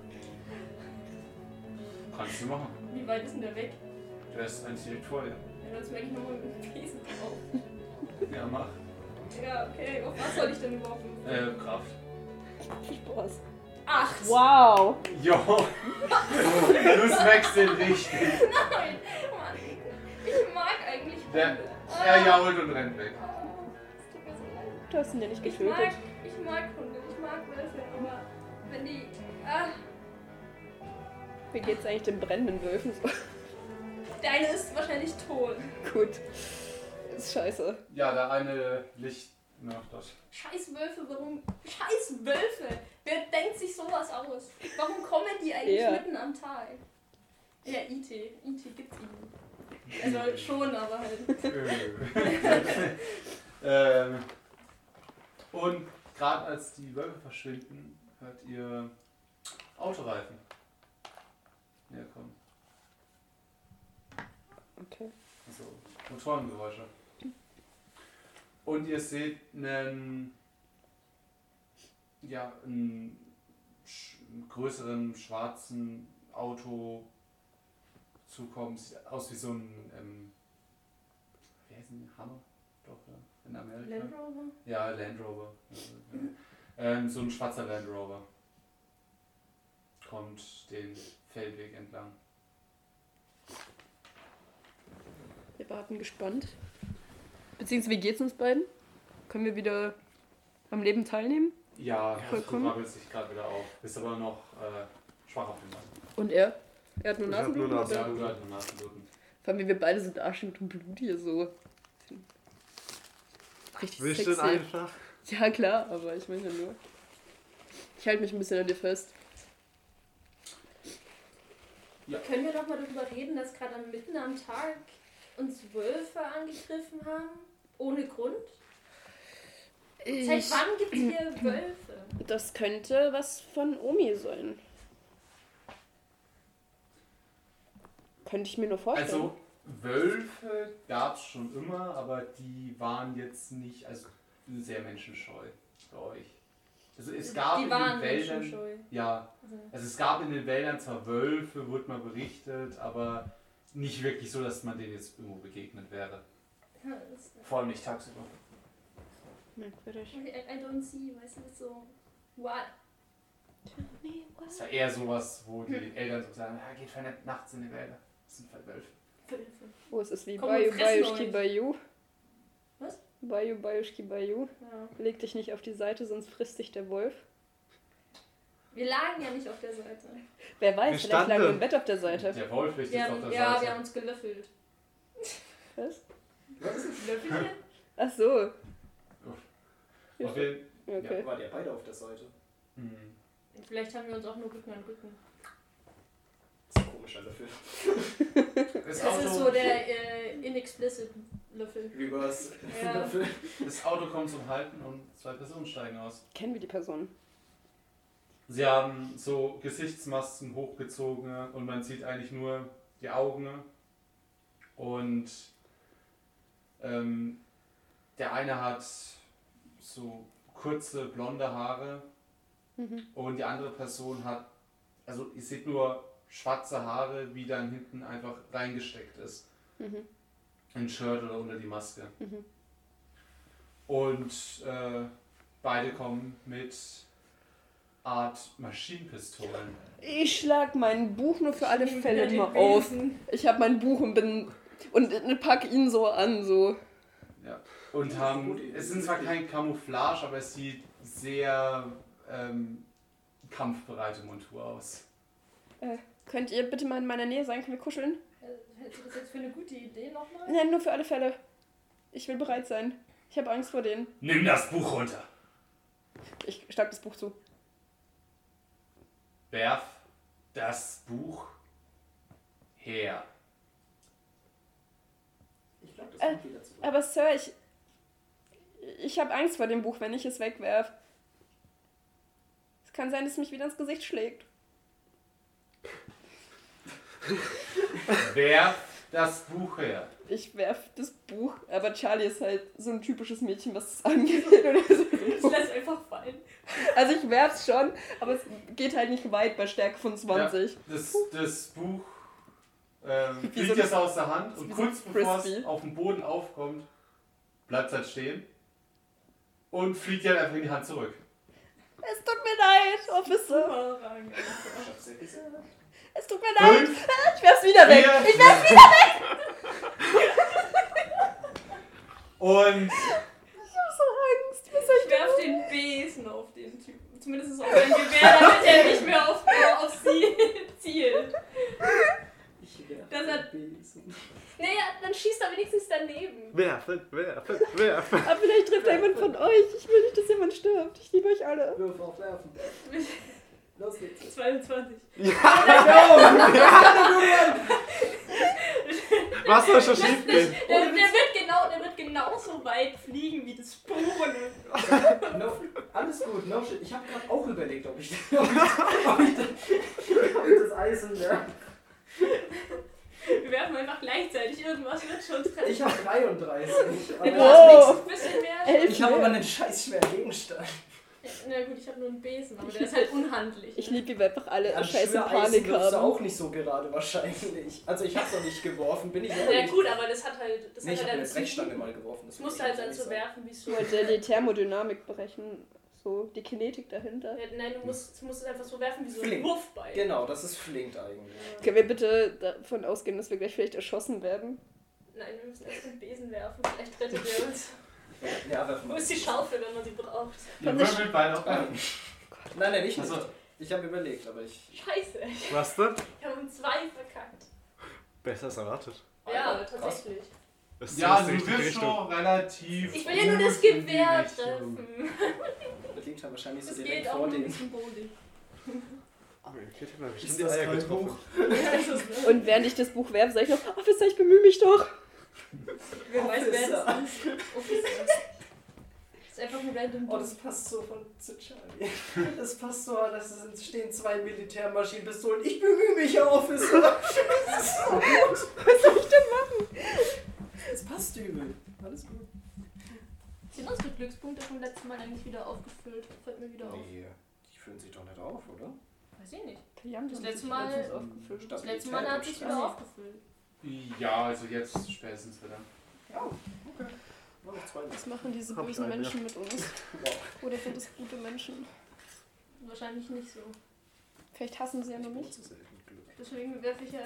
S1: Kannst du machen.
S5: Wie weit ist denn der weg?
S1: Der ist eigentlich direkt vor dir.
S5: Ja, dann smack ich nochmal mit dem Besen drauf.
S1: Ja, mach.
S5: Ja, okay. Auf was soll ich denn überhaupt?
S1: Kraft.
S4: Viel Spaß.
S5: 8!
S4: Wow.
S1: Jo! Du smackst den richtig.
S5: Nein! Mann! Ich mag eigentlich Hunde.
S1: Er jault und rennt weg.
S5: Es tut mir so leid.
S4: Du hast ihn ja nicht
S5: Ich
S4: getötet.
S5: mag Hunde, ich mag Wölfe, aber wenn die...
S4: Wie geht's eigentlich den brennenden Wölfen so?
S5: der eine ist wahrscheinlich tot.
S4: Gut. Ist scheiße.
S1: Ja, der eine liegt noch dort.
S5: Scheiß Wölfe, warum? Scheiß Wölfe! Wer denkt sich sowas aus? Warum kommen die eigentlich
S4: Ja.
S5: mitten am Tag? Ja, IT. IT gibt's ihn. Also schon, aber halt.
S1: Und gerade als die Wölfe verschwinden, hört ihr Autoreifen näher kommen.
S4: Okay.
S1: Also Motorengeräusche. Und ihr seht einen größeren schwarzen Auto zukommen. Sieht aus wie so ein wie heißt denn Hammer? Doch, ja. In Amerika.
S5: Land Rover?
S1: Ja, Land Rover. So ein schwarzer Land Rover kommt den Feldweg entlang.
S4: Wir warten gespannt. Beziehungsweise, wie geht's uns beiden? Können wir wieder am Leben teilnehmen?
S1: Ja,
S4: vollkommen.
S1: du rappelst dich gerade wieder auf. Bist aber noch schwach auf dem Bein.
S4: Und er? Er hat nur
S2: Ich hab nur
S4: Nasenbluten?
S2: Nasen-
S4: oder?
S1: Ja, du hast nur Nasenbluten.
S4: Vor allem, wie wir beide so dastehen mit dem Blut hier so. Richtig
S2: Willst du
S4: sexy.
S2: denn einfach?
S4: Ja, klar, aber ich meine ja nur. Ich halte mich ein bisschen an dir fest.
S5: Können wir doch mal darüber reden, dass gerade mitten am Tag uns Wölfe angegriffen haben? Ohne Grund? Seit wann gibt es hier Wölfe?
S4: Das könnte was von Omi sein. Könnte ich mir nur vorstellen.
S1: Also Wölfe gab es schon immer, aber die waren jetzt nicht sehr menschenscheu bei euch. Also es gab
S5: die
S1: in
S5: waren
S1: den Wäldern,
S5: menschenscheu.
S1: ja, also es gab in den Wäldern zwar Wölfe, wurde mal berichtet, aber nicht wirklich so, dass man denen jetzt irgendwo begegnet wäre. Vor allem nicht tagsüber.
S4: Merkwürdig.
S5: I don't see, weißt du, so, what?
S1: Es war eher sowas, wo die Eltern so sagen, ja, geht nicht nachts in die Wälder. Das sind halt Wölfe.
S4: Oh, es ist wie
S5: Komm,
S4: Bayou
S5: wir fressen
S4: Bayushki
S5: euch.
S4: Bayou.
S5: Was?
S4: Bayou Bayushki Bayou.
S5: Ja.
S4: Leg dich nicht auf die Seite, sonst frisst dich der Wolf.
S5: Wir lagen ja nicht auf der Seite.
S4: Wer weiß,
S2: Wir
S4: vielleicht lagen wir
S2: standen.
S4: im Bett auf der Seite.
S1: Der Wolf liegt
S5: Wir
S1: jetzt auf
S5: haben,
S1: der
S5: ja,
S1: Seite.
S5: wir haben uns gelöffelt.
S4: Was?
S5: Löffelchen?
S4: Ach so.
S1: Auf jeden-
S4: Okay.
S3: Ja, wart ihr beide auf der Seite?
S1: Mhm.
S5: Vielleicht haben wir uns auch nur Rücken an Rücken.
S3: Das ist ein komischer Löffel.
S1: Das
S5: Das ist so der inexplicit Löffel.
S3: Reverse
S5: Ja.
S3: Löffel.
S1: Das Auto kommt zum Halten und 2 Personen steigen aus.
S4: Kennen wir die Person?
S1: Sie haben so Gesichtsmasken hochgezogen und man sieht eigentlich nur die Augen. Und der eine hat so kurze blonde Haare und die andere Person hat, also ihr seht nur schwarze Haare, wie dann hinten einfach reingesteckt ist. Ein Shirt oder unter die Maske. Und beide kommen mit Art Maschinenpistolen.
S4: Ich schlag mein Buch nur für alle Fälle mal auf. Ich habe mein Buch und pack ihn so an, so.
S1: Ja. Und haben, es sind zwar kein Camouflage, aber es sieht sehr kampfbereite Montur aus.
S4: Könnt ihr bitte mal in meiner Nähe sein? Können wir kuscheln?
S5: Hältst du das jetzt für eine gute Idee nochmal?
S4: Nein, nur für alle Fälle. Ich will bereit sein. Ich habe Angst vor denen.
S1: Nimm das Buch runter.
S4: Ich schlag das Buch zu.
S1: Werf das Buch her.
S3: Ich glaube, das kommt wieder zurück.
S4: Aber Sir, ich habe Angst vor dem Buch, wenn ich es wegwerf. Es kann sein, dass es mich wieder ins Gesicht schlägt.
S1: Werf das Buch her.
S4: Ich werf das Buch, aber Charlie ist halt so ein typisches Mädchen, was es angeht. Oder so.
S5: Ich lass einfach fallen.
S4: Also ich werf's schon, aber es geht halt nicht weit bei Stärke von 20.
S1: Ja, das Buch
S4: Wie
S1: fliegt
S4: so
S1: jetzt aus der Hand und
S4: wie so
S1: kurz
S4: ein
S1: bevor es
S4: Frisbee.
S1: auf dem Boden aufkommt, bleibt es halt stehen und fliegt dir einfach in die Hand zurück.
S4: Es tut mir leid, Officer.
S5: Überragend.
S4: Es tut mir leid.
S1: 5,
S4: Ich werf's wieder weg.
S1: 4,
S4: Ich werf's wieder weg.
S1: und
S4: Ich hab so Angst. Was soll
S5: Ich werf den Besen auf den Typen. Zumindest auf sein Gewehr, damit er nicht mehr auf sie zielt.
S3: Ich werfe
S5: Das hat-
S3: den Besen.
S5: Naja, dann schießt er wenigstens daneben.
S2: Werfen.
S4: Aber vielleicht trifft jemand von euch. Ich will nicht, dass jemand stirbt. Ich liebe euch alle.
S3: Würfe auf Werfen. Los geht's.
S5: 22.
S2: Was soll schon schief gehen?
S5: Der wird genauso weit fliegen wie das Buch.
S3: No, alles gut, no shit. Ich habe gerade auch überlegt, ob ich das Eisen werfe.
S5: Wir werfen einfach gleichzeitig. Irgendwas wird schon treffen.
S3: Ich habe 33.
S5: Du
S3: Aber
S5: hast ein bisschen mehr.
S4: 11
S3: ich habe aber
S4: mehr.
S3: einen scheiß schweren Gegenstand.
S5: Na gut, ich habe nur einen Besen, aber der ist halt unhandlich.
S4: Ich liebe, wie wir einfach alle
S3: An
S4: scheiße
S3: Schwöreisen
S4: Panik
S3: wirfst du
S4: haben.
S3: auch nicht so gerade wahrscheinlich. Also ich hab's noch nicht geworfen, bin ich auch
S5: Ja
S3: nicht.
S5: gut, aber das hat halt. Das
S3: Nee, ich
S5: hat
S3: habe
S5: halt
S3: eine Brechstange mal geworfen.
S5: Es musste halt dann so werfen, wie es so.
S4: Ich wollte die Thermodynamik berechnen. So, die Kinetik dahinter.
S5: Ja, nein, du musst es einfach so werfen wie so ein
S3: Flink.
S5: Wurfball.
S3: Genau, das ist flink eigentlich.
S4: Können wir bitte davon ausgehen, dass wir gleich vielleicht erschossen werden?
S5: Nein, wir müssen erst den Besen werfen. Vielleicht rettet er uns.
S3: Ja, werfen
S5: Wo
S3: wir.
S5: ist die Schaufel, wenn man sie braucht?
S1: ihr wirbelt beide auf an.
S3: Nein, ich nicht.
S1: Also,
S3: Ich habe überlegt, aber ich...
S5: Scheiße.
S2: Was denn?
S5: Wir haben 2 verkackt.
S2: Besser als erwartet.
S5: Ja,
S3: Alter,
S5: tatsächlich.
S2: Das ist
S1: ja,
S2: die
S1: du
S2: richtige
S1: wirst
S2: Richtung.
S1: schon relativ.
S5: Ich will ja nur das
S1: gut in die
S5: Gewehr
S1: Richtung.
S5: treffen.
S3: Das liegt ja wahrscheinlich so
S5: Das
S3: direkt
S5: geht auch
S3: vor
S5: nur ein
S3: denen.
S5: bisschen bodig.
S2: Ich hätte mal bestimmt
S3: Ist
S2: die
S3: das
S2: Eier
S3: kein
S2: getroffen.
S3: Buch?
S4: Und während ich das Buch werfe, sage ich noch, Officer, ich bemühe mich doch.
S5: Wer weiß, wer
S3: Officer.
S5: das ist. Officer. Das ist einfach ein random
S3: Oh, das passt so zu Charlie. Das passt so, dass es stehen 2 Militärmaschinenpistolen. Ich bemühe mich, Herr Officer. Das ist so gut.
S4: Was soll ich denn machen?
S3: Das passt übel. Alles gut.
S5: Sind unsere Glückspunkte vom letzten Mal eigentlich wieder aufgefüllt? Fällt mir wieder auf.
S3: Nee, die füllen sich doch nicht auf, oder?
S5: Weiß ich nicht.
S4: Die haben
S5: Das
S4: sich
S5: letzte Mal-
S4: aufgefüllt.
S5: Das letzte Mal hat sich wieder aufgefüllt.
S1: Ja, also jetzt spätestens wieder.
S3: Ja, okay. Nur noch 2
S4: Was machen diese
S2: Hab ich
S4: bösen
S2: einen,
S4: Menschen mit uns?
S3: Wow.
S4: Oder sind es gute Menschen?
S5: Wahrscheinlich nicht so.
S4: Vielleicht hassen sie ja nur mich.
S3: Das ist selten Glück.
S5: Deswegen werfe ich ja.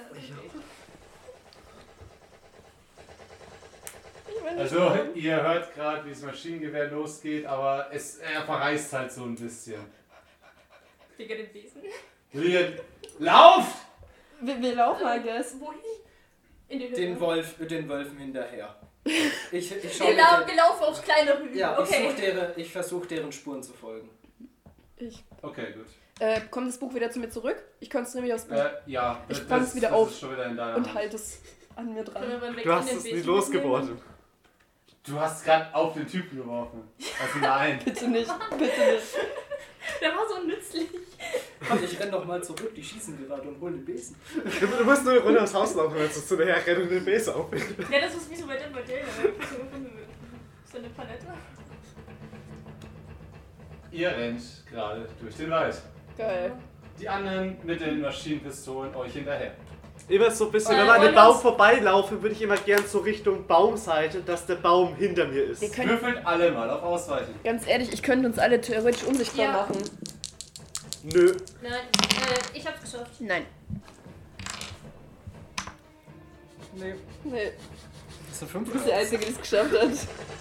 S4: Ich will nicht
S1: Also
S4: sterben.
S1: ihr hört gerade, wie das Maschinengewehr losgeht, aber er verreißt halt so ein bisschen.
S5: Digga, den Besen.
S1: Julian, lauft!
S4: Wir laufen, I guess.
S5: Wohin? In die Höhe.
S3: Den Wölfen hinterher. Ich schau
S5: Wir,
S3: mit
S5: wir laufen aufs kleine Hügel.
S3: Ja,
S5: Okay.
S3: ich versuche deren Spuren zu folgen.
S1: Okay, gut.
S4: Kommt das Buch wieder zu mir zurück? Ich konzentriere mich aufs Buch
S1: Ja,
S4: Ich fang's wieder
S1: das
S4: auf
S1: ist schon wieder in deiner
S4: und
S1: Hand.
S4: halte es an mir dran.
S2: Du hast es nie losgeworden.
S1: Du hast gerade auf den Typen geworfen. Also nein.
S4: Bitte nicht, bitte nicht.
S5: Der war so nützlich.
S3: Ich renn doch mal zurück, die schießen gerade und holen den Besen.
S2: Du musst nur eine Runde ums Haus laufen, wenn du zu der Herrennen und den Base auf.
S5: Ja, das ist wie so bei Dead by Daylight. So eine Palette.
S1: Ihr rennt gerade durch den Wald.
S4: Geil.
S1: Die anderen mit den Maschinenpistolen euch hinterher.
S2: Immer so ein bisschen,
S5: Oh,
S2: wenn wir an dem
S5: wollen
S2: Baum
S5: wir's-
S2: vorbeilaufen, würde ich immer gern so Richtung Baumseite, dass der Baum hinter mir ist.
S4: Wir können,
S1: Würfelt alle mal auf Ausweichen.
S4: ganz ehrlich, ich könnte uns alle theoretisch unsichtbar
S5: Ja.
S4: machen.
S2: Nö.
S5: Nein, ich hab's geschafft.
S4: Nein.
S3: Nee.
S4: Nee,
S3: Das sind 5
S4: du bist der Einzige, der es geschafft hat.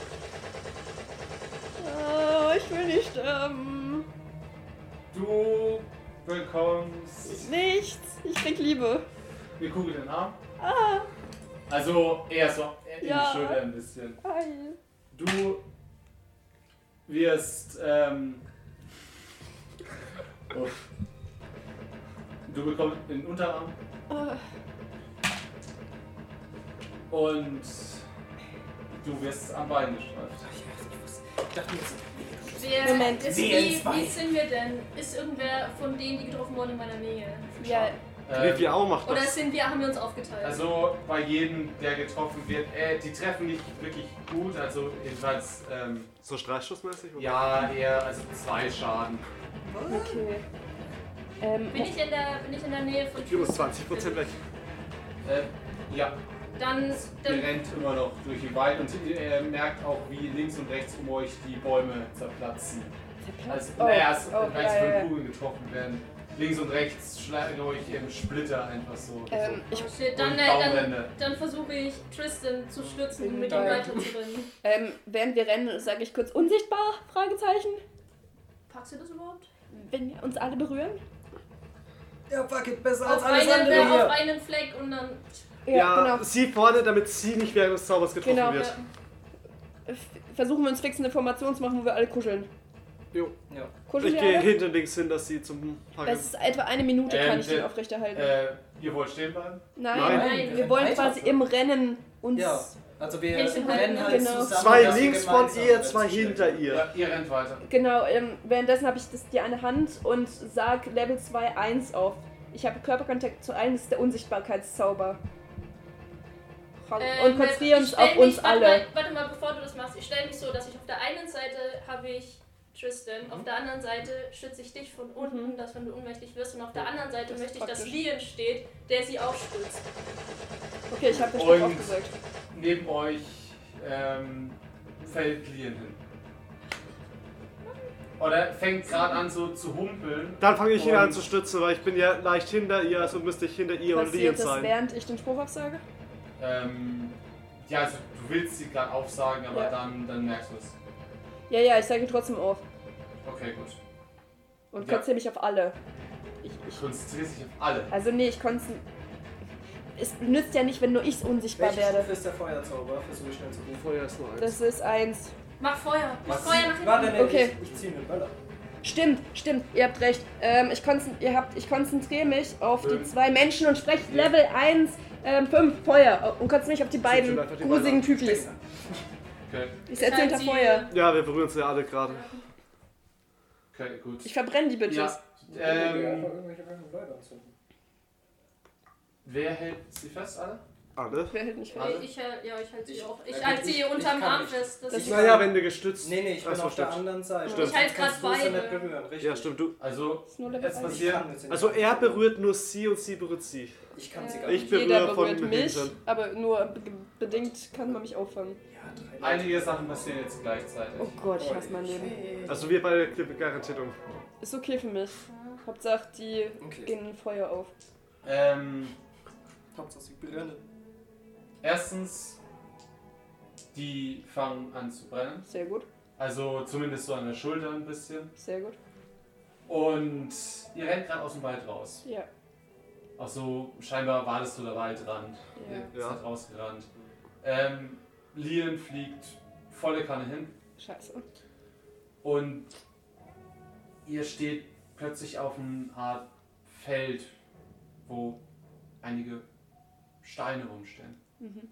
S4: Oh, ich will nicht sterben.
S1: Du bekommst
S4: Nichts. Ich krieg Liebe.
S1: eine Kugel in den Arm.
S4: Ah,
S1: Also eher so in
S4: Ja.
S1: die Schulter ein bisschen.
S4: ei.
S1: Du wirst oh. Du bekommst den Unterarm
S4: Ah,
S1: und du wirst am Bein gestreift.
S3: Ich dachte mir so,
S4: Moment.
S5: Wie sind wir denn? Ist irgendwer von denen, die getroffen wurden, in meiner Nähe?
S4: ja,
S2: Levi auch macht
S5: Oder
S2: das.
S5: haben wir uns aufgeteilt?
S1: Also bei jedem, der getroffen wird, die treffen nicht wirklich gut, also jedenfalls
S2: So streifschussmäßig? oder?
S1: ja eher also 2 Schaden.
S4: okay.
S5: bin ich in der Nähe von
S2: Ich muss 20% weg.
S1: Ja,
S5: Dann
S1: ihr rennt immer noch durch den Wald und ihr merkt auch, wie links und rechts um euch die Bäume zerplatzen. Also,
S4: Oh,
S1: naja,
S4: oh,
S1: weil
S4: ja,
S1: sie
S4: ja,
S1: von
S4: ja.
S1: Kugeln getroffen werden. Links und rechts schlagen euch Splitter einfach so.
S4: Ich,
S5: oh shit,
S1: Und Baumrinde.
S5: dann versuche ich Tristan zu stützen und mit ihm
S3: Danke.
S5: weiterzurennen.
S4: während wir rennen, sage ich kurz unsichtbar? Fragezeichen.
S5: Packst du das überhaupt?
S4: Wenn wir uns alle berühren?
S3: ja, fuck it, besser
S5: Auf einen Fleck und dann.
S2: Ja,
S4: genau.
S2: sie vorne, damit sie nicht während des Zaubers getroffen
S4: Genau.
S2: wird.
S4: Versuchen wir uns fix eine Formation zu machen, wo wir alle kuscheln.
S2: Jo.
S3: Ja.
S4: Kuscheln
S2: Ich
S4: wir
S2: gehe
S4: alle?
S2: hinten links hin, dass sie zum Packen.
S4: Das ist etwa 1 Minute, kann ich den
S1: der-
S4: aufrechterhalten.
S1: Ihr wollt stehen bleiben?
S4: Nein,
S2: Nein.
S4: wir wollen
S3: Weiter.
S4: quasi im Rennen uns...
S3: Ja, also wir
S5: Händchen halten,
S3: rennen halt
S4: genau.
S3: zusammen.
S2: 2
S3: dass wir
S2: links von
S3: gemeinsam
S2: ihr, 2
S3: rennen.
S2: hinter ihr.
S1: Ja, ihr rennt weiter.
S4: Genau, währenddessen habe ich die eine Hand und sag Level 2 1 auf. Ich habe Körperkontakt zu allen, das ist der Unsichtbarkeitszauber. Und konzentriere uns auf uns alle.
S5: Warte mal, bevor du das machst. Ich stelle mich so, dass ich auf der einen Seite habe ich Tristan, auf der anderen Seite schütze ich dich von unten, dass wenn du ohnmächtig wirst, und auf der anderen Seite
S4: Das ist
S5: möchte ich, dass
S4: praktisch.
S5: Lian steht, der sie auch stützt.
S4: Okay, ich habe den
S1: Und-
S4: Spruch aufgesagt.
S1: Neben euch fällt Lian hin. Oder fängt gerade an so zu humpeln.
S2: Dann fange ich ihn
S1: Und-
S2: an zu stützen, weil ich bin ja leicht hinter ihr, also müsste ich hinter ihr und Lian
S4: Passiert das,
S2: sein.
S4: während ich den Spruch aufsage?
S1: Ja, also du willst sie gerade aufsagen, aber
S4: Ja.
S1: dann merkst du es.
S4: Ja, ich sage ihn trotzdem auf.
S1: Okay, gut.
S4: Und
S1: Ja.
S4: konzentriere mich auf alle.
S1: Ich konzentriere dich auf alle.
S4: Also nee, ich konzentriere... Es nützt ja nicht, wenn nur ich unsichtbar
S3: Welche
S4: werde.
S3: Stufe ist der Feuerzauber? Versuche ich schnell zu rufen.
S2: Feuer ist nur eins.
S4: Das ist 1.
S5: Mach Feuer! Mach
S1: Was?
S5: Feuer nach hinten!
S3: Warte, nee,
S4: Okay.
S3: ich ziehe einen Böller.
S4: Stimmt, ihr habt recht. Ich konzentriere mich auf die
S1: 5.
S4: 2 Menschen und spreche Level 1, 5, Feuer. Und konzentriere mich auf die beiden
S2: einfach die
S4: grusigen
S2: Beine.
S4: Typis.
S1: Okay,
S4: Ich setze
S5: halt
S4: unter
S5: sie-
S4: Feuer.
S2: Ja, wir berühren uns ja alle gerade.
S1: okay, gut.
S4: Ich verbrenne die Bitches.
S1: Ja,
S3: Irgendwelche Leute anzünden.
S1: wer hält sie fest, alle?
S2: Alle?
S4: Wer hält mich fest?
S1: Alle?
S5: Ich halte sie auch. Ich halte sie unterm Arm fest. dass ich-
S2: Naja, wenn du gestützt...
S3: Nee, ich bin
S2: Achso,
S3: auf der
S2: stimmt.
S3: anderen Seite.
S2: Stimmt.
S5: Ich halte gerade
S3: Kannst du sie nicht
S5: beide.
S3: berühren, richtig?
S2: Ja, stimmt, du.
S1: Also,
S4: Ist nur Level
S1: jetzt
S4: 1.
S3: Ich
S1: passiert.
S3: kann sie nicht
S2: Also er
S3: berühren.
S2: berührt nur sie und sie berührt sie.
S3: Ich kann sie gar
S2: Ich
S3: nicht.
S2: berühre
S4: Jeder
S2: von
S4: berührt mich,
S2: hinten.
S4: aber nur bedingt kann man mich auffangen.
S3: Ja, 3 Leute.
S1: Einige Sachen passieren jetzt gleichzeitig.
S4: Oh Gott, ich hasse mein Leben.
S2: Also wir beide klippen garantiert um.
S4: Ist okay für mich. Hauptsache, die
S3: Okay.
S4: gehen in Feuer auf.
S3: Hauptsache sie brennen.
S1: Erstens, die fangen an zu brennen.
S4: Sehr gut,
S1: Also zumindest so an der Schulter ein bisschen.
S4: sehr gut.
S1: Und ihr rennt gerade aus dem Wald raus.
S4: Ja,
S1: Auch so, scheinbar wartest du der Waldrand.
S4: ja.
S1: Ihr seid rausgerannt. Lian fliegt volle Kanne hin.
S4: Scheiße.
S1: Und ihr steht plötzlich auf einer Art Feld, wo einige Steine rumstehen.
S4: Mhm.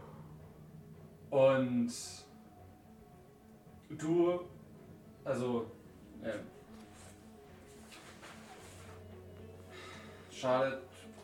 S1: Und du, also, Charlotte,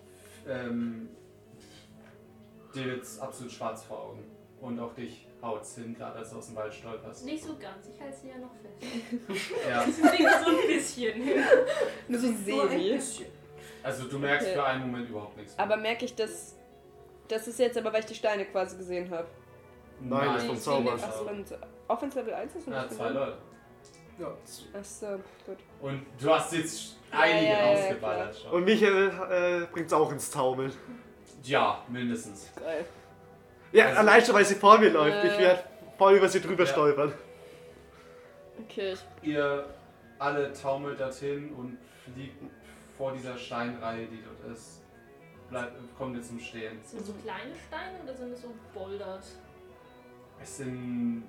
S1: dir wird's absolut schwarz vor Augen. Und auch dich haut's hin, gerade als du aus dem Wald stolperst.
S5: Nicht so ganz, ich halte sie ja noch fest.
S1: Ja,
S5: Deswegen so ein bisschen.
S4: Nur so semi.
S1: also du merkst
S4: Okay.
S1: für einen Moment überhaupt nichts.
S4: Aber merke ich, dass. Das ist jetzt aber, weil ich die Steine quasi gesehen habe.
S2: Nein, das ist vom Zaubern.
S4: Achso, auch wenn es Level 1 ist?
S1: Ja, 2 Leute.
S3: Ja.
S4: Achso, gut.
S1: Und du hast jetzt einige
S4: Ja,
S1: rausgeballert schon.
S2: Und Michael bringt's auch ins Taumeln.
S1: Ja, mindestens.
S4: Geil.
S2: Ja,
S1: Also-
S2: allein schon, weil sie vor mir läuft. Ich werde voll über sie drüber
S1: Ja.
S2: stolpern.
S4: Okay,
S1: Ihr alle taumelt dorthin und fliegt vor dieser Steinreihe, die dort ist. Kommt ihr zum Stehen.
S5: Sind das so kleine Steine oder sind das so Boulders?
S1: Es sind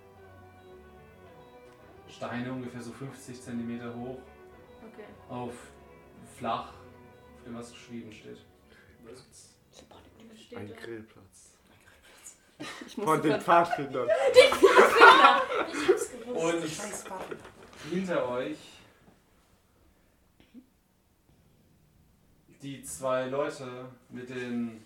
S1: Steine ungefähr so 50 cm hoch,
S5: Okay.
S1: auf flach, auf dem was geschrieben steht.
S5: Was steht
S2: Ein
S5: da?
S2: Grillplatz.
S4: ich muss
S2: Von den
S4: sofort.
S2: Pfadfindern.
S5: Ich hab's gewusst.
S1: Und hinter euch die 2 Leute mit den,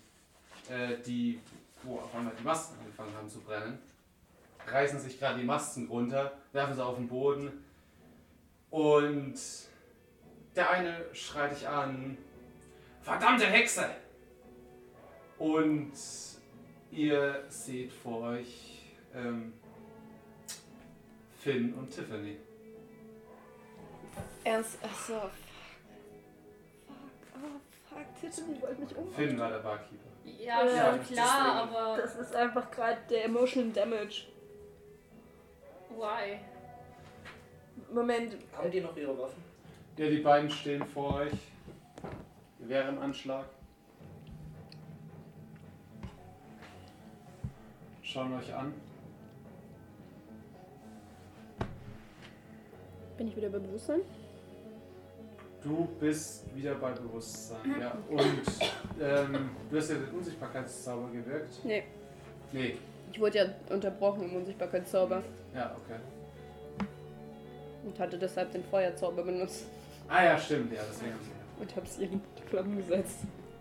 S1: wo auf einmal die Masten angefangen haben zu brennen, reißen sich gerade die Masten runter, werfen sie auf den Boden und der eine schreit dich an, verdammte Hexe! Und ihr seht vor euch Finn und Tiffany.
S4: Ernst, achso. Fuck, Tiffany wollte mich umbringen.
S1: Finn war der Barkeeper.
S5: Ja,
S4: Ja,
S5: schon klar, aber
S4: Das ist einfach gerade der Emotional Damage.
S5: why?
S4: Moment,
S3: Haben die noch ihre Waffen?
S1: Ja, die beiden stehen vor euch. Gewehr im Anschlag. Schauen euch an.
S4: bin ich wieder bei Bewusstsein?
S1: Du bist wieder bei Bewusstsein. Ja. Und du hast ja den Unsichtbarkeitszauber gewirkt.
S4: Nee.
S1: Nee.
S4: Ich wurde ja unterbrochen im Unsichtbarkeitszauber
S1: Ja, okay.
S4: und hatte deshalb den Feuerzauber benutzt
S1: Ah ja, stimmt. Ja, deswegen haben sie.
S4: und habe sie in die Flammen gesetzt.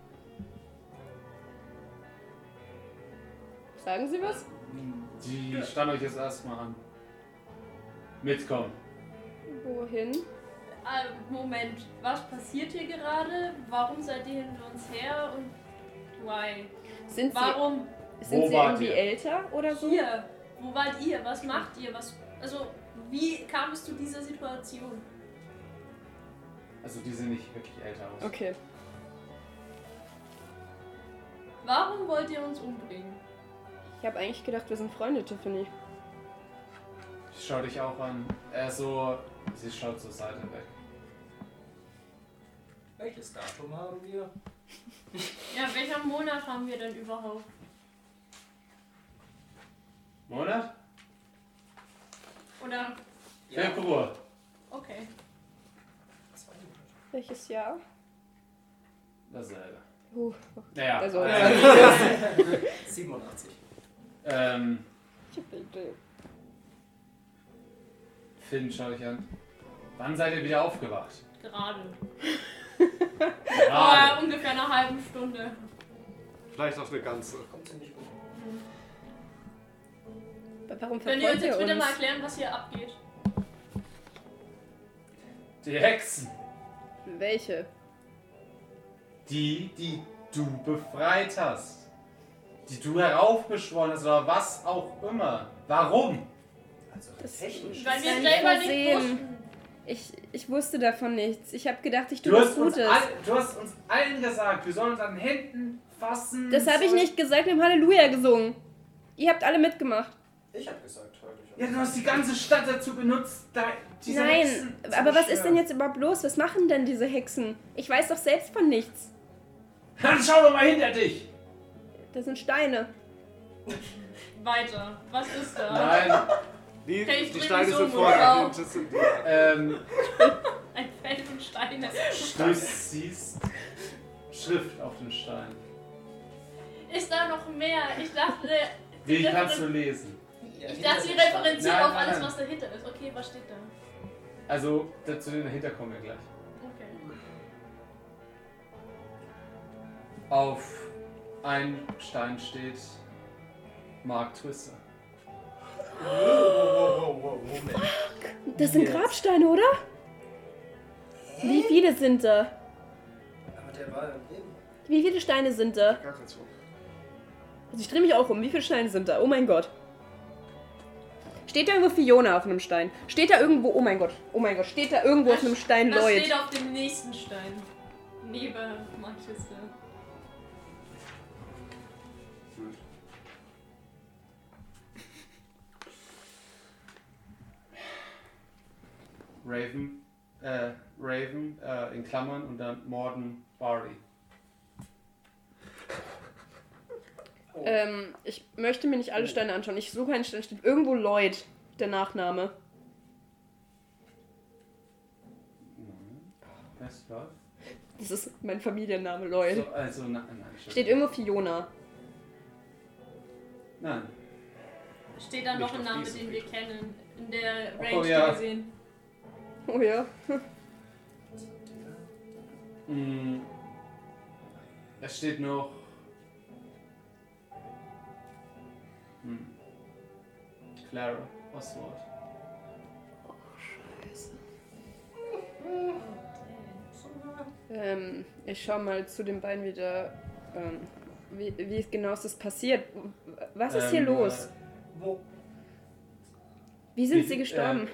S4: Sagen Sie was?
S1: Die stand euch jetzt erstmal an. Mitkommen.
S4: Wohin?
S5: Moment, was passiert hier gerade? Warum seid ihr hinter uns her und why?
S4: Sind Sie,
S5: Warum
S4: sind
S1: Wo
S4: Sie
S1: wart
S4: irgendwie
S1: ihr?
S4: älter oder so?
S5: hier? Wo wart ihr? Was macht ihr? Also, wie kam es zu dieser Situation?
S1: Also die sehen nicht wirklich älter aus.
S4: Okay.
S5: Warum wollt ihr uns umbringen?
S4: Ich habe eigentlich gedacht, wir sind Freunde, Tiffany.
S1: Ich schau dich auch an. Sie schaut zur Seite weg.
S3: Welches Datum haben wir?
S5: Ja, welcher Monat haben wir denn überhaupt?
S1: Monat?
S5: Oder,
S1: Februar.
S5: okay.
S3: 2 Monate.
S4: Welches Jahr?
S1: Dasselbe.
S4: Naja,
S1: Naja.
S4: also-
S3: 87.
S4: Ich habe eine Idee.
S1: Finn, schau dich an. Wann seid ihr wieder aufgewacht?
S5: Gerade.
S1: Gerade.
S5: Ungefähr eine halbe Stunde.
S2: Vielleicht auch eine ganze.
S3: Kommt sie nicht um.
S4: Warum
S5: Könnt ihr uns
S4: verfolgt
S5: jetzt bitte
S4: ihr
S5: mal
S4: uns?
S5: erklären, was hier abgeht?
S1: Die Hexen.
S4: Welche?
S1: Die du befreit hast. Die du heraufbeschworen hast oder was auch immer. Warum?
S3: Also
S4: Das-
S3: technisch.
S5: Weil wir
S4: Nein,
S5: selber nicht
S4: versehen.
S5: wussten.
S4: Ich wusste davon nichts. Ich habe gedacht, ich tue
S1: Du
S4: was
S1: hast, uns
S4: Gutes.
S1: du hast uns allen gesagt, wir sollen uns an den Händen fassen.
S4: Das habe ich nicht gesagt, wir haben Halleluja gesungen. Ihr habt alle mitgemacht.
S3: Ich hab gesagt heute.
S1: Ja, du hast die ganze Stadt dazu benutzt, diese
S4: Nein,
S1: Hexen zu
S4: aber was ist
S1: beschwören.
S4: denn jetzt überhaupt los? Was machen denn diese Hexen? Ich weiß doch selbst von nichts.
S1: Dann schau doch mal hinter dich!
S4: Das sind Steine.
S5: Weiter. Was ist da?
S1: Nein,
S2: Die,
S5: Okay, ich
S2: die
S5: dreh
S2: Steine
S5: mich
S2: sind
S5: um
S2: vorher.
S5: und
S2: Das sind die.
S5: Ein Feld und Steine.
S1: du siehst Schrift auf dem Stein.
S5: Ist da noch mehr? Ich dachte,
S1: Wie kannst du lesen?
S5: ich dachte, sie referenziert
S1: Nein,
S5: auf
S1: nein,
S5: alles,
S1: nein.
S5: was dahinter ist. Okay, was steht da?
S1: Also, dazu dahinter kommen wir gleich.
S5: Okay.
S1: Auf einem Stein steht Mark Twister.
S3: Moment.
S4: Das sind
S1: Jetzt.
S4: Grabsteine, oder? Wie viele sind da?
S3: Aber der war im Leben.
S4: Wie viele Steine sind da?
S2: Gar kein Zug.
S4: Also ich drehe mich auch um. Wie viele Steine sind da? Oh mein Gott. Steht da irgendwo Fiona auf einem Stein? Steht da irgendwo... Oh mein Gott. Steht da irgendwo auf einem Stein
S5: Das
S4: Lloyd?
S5: steht auf dem nächsten Stein. Neben Manchester.
S2: Gut.
S1: Raven in Klammern und dann Morden Barley.
S4: Ich möchte mir nicht alle Steine anschauen. Ich suche einen Stein. Steht irgendwo Lloyd, der Nachname.
S1: Best Love.
S4: Das ist mein Familienname, Lloyd.
S1: So, also, nein.
S4: Steht irgendwo Fiona.
S1: Nein.
S5: Steht da noch
S1: Nicht
S5: ein
S1: auf
S5: Name,
S1: diese
S5: den wir kennen? In der
S1: Oh,
S5: Range,
S1: ja.
S5: die wir sehen.
S4: Oh ja.
S1: Es steht noch. Clara Oswald.
S4: Ich schau mal zu den beiden wieder. Wie genau ist das passiert? Was ist hier los?
S3: Wo?
S4: Wie sind sie gestorben?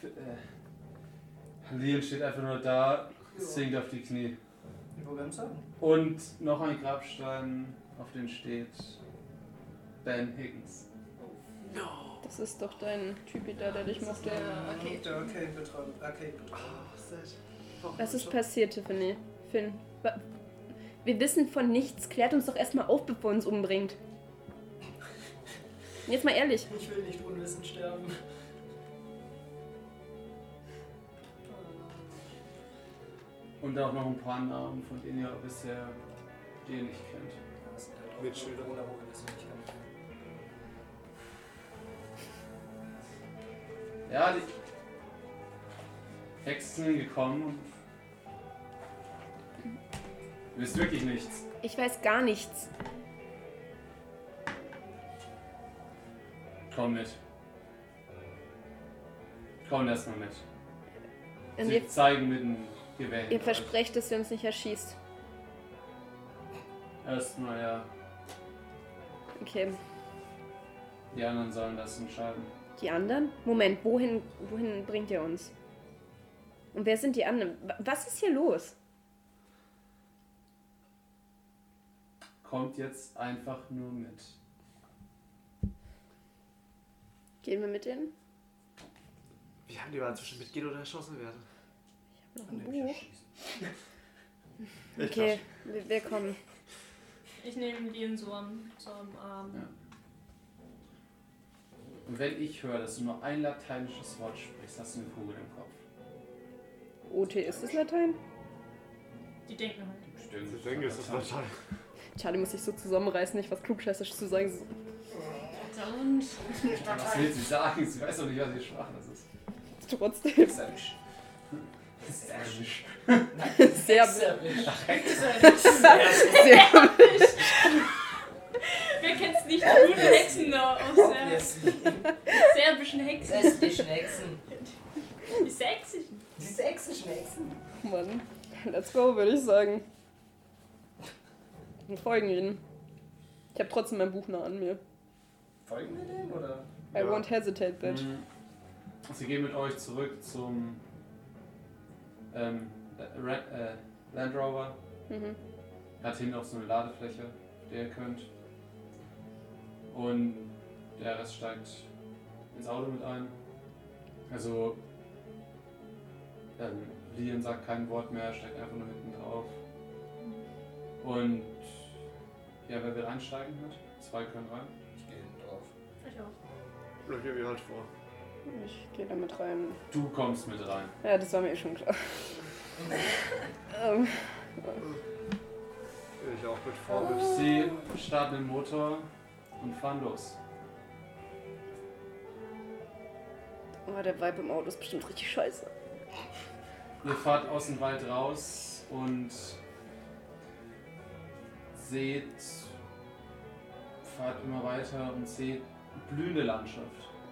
S1: Leon steht einfach nur da, sinkt auf die Knie.
S3: Wo wir sagen?
S1: Und noch ein Grabstein, auf dem steht Ben Higgins.
S4: Das ist doch dein Typi da, der dich mochte.
S5: Okay.
S3: Der Arcade-Betrag. Arcade.
S4: Was ist passiert, Tiffany? Finn? Wir wissen von nichts. Klärt uns doch erstmal auf, bevor er uns umbringt. Jetzt mal ehrlich.
S3: Ich will nicht unwissend sterben.
S1: Und auch noch ein paar Namen, von denen ihr bisher die ihr nicht kennt.
S3: Das sind halt auch
S2: Mitschüler.
S3: Bewohner, wo wir das nicht kennen.
S1: Ja, die Hexen sind gekommen und du wisst wirklich nichts.
S4: Ich weiß gar nichts.
S1: Komm mit. Komm erstmal mit.
S4: Und
S1: Sie
S4: ihr,
S1: zeigen mit dem Gewehr.
S4: ihr versprecht, dass ihr uns nicht erschießt.
S1: Erstmal ja.
S4: Okay.
S1: Die anderen sollen das entscheiden.
S4: Die anderen? Moment, wohin bringt ihr uns? Und wer sind die anderen? Was ist hier los?
S1: Kommt jetzt einfach nur mit.
S4: Gehen wir mit denen?
S2: Wie haben die Wahl zwischen mitgehen oder erschossen werden?
S4: Noch ein Buch. Okay, wir kommen.
S5: Ich nehme Leon so am Arm.
S1: Ja. Und wenn ich höre, dass du nur ein lateinisches Wort sprichst, hast du eine Kugel im Kopf.
S4: OT, ist das Latein?
S5: Die denken halt.
S1: Stimmt.
S2: Ich denke, es ist Latein.
S4: Charlie muss sich so zusammenreißen, nicht was Klugscheißerisch zu sagen.
S5: Und
S1: Was will sie sagen? Sie weiß doch nicht, was ihr Sprache das ist.
S4: Trotzdem.
S1: Serbisch. Serbisch.
S4: Sehr
S3: Serbisch.
S4: Sehr.
S5: jetzt nicht die guten Hexen da aus der
S3: Obviously.
S5: serbischen Hexen.
S3: Westlichen Hexen.
S5: Die sächsischen.
S3: Die sächsischen Hexen.
S4: Mann, let's go, würde ich sagen. Wir folgen ihnen. Ich habe trotzdem mein Buch nah an mir.
S3: Folgen wir denen, oder?
S4: I won't hesitate, bitch.
S1: Sie gehen mit euch zurück zum Land Rover. Hat hinten auch so eine Ladefläche, auf der ihr könnt. Und der Rest steigt ins Auto mit ein. Also, Lian sagt kein Wort mehr, steigt einfach nur hinten drauf. Und ja, wer will einsteigen mit? 2 können rein.
S3: Ich gehe hinten drauf.
S5: Ich auch.
S2: Oder gehen wir halt vor.
S4: Ich gehe da mit rein.
S1: Du kommst mit rein.
S4: Ja, das war mir eh schon klar.
S2: Ich auch mit vor. Mit.
S1: Sie starten den Motor und fahren los.
S4: Oh, der Vibe im Auto ist bestimmt richtig scheiße.
S1: Ihr fahrt aus dem Wald raus und fahrt immer weiter und seht blühende Landschaft.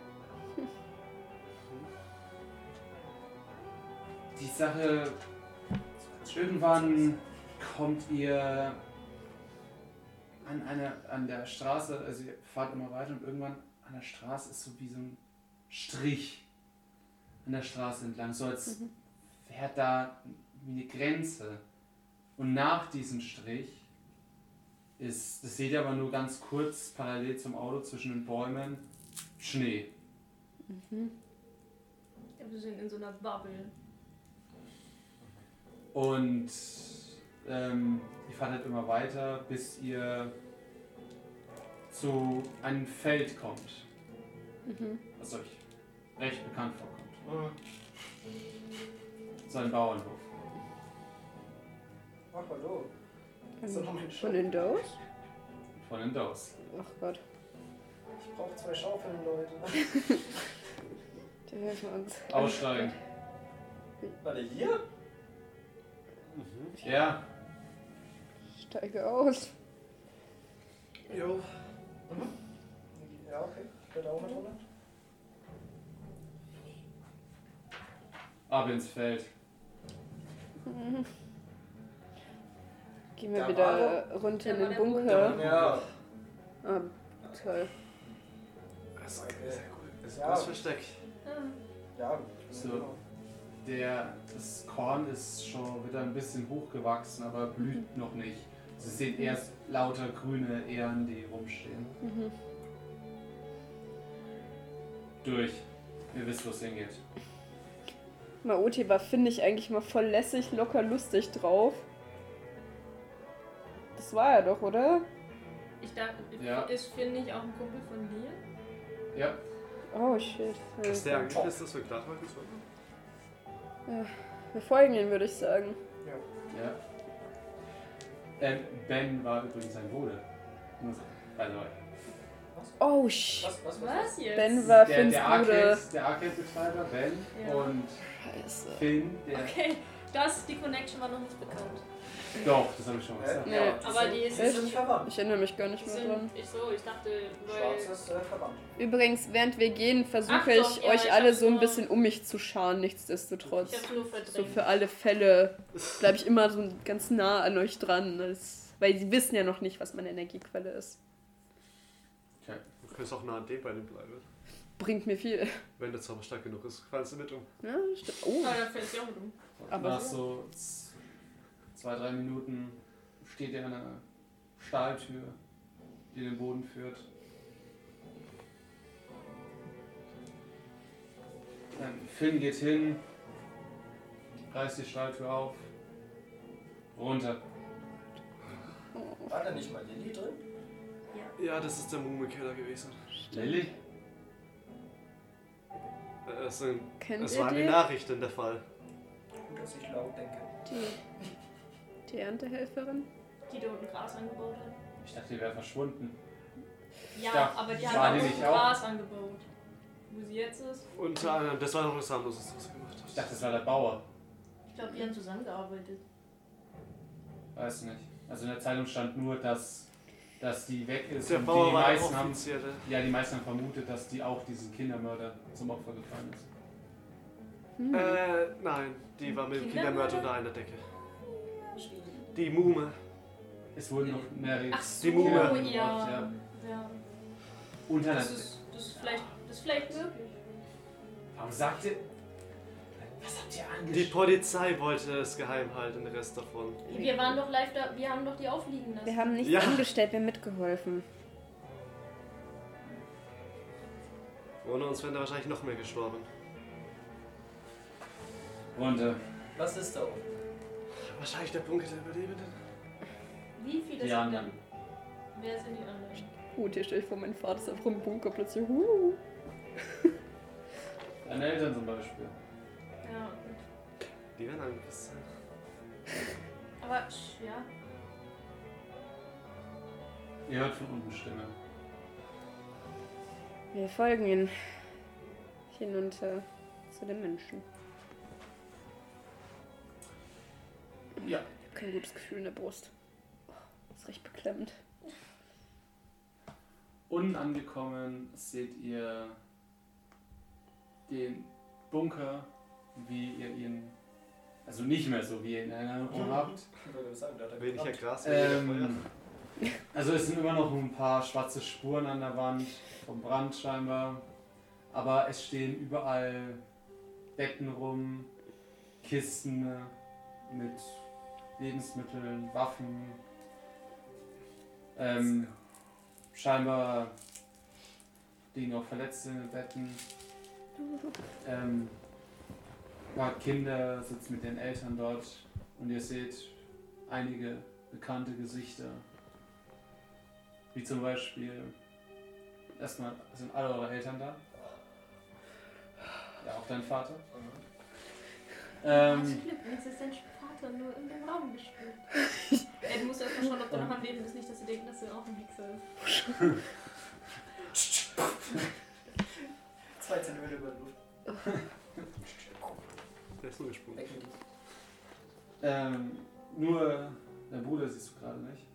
S1: Die Sache, irgendwann kommt ihr an der Straße, also ihr fahrt immer weiter und irgendwann an der Straße ist so wie so ein Strich an der Straße entlang, so als wäre da eine Grenze. Und nach diesem Strich das seht ihr aber nur ganz kurz parallel zum Auto zwischen den Bäumen, Schnee.
S5: Ja, wir sind in so einer Bubble.
S1: Und ihr fahrt halt immer weiter, bis ihr zu einem Feld kommt, was euch recht bekannt vorkommt. So ein Bauernhof.
S3: Ach, hallo.
S4: Von den Doors?
S1: Von den Doors.
S4: Ach Gott,
S3: Ich brauche 2 Schaufeln, Leute.
S4: die helfen uns.
S1: Aussteigen.
S3: Warte, hier?
S1: Ja,
S4: Steige aus.
S3: Jo. Ja, okay. Ich werde auch mit runter.
S1: ab ins Feld.
S4: Gehen wir
S3: Da
S4: wieder runter in den Bunker.
S3: Ja.
S4: Ah, toll.
S2: Das ist sehr cool. Das ist ein
S3: Ja.
S2: gutes Versteck.
S3: Ja.
S1: So. Das Korn ist schon wieder ein bisschen hochgewachsen, aber blüht noch nicht. Sie sehen erst lauter grüne Ähren, die rumstehen. Durch. Ihr wisst, wo es hingeht.
S4: Maoti war, finde ich, eigentlich mal voll lässig, locker, lustig drauf. Das war er doch, oder?
S5: Ich dachte,
S1: Ja.
S5: ist Finn nicht auch ein Kumpel von dir?
S1: Ja.
S4: Oh shit.
S2: Ist der eigentlich das, dass wir klar waren?
S4: Ja, wir folgen ihm, würde ich sagen.
S1: Ja. Ben war übrigens ein Bode. By the way.
S4: Oh shit.
S5: Was jetzt?
S4: Ben war
S1: Der
S4: Finns Bruder.
S1: Arcade-Betreiber, Ben,
S5: Ja.
S1: und
S4: Scheiße.
S1: Finn, der...
S5: Okay, die Connection war noch nicht bekannt.
S1: Doch, das habe ich schon mal gesagt.
S4: Nee.
S5: Aber die ist
S4: Echt?
S3: sind verwandt.
S4: Ich erinnere mich gar nicht mehr dran.
S5: Ich dachte,
S3: Schwarz
S5: weil.
S3: ist verwandt.
S4: Übrigens, während wir gehen, versuche
S5: Ach doch,
S4: ich
S5: ja,
S4: euch
S5: ich
S4: alle
S5: hab's
S4: so ein
S5: nur-
S4: bisschen um mich zu scharen, nichtsdestotrotz.
S5: Ich hab's nur
S4: So
S5: verdrängt.
S4: für alle Fälle bleibe ich immer so ganz nah an euch dran, weil sie wissen ja noch nicht, was meine Energiequelle ist.
S1: Okay.
S2: Du kannst auch nah an den beiden bleiben.
S4: Bringt mir viel.
S2: Wenn der Zauber stark genug ist, fallst du mit um.
S4: Ja, stimmt. Oh,
S5: Ah, da fällt sie auch mit um.
S4: Aber
S1: Nach
S4: so.
S1: so 2-3 Minuten steht ihr an einer Stahltür, die in den Boden führt. Finn geht hin, reißt die Stahltür auf, runter.
S3: War da nicht mal Lilly drin?
S2: Ja, das ist der Mumenkeller gewesen.
S1: Lilly?
S4: Kennt
S2: Es
S4: ihr
S2: war in den
S4: die?
S2: Nachrichten der Fall.
S3: Gut, dass ich laut denke.
S4: Die Erntehelferin?
S5: Die da unten Gras angebaut hat.
S1: Ich dachte, die wäre verschwunden.
S5: Ja,
S1: Ja,
S5: aber die
S1: war
S5: hat
S1: die
S5: auch
S1: nicht
S5: unten
S1: auch?
S5: Gras angebaut. Wo sie jetzt ist?
S2: Unter anderem, das war noch was anderes, was du gemacht
S1: Ich
S2: hast.
S1: dachte, das war der Bauer.
S5: Ich glaube, die haben zusammengearbeitet.
S1: Weiß nicht. Also in der Zeitung stand nur, dass dass die weg ist.
S2: Der
S1: und
S2: Bauer
S1: die
S2: war der
S1: meisten haben,
S2: Offizielle.
S1: ja, die meisten haben vermutet, dass die auch diesen Kindermörder zum Opfer gefallen ist.
S2: Nein, die war mit dem
S5: Kindermörder?
S2: Kindermörder unter einer Decke. Die Muhme.
S1: Es wurden noch mehrere
S5: Ach so,
S2: Die Muhme.
S1: ja.
S5: ja.
S1: Unter einer
S5: Das ist vielleicht möglich.
S1: Warum sagt ihr... Was habt ihr
S2: Die
S1: angestellt?
S2: Polizei wollte es geheim halten, den Rest davon.
S5: Wir waren doch live da, wir haben doch die aufliegen lassen.
S4: Wir haben nichts
S2: Ja.
S4: angestellt, wir haben mitgeholfen.
S2: Ohne uns wären da wahrscheinlich noch mehr gestorben.
S1: Runter.
S3: Was ist da oben?
S2: Wahrscheinlich der Bunker der Überlebenden.
S5: Wie viele
S1: Die
S5: sind
S1: anderen.
S5: denn? Wer sind die anderen?
S4: Gut, hier stelle ich vor, mein Vater ist einfach im Bunker plötzlich.
S1: Deine Eltern zum Beispiel.
S5: Ja, gut.
S2: Die werden angepisst sein.
S5: Aber, ja.
S1: Ihr hört von unten Stimme.
S4: Wir folgen ihn hinunter zu den Menschen.
S1: Ja.
S4: Ich habe kein gutes Gefühl in der Brust. Das ist recht beklemmend.
S1: Unten angekommen seht ihr den Bunker, wie ihr ihn, also nicht mehr so, wie ihr ihn in Erinnerung habt.
S3: Ich würde sagen, da hat er
S2: Weniger
S3: gebrannt.
S2: Gras, weniger Feuer.
S1: Also es sind immer noch ein paar schwarze Spuren an der Wand, vom Brand scheinbar. Aber es stehen überall Betten rum, Kisten mit Lebensmitteln, Waffen. Scheinbar liegen auch Verletzte in den Betten. Ein paar Kinder sitzen mit den Eltern dort und ihr seht einige bekannte Gesichter. Wie zum Beispiel, erstmal sind alle eure Eltern da. Ja, auch dein Vater.
S5: Hast Glück, jetzt ist dein Vater nur in dem Raum gespielt. Ey, du musst erst mal schauen, ob der noch am Leben ist, nicht, dass sie denken, dass er auch ein Hexer ist.
S3: 2 Zentimeter über die Luft.
S2: Der ist nur gesprungen.
S3: Weg mit ihm.
S1: Nur dein Bruder siehst du gerade nicht.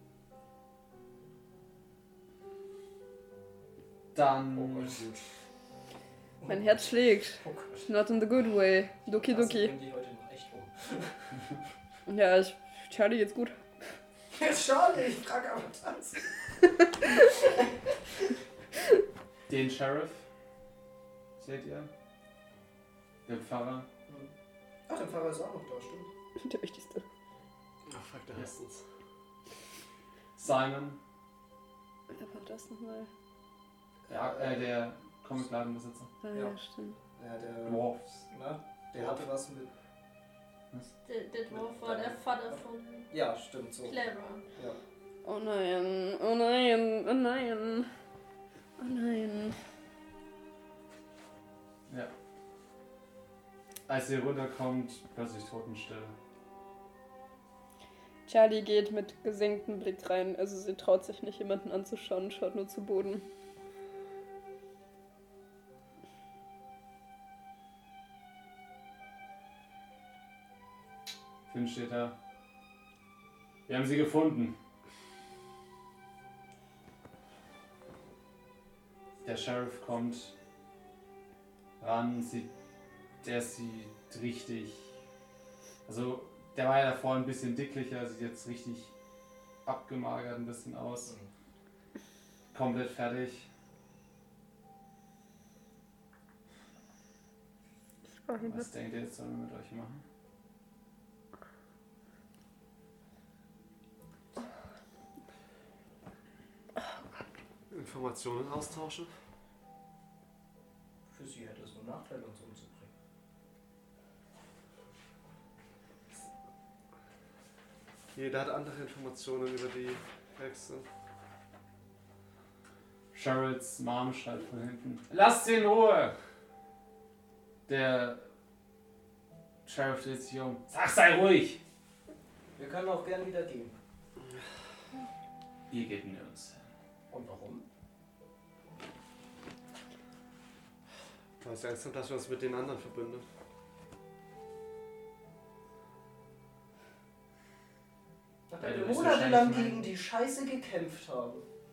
S1: Dann.
S4: Mein Herz schlägt.
S3: Oh Gott.
S4: Not in the good way. Doki
S3: Was
S4: Doki.
S3: bringen die heute noch echt um?
S4: Ja, Charlie geht's gut.
S3: Schade, ich frage aber das.
S1: Den Sheriff. Seht ihr? Den Pfarrer.
S3: Ach, der Fahrer ist auch noch da, stimmt.
S4: Der wichtigste.
S2: Ach fuck, der hasst uns.
S1: Simon.
S4: Wer war das nochmal?
S1: Ja, der Comicladenbesitzer.
S4: Ah,
S3: Ja.
S4: ja, stimmt.
S3: Ja, der.
S1: Dwarfs.
S3: Na, der hatte was mit.
S5: Der Dwarf war der Vater von
S3: Ja, stimmt so.
S5: Clara.
S3: Ja.
S4: Oh nein, oh nein, oh nein. Oh nein.
S1: Ja. Als ihr runterkommt, plötzlich Totenstille.
S4: Charlie geht mit gesenktem Blick rein. Also sie traut sich nicht, jemanden anzuschauen, schaut nur zu Boden.
S1: Finn steht da. Wir haben sie gefunden. Der Sheriff kommt ran, der sieht richtig. Also, der war ja davor ein bisschen dicklicher, sieht jetzt richtig abgemagert ein bisschen aus. Komplett fertig. Was denkt ihr, jetzt sollen wir mit euch machen?
S2: Informationen austauschen.
S3: Für sie hätte es nur Nachteile, uns umzubringen.
S2: Jeder hat andere Informationen über die Hexe.
S1: Sherrills Mom schreit von hinten. Lasst sie in Ruhe! Der Sheriff dreht sich um. Sag, sei ruhig!
S3: Wir können auch gern wieder gehen.
S1: Ihr geht nirgends.
S3: Und warum?
S2: Weil es Angst haben, dass wir uns mit den anderen verbünden.
S3: Nachdem wir
S1: du bist
S3: monatelang
S1: wahrscheinlich
S3: gegen die Scheiße gekämpft haben.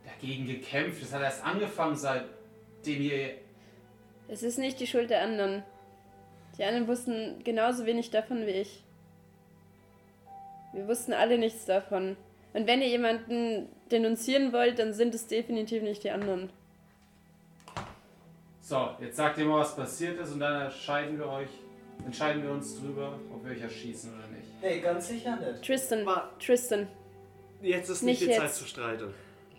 S1: dagegen gekämpft. Das hat erst angefangen, seitdem ihr...
S4: Es ist nicht die Schuld der anderen. Die anderen wussten genauso wenig davon wie ich. Wir wussten alle nichts davon. Und wenn ihr jemanden denunzieren wollt, dann sind es definitiv nicht die anderen.
S1: So, jetzt sagt ihr mal, was passiert ist und dann entscheiden wir uns drüber, ob wir euch erschießen oder nicht.
S3: Nee, ganz sicher nicht.
S4: Tristan.
S2: Jetzt ist
S4: Nicht
S2: nicht die Zeit
S4: jetzt.
S2: zu streiten.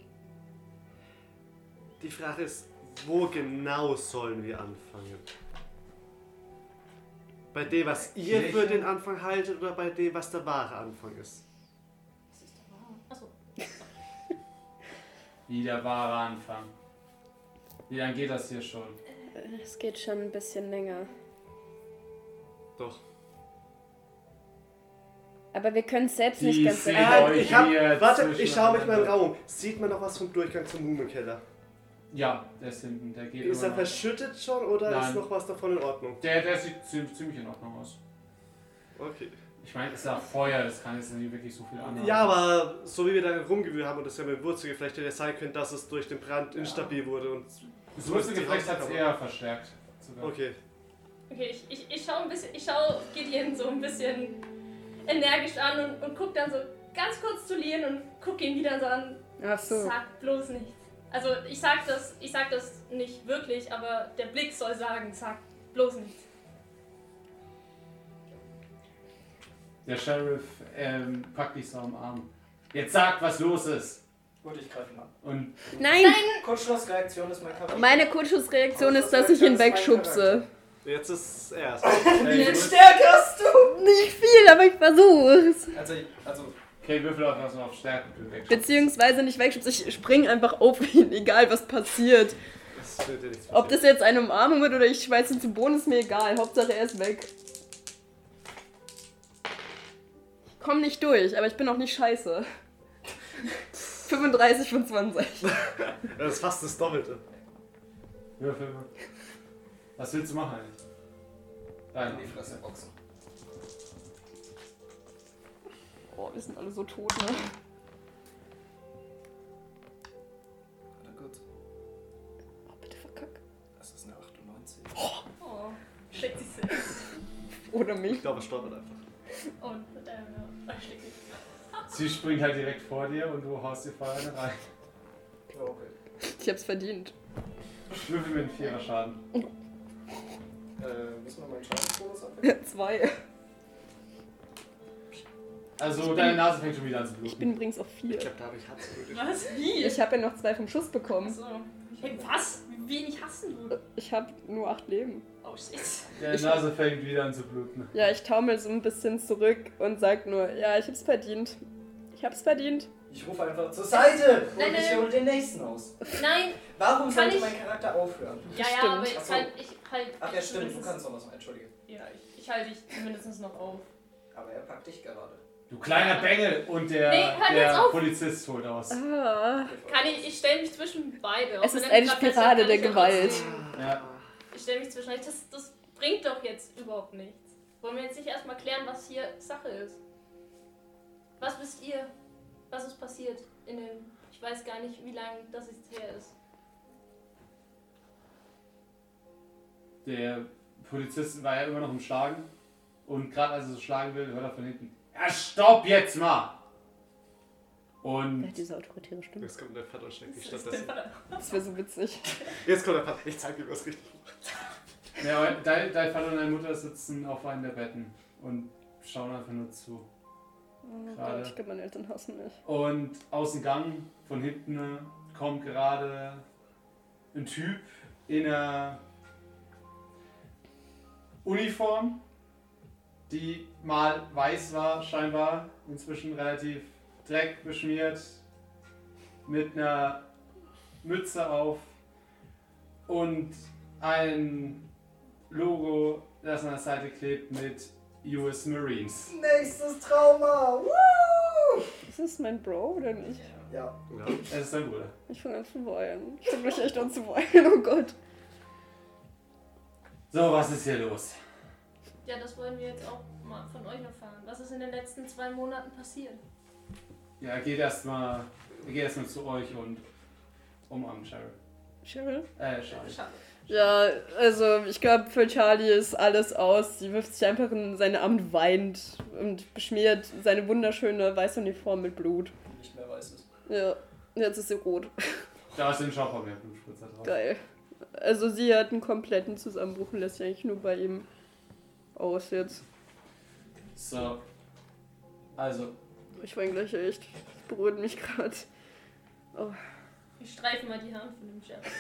S2: Die Frage ist, wo genau sollen wir anfangen? Bei dem, was ihr
S1: Kirche?
S2: für den Anfang haltet oder bei dem, was der wahre Anfang ist?
S5: Was ist der wahr? Achso.
S1: Wie der wahre Anfang. Wie lange geht das hier schon?
S4: Es geht schon ein bisschen länger.
S2: Doch.
S4: Aber wir können es selbst
S1: Die
S4: nicht ganz
S1: sehen
S4: erklären.
S1: euch
S2: Ich schaue mich mal im Raum. Sieht man noch was vom Durchgang zum Mumenkeller?
S1: Ja, der ist hinten, der geht
S2: Ist er
S1: immer noch.
S2: verschüttet schon oder
S1: Nein.
S2: ist noch was davon in Ordnung?
S1: Der sieht ziemlich in Ordnung aus.
S2: Okay.
S1: Ich meine, es ist ja Feuer, das kann jetzt nicht wirklich so viel anhaben.
S2: Ja, aber so wie wir da rumgewühlt haben und das ja mit Wurzelgeflecht hätte sein können, dass es durch den Brand instabil wurde und...
S1: Das Wurzelgeflecht hat es eher verstärkt. Sogar.
S2: Okay.
S5: Okay, ich schau Gideon so ein bisschen energisch an und guck dann so ganz kurz zu Lien und guck ihn wieder so an.
S4: Ach so.
S5: Sag bloß nichts. Also ich sag das nicht wirklich, aber der Blick soll sagen, sag bloß nichts.
S1: Der Sheriff packt dich so am Arm. Jetzt sagt, was los ist.
S3: Gut, ich greife ihn an.
S1: Und
S4: Nein!
S3: Kurzschlussreaktion ist mein Charakter.
S4: Meine Kurzschussreaktion ist, dass ich ihn wegschubse.
S2: Jetzt ist er erst.
S3: Wie viel Stärke hast du?
S4: Nicht viel, aber ich versuch's.
S3: Also
S1: okay, würfel auf was auf Stärke.
S4: Beziehungsweise nicht wegschubse, ich spring einfach auf ihn, egal was passiert.
S2: Das wird ja nichts
S4: Ob das jetzt eine Umarmung wird oder ich schmeiß ihn zu Boden, ist mir egal. Hauptsache er ist weg. Ich komm nicht durch, aber ich bin auch nicht scheiße. 35 von 20.
S2: Das ist fast das Doppelte.
S1: Würfel. Was willst du machen eigentlich? Nein,
S3: in die Fresse boxen.
S4: Oh, wir sind alle so tot, ne?
S3: Warte kurz.
S4: Oh, bitte verkack.
S3: Das ist eine 98.
S5: Oh, schlägt sich selbst.
S4: Oder
S2: Ich
S4: mich.
S2: glaube, es stolpert einfach.
S5: Und schlägt sich.
S1: Sie springt halt direkt vor dir und du haust dir voll eine rein.
S3: Ja, okay.
S4: Ich hab's verdient.
S1: Würfel mit einem 4er Schaden.
S3: Müssen wir meinen Schadensbonus abwählen?
S4: 2.
S1: Also deine Nase fängt schon wieder an zu bluten.
S4: Ich bin übrigens auf 4.
S2: Ich glaube, da habe ich Hatz.
S5: Was? Wie?
S4: Ich habe ja noch 2 vom Schuss bekommen.
S5: Achso. Hey, was? Wie wenig hast du?
S4: Ich habe nur 8 Leben.
S5: Oh shit.
S1: Deine Nase fängt wieder an zu bluten.
S4: Ja, ich taumel so ein bisschen zurück und sag nur, ja, ich hab's verdient. Ich hab's verdient.
S3: Ich rufe einfach zur Seite und
S5: Nein,
S3: ich
S5: nein.
S3: hole den nächsten aus.
S5: Nein!
S3: Warum
S5: Kann
S3: sollte
S5: ich-
S3: mein Charakter aufhören?
S5: Ja,
S4: Stimmt.
S5: ja, aber ich
S3: Ach so.
S5: halt.
S3: Ach ja, stimmt, du kannst noch was machen, entschuldige.
S5: Ja, ich halte dich zumindest noch auf.
S3: Aber er packt dich gerade.
S1: Du kleiner Bengel! Und
S5: Nee, hör jetzt
S1: der
S5: auf.
S1: Polizist holt aus.
S4: Ah.
S5: Ich stelle mich zwischen beide.
S4: Es
S5: Auch
S4: ist
S5: wenn
S4: eine
S5: er gerade
S4: Spirale
S5: besser
S4: der
S5: kann, ich
S4: Gewalt.
S5: trotzdem-
S1: Ja.
S5: Ich stelle mich zwischen euch. Das bringt doch jetzt überhaupt nichts. Wollen wir jetzt nicht erstmal klären, was hier Sache ist? Was wisst ihr? Was ist passiert in den. Ich weiß gar nicht, wie lange das jetzt her ist.
S1: Der Polizist war ja immer noch im Schlagen. Und gerade als er so schlagen will, hört er von hinten: Ja, stopp jetzt mal!
S4: Wer
S1: Und
S4: hat diese autoritäre Stimme?
S2: Jetzt kommt der Vater und schlägt dich
S5: Das ist
S2: stattdessen.
S5: der Vater.
S4: Das wäre so witzig.
S2: Jetzt kommt der Vater. Ich zeige dir was richtig.
S1: ja, aber dein Vater und deine Mutter sitzen auf einem der Betten und schauen einfach nur zu.
S4: Oh
S1: Schade.
S4: Gott, ich glaube, meine Eltern hassen mich.
S1: Und aus dem Gang von hinten kommt gerade ein Typ in einer Uniform, die mal weiß war, scheinbar, inzwischen relativ dreckbeschmiert, mit einer Mütze auf und ein Logo, das an der Seite klebt mit US Marines.
S3: Nächstes Trauma! Woo!
S4: Ist das mein Bro oder nicht?
S3: Ja.
S2: Ja.
S1: Es ist dein Bruder.
S4: Ich fange an zu weinen. Ich fange mich echt an zu weinen, oh Gott.
S1: So, was ist hier los?
S5: Ja, das wollen wir jetzt auch mal von euch erfahren. Was ist in den letzten 2 Monaten passiert?
S1: Ja, geht erstmal zu euch und umarmen Cheryl.
S4: Cheryl?
S1: Charlie.
S4: Ja, also ich glaube, für Charlie ist alles aus. Sie wirft sich einfach in seine Arme, weint und beschmiert seine wunderschöne weiße Uniform mit Blut.
S3: Nicht mehr weiß es.
S4: Ja, jetzt ist sie rot.
S1: Da ist ein Shopper mehr Blutspritzer drauf.
S4: Geil. Also sie hat einen kompletten Zusammenbruch und lässt sich eigentlich nur bei ihm aus jetzt.
S1: So. Also.
S4: Ich weine gleich echt. Das berührt mich gerade. Oh.
S5: Ich streife mal die Haare von dem Sheriff.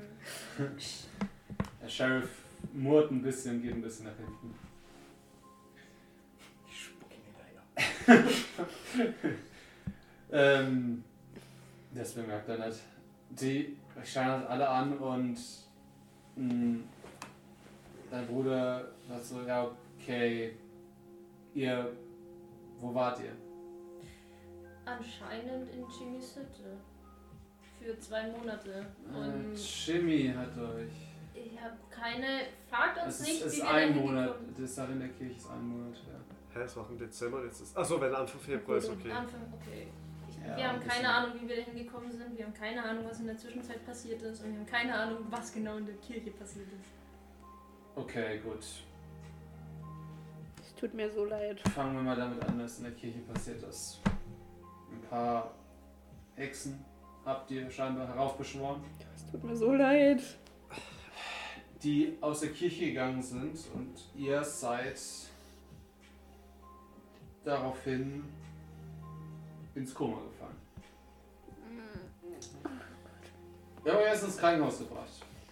S1: Der Sheriff murrt ein bisschen, geht ein bisschen nach hinten.
S3: Ich spuck ihn hinterher.
S1: Das bemerkt er nicht. Die schauen das alle an und dein Bruder sagt so, ja okay, wo wart ihr?
S5: Anscheinend in Jimmys Hütte. Für 2 Monate. Und
S1: Jimmy hat euch.
S5: ich habe keine. Fragt uns nicht,
S1: Es ist
S5: wie wir
S1: ein
S5: dahin
S1: Monat.
S5: gekommen
S1: Das ist in der Kirche ist ein Monat, ja.
S2: Hä, es war im Dezember, jetzt ist. Achso, wenn Anfang Februar ist, okay.
S5: Anfang, okay.
S1: Ja,
S5: Wir haben
S1: ein bisschen.
S5: keine Ahnung, wie wir dahin gekommen sind. Wir haben keine Ahnung, was in der Zwischenzeit passiert ist. Und wir haben keine Ahnung, was genau in der Kirche passiert ist.
S1: Okay, gut.
S4: Es tut mir so leid.
S1: Fangen wir mal damit an, was in der Kirche passiert ist. Ein paar Hexen habt ihr scheinbar heraufbeschworen,
S4: Es tut mir so leid.
S1: die aus der Kirche gegangen sind und ihr seid daraufhin ins Koma gefallen. Wir haben euch erst ins Krankenhaus gebracht.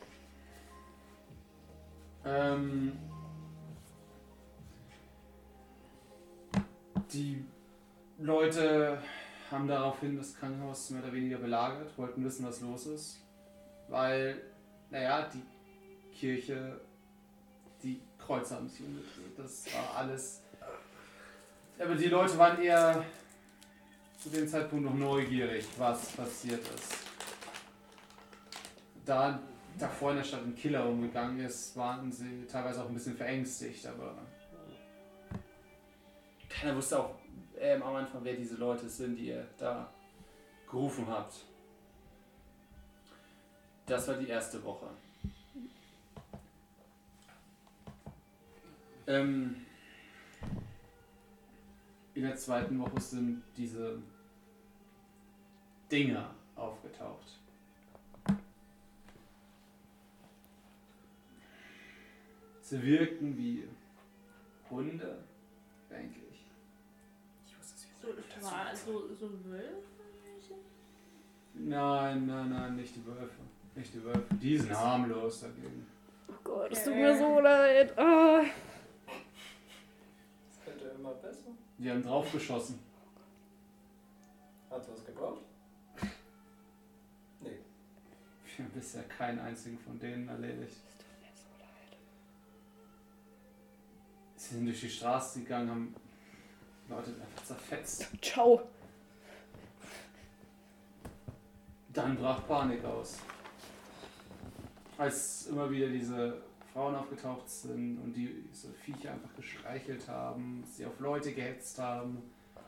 S1: Die Leute haben daraufhin das Krankenhaus mehr oder weniger belagert, wollten wissen, was los ist, weil, naja, die Kirche, die Kreuze haben sich umgedreht, das war alles. Aber die Leute waren eher zu dem Zeitpunkt noch neugierig, was passiert ist. Da davor in der Stadt ein Killer umgegangen ist, waren sie teilweise auch ein bisschen verängstigt, aber keiner wusste auch am Anfang, wer diese Leute sind, die ihr da gerufen habt. Das war die erste Woche. In der zweiten Woche sind diese Dinger aufgetaucht. Sie wirkten wie Hunde, denke ich.
S3: Ich wusste es
S5: So Wölfe?
S1: Nein, nicht die Wölfe. Nicht die Wölfe. Die sind harmlos dagegen.
S4: Oh Gott, es tut mir so leid. Ah.
S3: Das könnte immer besser.
S1: Die haben draufgeschossen.
S3: Hat was gebraucht? Nee.
S1: Wir haben bisher keinen einzigen von denen erledigt.
S4: Es tut mir so leid.
S1: Sie sind durch die Straße gegangen, haben Leute einfach zerfetzt.
S4: Ciao.
S1: Dann brach Panik aus. Als immer wieder diese Frauen aufgetaucht sind und diese Viecher einfach gestreichelt haben, sie auf Leute gehetzt haben,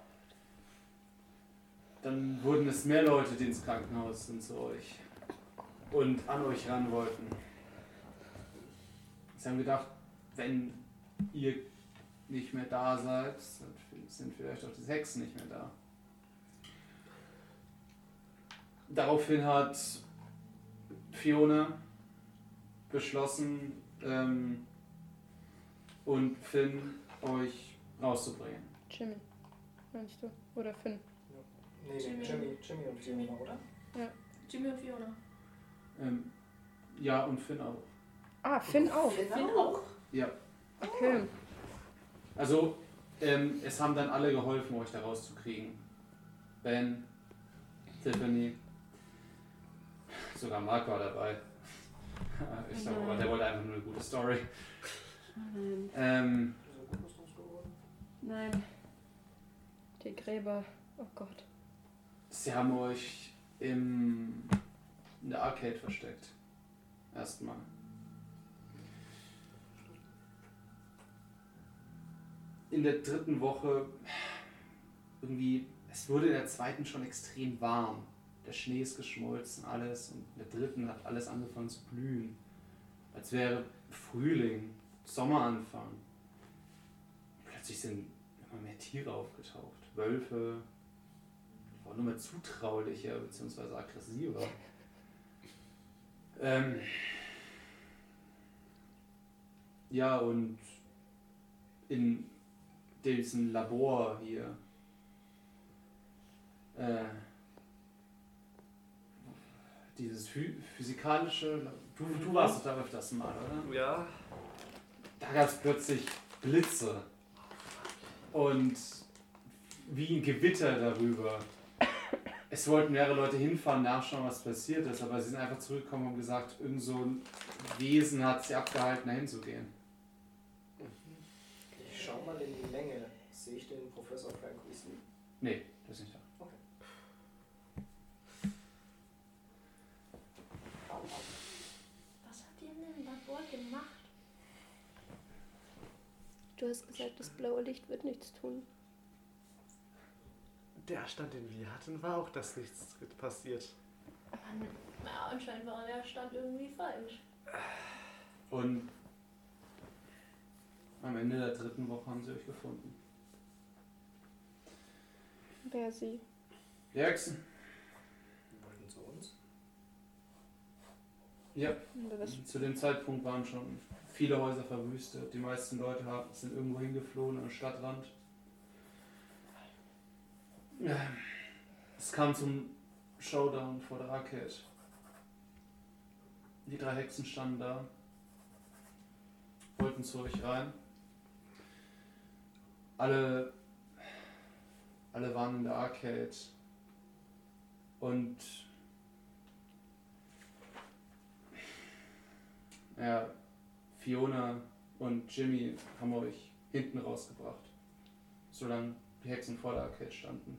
S1: dann wurden es mehr Leute, die ins Krankenhaus sind zu euch und an euch ran wollten. Sie haben gedacht, wenn ihr nicht mehr da seid, sind vielleicht auch die Hexen nicht mehr da. Daraufhin hat Fiona beschlossen, und Finn euch rauszubringen.
S4: Jimmy, meinst du? Oder Finn?
S3: Nee, Jimmy und Fiona, oder?
S5: Jimmy und Fiona.
S1: Ja, und Finn auch.
S4: Ah, Finn auch.
S5: Finn auch?
S1: Ja.
S4: Okay.
S1: Also, es haben dann alle geholfen, euch da rauszukriegen. Ben, Tiffany, sogar Mark war dabei. Ich sag mal, der wollte einfach nur eine gute Story.
S4: Nein. Nein. Die Gräber. Oh Gott.
S1: Sie haben euch in der Arcade versteckt. Erstmal. In der dritten Woche irgendwie, es wurde in der zweiten schon extrem warm. der Schnee ist geschmolzen, alles. Und in der dritten hat alles angefangen zu blühen. Als wäre Frühling, Sommeranfang. Plötzlich sind immer mehr Tiere aufgetaucht. Wölfe, die waren immer zutraulicher bzw. aggressiver. Ja, und in diesem Labor hier dieses physikalische, du warst da öfters mal, oder?
S2: Ja.
S1: Da gab es plötzlich Blitze und wie ein Gewitter darüber. Es wollten mehrere Leute hinfahren, nachschauen, was passiert ist, aber sie sind einfach zurückgekommen und gesagt, irgend so ein Wesen hat sie abgehalten, da hinzugehen.
S3: Ich schau mal in die Menge. Sehe ich den Professor Frank Weasley?
S1: Nee, das ist nicht da.
S3: Okay.
S5: Was habt ihr denn im Labor gemacht?
S4: Du hast gesagt, das blaue Licht wird nichts tun.
S2: Der Stand, den wir hatten, war auch, dass nichts passiert.
S5: Ja, anscheinend war der Stand irgendwie falsch.
S1: Und am Ende der 3. Woche haben sie euch gefunden.
S4: Wer sie?
S1: Die Hexen?
S3: Wollten zu uns?
S1: Ja.
S4: Wer was?
S1: Zu dem Zeitpunkt waren schon viele Häuser verwüstet. Die meisten Leute sind irgendwo hingeflohen am Stadtrand. Es kam zum Showdown vor der Arcade. Die 3 Hexen standen da, wollten zu euch rein. Alle waren in der Arcade und ja, Fiona und Jimmy haben euch hinten rausgebracht, solange die Hexen vor der Arcade standen.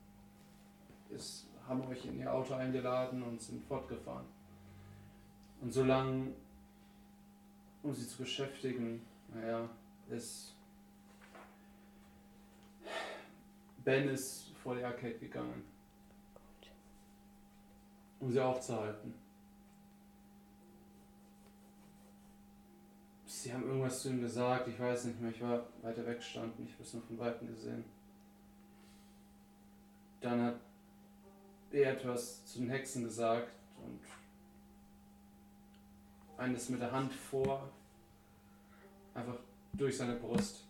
S1: Haben euch in ihr Auto eingeladen und sind fortgefahren. Und solange, um sie zu beschäftigen, Ben ist vor die Arcade gegangen, um sie aufzuhalten. Sie haben irgendwas zu ihm gesagt, ich weiß nicht mehr, ich war weiter weggestanden, ich habe es nur von Weitem gesehen. Dann hat er etwas zu den Hexen gesagt und eines mit der Hand vor, einfach durch seine Brust.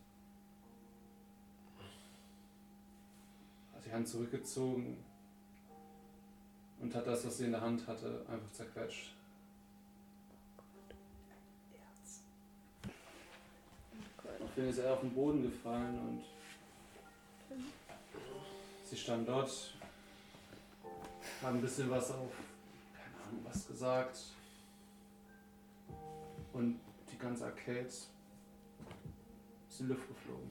S1: Hat die Hand zurückgezogen und hat das, was sie in der Hand hatte, einfach zerquetscht. Daraufhin ist er auf den Boden gefallen und sie stand dort, haben ein bisschen was auf, keine Ahnung was gesagt und die ganze Arcade ist in die Luft geflogen.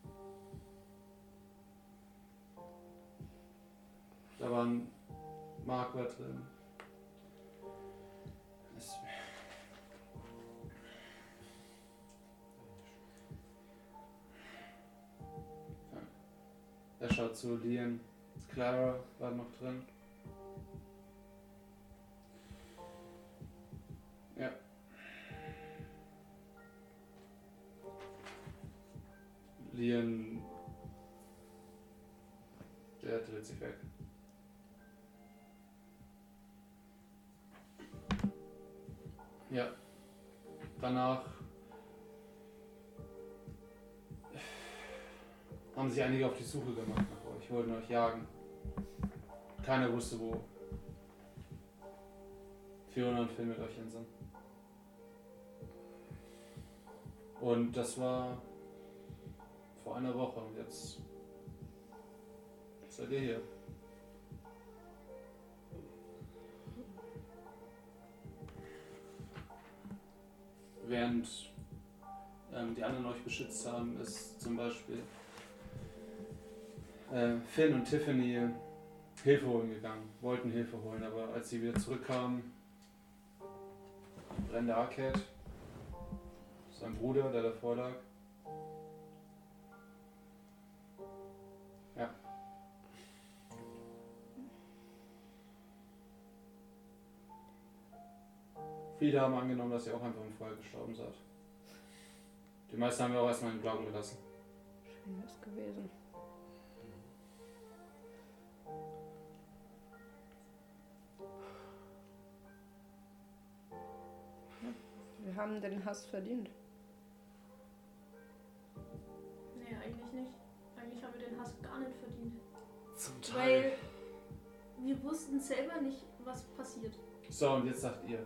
S1: Da war ein Marker drin. Er schaut zu Liam. Clara war noch drin. Ja. Liam, der dreht sich weg. Ja. Danach haben sich einige auf die Suche gemacht nach euch, wollten euch jagen. Keiner wusste wo. Fiona und Phil mit euch sind. Und das war vor einer Woche und jetzt seid ihr hier. Während die anderen euch beschützt haben, ist zum Beispiel Finn und Tiffany Hilfe holen gegangen, wollten Hilfe holen, aber als sie wieder zurückkamen, brennende Arcade, sein Bruder, der davor lag. Ja. Viele haben angenommen, dass ihr auch einfach im Feuer gestorben seid. Die meisten haben wir auch erstmal im Glauben gelassen.
S4: Schön ist gewesen. Wir haben den Hass verdient.
S5: Nee, eigentlich nicht. Eigentlich haben wir den Hass gar nicht verdient.
S2: Zum
S5: Weil
S2: Teil.
S5: wir wussten selber nicht, was passiert.
S1: So, und jetzt sagt ihr.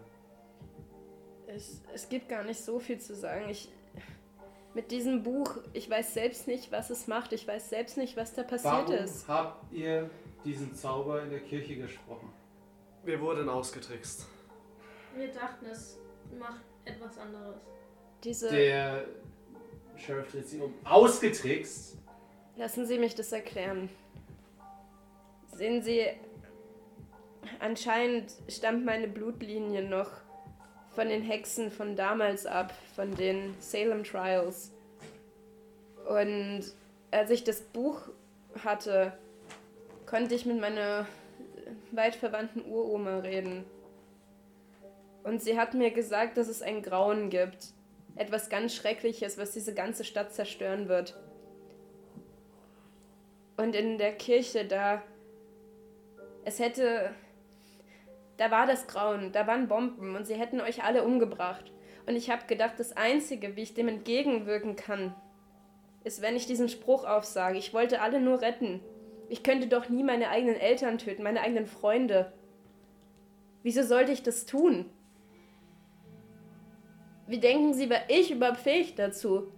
S4: Es gibt gar nicht so viel zu sagen. Mit diesem Buch, ich weiß selbst nicht, was es macht. Ich weiß selbst nicht, was da passiert ist.
S1: Warum habt ihr diesen Zauber in der Kirche gesprochen?
S2: Wir wurden ausgetrickst.
S5: Wir dachten, es macht etwas anderes.
S1: Der Sheriff dreht sich um. Ausgetrickst?
S4: Lassen Sie mich das erklären. Sehen Sie, anscheinend stammt meine Blutlinie noch von den Hexen von damals ab, von den Salem Trials. Und als ich das Buch hatte, konnte ich mit meiner weit verwandten Uroma reden. Und sie hat mir gesagt, dass es ein Grauen gibt. Etwas ganz Schreckliches, was diese ganze Stadt zerstören wird. Und in der Kirche, da war das Grauen, da waren Bomben und sie hätten euch alle umgebracht. Und ich habe gedacht, das Einzige, wie ich dem entgegenwirken kann, ist, wenn ich diesen Spruch aufsage. Ich wollte alle nur retten. Ich könnte doch nie meine eigenen Eltern töten, meine eigenen Freunde. Wieso sollte ich das tun? Wie denken Sie, war ich überhaupt fähig dazu?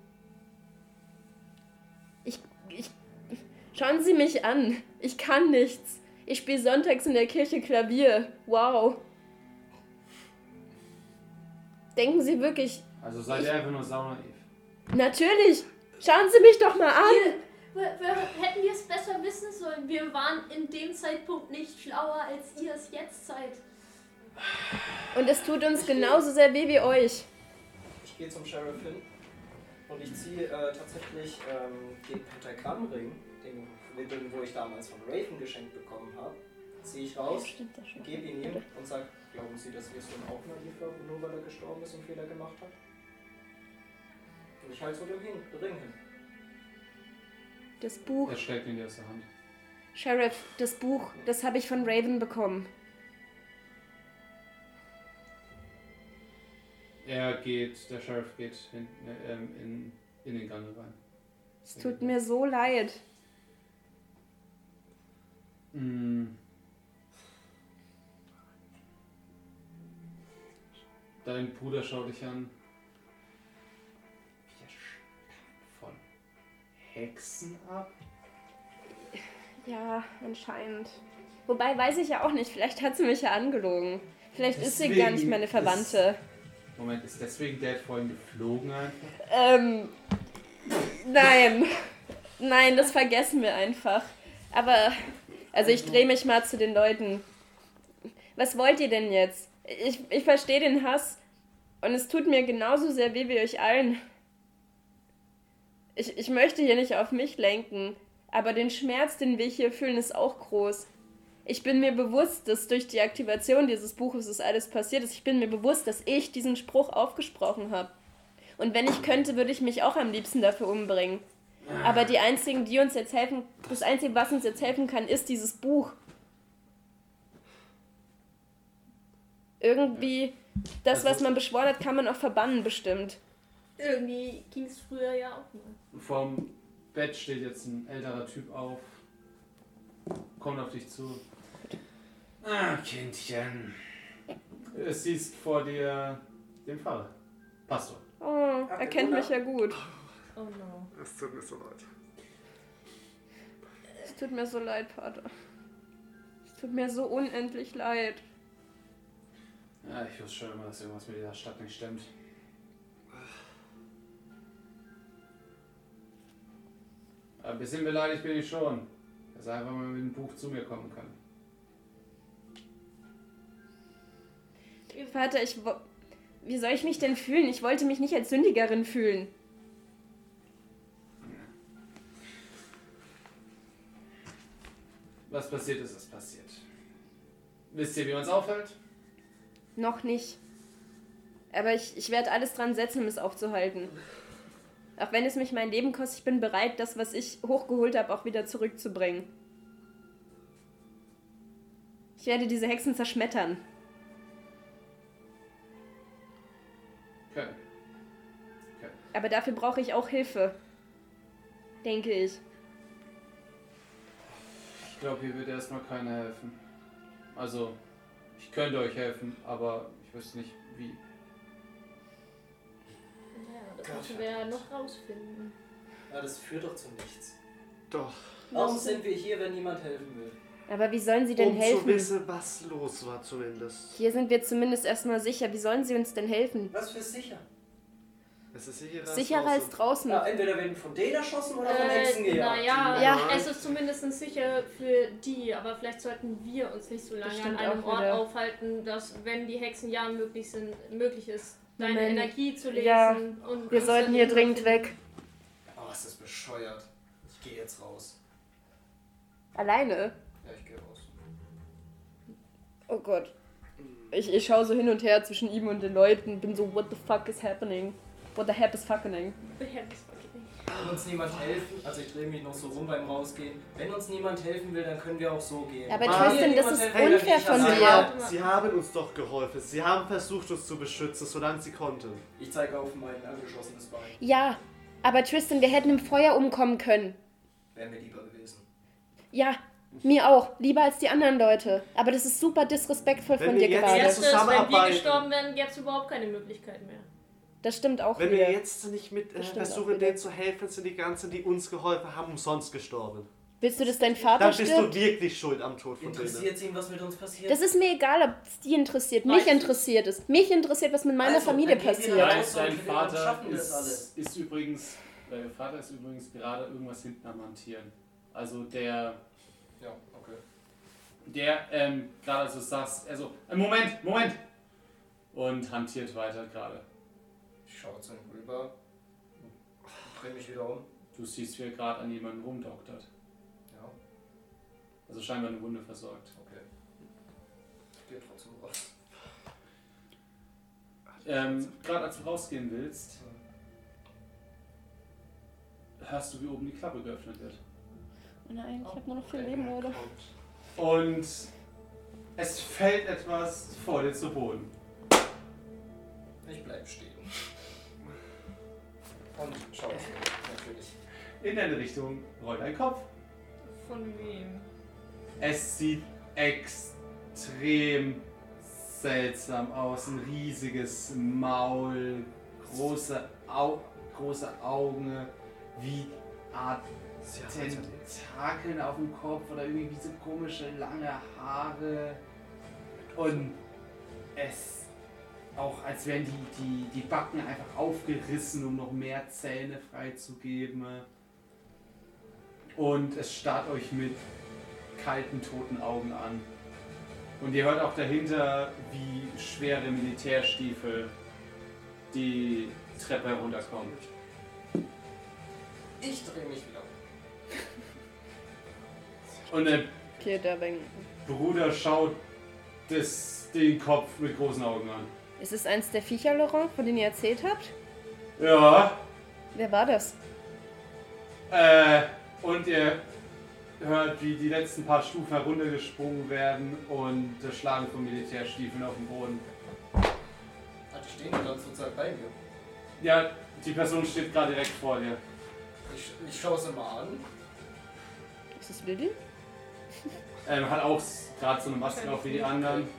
S4: Schauen Sie mich an. Ich kann nichts. Ich spiele sonntags in der Kirche Klavier. Wow. Denken Sie wirklich...
S1: Also seid ihr einfach nur saunaiv.
S4: Natürlich. Schauen Sie mich doch mal an.
S5: Hätten wir es besser wissen sollen. Wir waren in dem Zeitpunkt nicht schlauer, als ihr es jetzt seid.
S4: Und es tut uns genauso sehr weh wie euch.
S3: Ich gehe zum Sheriff hin und ich ziehe tatsächlich den Pentagrammring, den wo ich damals von Raven geschenkt bekommen habe, ziehe ich raus, gebe ihn ihm und sage, glauben Sie, dass ihr Sohn auch naiv war, nur weil er gestorben ist und Fehler gemacht hat? Und ich halte so den Ring hin.
S4: Das Buch...
S1: Er steckt ihn dir aus der Hand.
S4: Sheriff, das Buch, das habe ich von Raven bekommen.
S1: Der Sheriff geht in den Gang rein.
S4: Es tut mir so leid.
S1: Dein Bruder schaut dich an. Wir stammen von Hexen ab?
S4: Ja, anscheinend. Wobei, weiß ich ja auch nicht. Vielleicht hat sie mich ja angelogen. Vielleicht ist sie gar nicht meine Verwandte.
S1: Moment, ist deswegen Dad vorhin geflogen einfach?
S4: Nein. Nein, das vergessen wir einfach. Aber, also ich drehe mich mal zu den Leuten. Was wollt ihr denn jetzt? Ich verstehe den Hass und es tut mir genauso sehr weh wie euch allen. Ich möchte hier nicht auf mich lenken, aber den Schmerz, den wir hier fühlen, ist auch groß. Ich bin mir bewusst, dass durch die Aktivation dieses Buches das alles passiert ist. Ich bin mir bewusst, dass ich diesen Spruch aufgesprochen habe. Und wenn ich könnte, würde ich mich auch am liebsten dafür umbringen. Aber die einzigen, die uns jetzt helfen, das Einzige, was uns jetzt helfen kann, ist dieses Buch. Irgendwie, das, was man beschworen hat, kann man auch verbannen, bestimmt.
S5: Irgendwie ging es früher ja auch mal.
S1: Vom Bett steht jetzt ein älterer Typ auf, kommt auf dich zu. Ah, Kindchen. Du siehst vor dir den Pfarrer. Pastor.
S4: Oh, er kennt mich ja gut.
S5: Oh no.
S2: Es tut mir so leid.
S4: Es tut mir so leid, Pater. Es tut mir so unendlich leid.
S1: Ja, ich wusste schon immer, dass irgendwas mit dieser Stadt nicht stimmt. Aber ein bisschen beleidigt bin ich schon, dass er einfach mal mit dem Buch zu mir kommen kann.
S4: Vater, wie soll ich mich denn fühlen? Ich wollte mich nicht als Sündigerin fühlen.
S1: Was passiert ist passiert. Wisst ihr, wie man es aufhält?
S4: Noch nicht. Aber ich werde alles dran setzen, um es aufzuhalten. Auch wenn es mich mein Leben kostet, ich bin bereit, das, was ich hochgeholt habe, auch wieder zurückzubringen. Ich werde diese Hexen zerschmettern.
S1: Okay.
S4: Aber dafür brauche ich auch Hilfe. Denke ich.
S1: Ich glaube, hier wird erstmal keiner helfen. Also, ich könnte euch helfen, aber ich wüsste nicht, wie.
S5: Ja, das müssen wir ja noch rausfinden.
S3: Ja, das führt doch zu nichts.
S2: Doch.
S3: Warum sind wir hier, wenn niemand helfen will?
S4: Aber wie sollen sie denn helfen?
S2: Um zu wissen, was los war zumindest.
S4: Hier sind wir zumindest erstmal sicher. Wie sollen sie uns denn helfen?
S3: Was für sicher?
S2: Es ist sicherer,
S4: Sicherer als draußen.
S3: Ja, entweder werden von denen erschossen oder von Hexen gejagt.
S5: Naja,
S4: Ja.
S5: es ist zumindest sicher für die, aber vielleicht sollten wir uns nicht so lange an
S4: stimmt
S5: einem
S4: auch
S5: Ort
S4: wieder.
S5: aufhalten, dass, wenn die Hexen ja möglich ist, deine
S4: Moment.
S5: Energie zu lesen.
S4: Ja,
S5: und
S4: Wir
S5: uns
S4: sollten
S5: dann
S4: hier
S5: immer
S4: dringend
S5: finden.
S4: weg.
S3: Oh, ist das bescheuert. Ich gehe jetzt raus.
S4: Alleine?
S3: Ja, ich gehe raus.
S4: Oh Gott. Ich schaue so hin und her zwischen ihm und den Leuten. Bin so, what the fuck is happening? What the heck is happening?
S3: Wenn uns niemand helfen, also ich drehe mich noch so rum beim Rausgehen. Wenn uns niemand helfen will, dann können wir auch so gehen.
S4: Aber
S3: Wenn
S4: Tristan,
S3: mir
S4: das
S3: niemand
S4: ist
S3: helfen will, dann
S4: unfair
S3: gehe ich
S4: von
S3: alleine.
S4: dir.
S2: Sie haben uns doch geholfen. Sie haben versucht, uns zu beschützen, solange sie konnten.
S3: Ich zeige auf mein angeschossenes Bein.
S4: Ja, aber Tristan, wir hätten im Feuer umkommen können.
S3: Wäre mir lieber gewesen.
S4: Ja, mir auch. Lieber als die anderen Leute. Aber das ist super disrespektvoll
S2: Wenn
S4: von
S2: wir
S4: dir
S2: jetzt
S4: gerade.
S5: Erstens, wenn wir
S2: zusammenarbeiten.
S5: gestorben wären, gäbe es überhaupt keine Möglichkeit mehr.
S4: Das stimmt auch
S2: Wenn
S4: wieder.
S2: wir jetzt nicht mit
S4: Das stimmt auch
S2: versuchen,
S4: wieder.
S2: denen zu helfen, sind die ganzen, die uns geholfen haben, umsonst gestorben.
S4: Willst du, dass dein Vater
S2: Dann bist
S4: stirbt?
S2: du wirklich schuld am Tod von denen.
S3: Interessiert ihn, was mit uns passiert?
S4: Das ist mir egal, ob es die interessiert. Mich
S5: Reicht.
S4: interessiert es. Mich interessiert, was mit meiner
S3: Also,
S4: Familie
S3: dann gehen wir
S4: passiert.
S3: raus.
S1: Dein,
S3: und
S1: dein
S3: wir
S1: Vater
S3: schaffen das alles.
S1: ist übrigens gerade irgendwas hinten am Hantieren. Also der,
S3: Ja, okay.
S1: gerade als du sagst, also, Moment! Und hantiert weiter gerade.
S3: Ich schaue zu ihm rüber. Drehe mich wieder um.
S1: Du siehst, wie er gerade an jemanden rumdoktert.
S3: Ja,
S1: Also scheinbar eine Wunde versorgt.
S3: okay. Ich gehe trotzdem raus.
S1: Gerade als du rausgehen willst, hörst du, wie oben die Klappe geöffnet wird.
S4: Nein, ich habe nur noch 4 Leben, Leute.
S1: Und es fällt etwas vor dir zu Boden.
S3: Ich bleib stehen. Und schau es mir, natürlich.
S1: In deine Richtung rollt ein Kopf.
S5: Von wem?
S1: Es sieht extrem seltsam aus. Ein riesiges Maul, große Augen, wie Art Tentakeln auf dem Kopf oder irgendwie so komische lange Haare. Und es auch, als wären die Backen einfach aufgerissen, um noch mehr Zähne freizugeben. Und es starrt euch mit kalten, toten Augen an. Und ihr hört auch dahinter, wie schwere Militärstiefel die Treppe herunterkommen.
S3: Ich drehe mich wieder um.
S1: Und der
S4: Okay, der Weng.
S1: Bruder schaut den Kopf mit großen Augen an.
S4: Ist es eins der Viecher, Laurent, von denen ihr erzählt habt?
S1: Ja,
S4: Wer war das?
S1: und ihr hört, wie die letzten paar Stufen heruntergesprungen werden und das Schlagen von Militärstiefeln auf dem Boden.
S3: Die stehen die ganze Zeit bei mir.
S1: Ja, die Person steht gerade direkt vor dir.
S3: Ich schaue es immer an.
S4: Ist es Lilly?
S1: Hat auch gerade so eine Maske auf wie die anderen.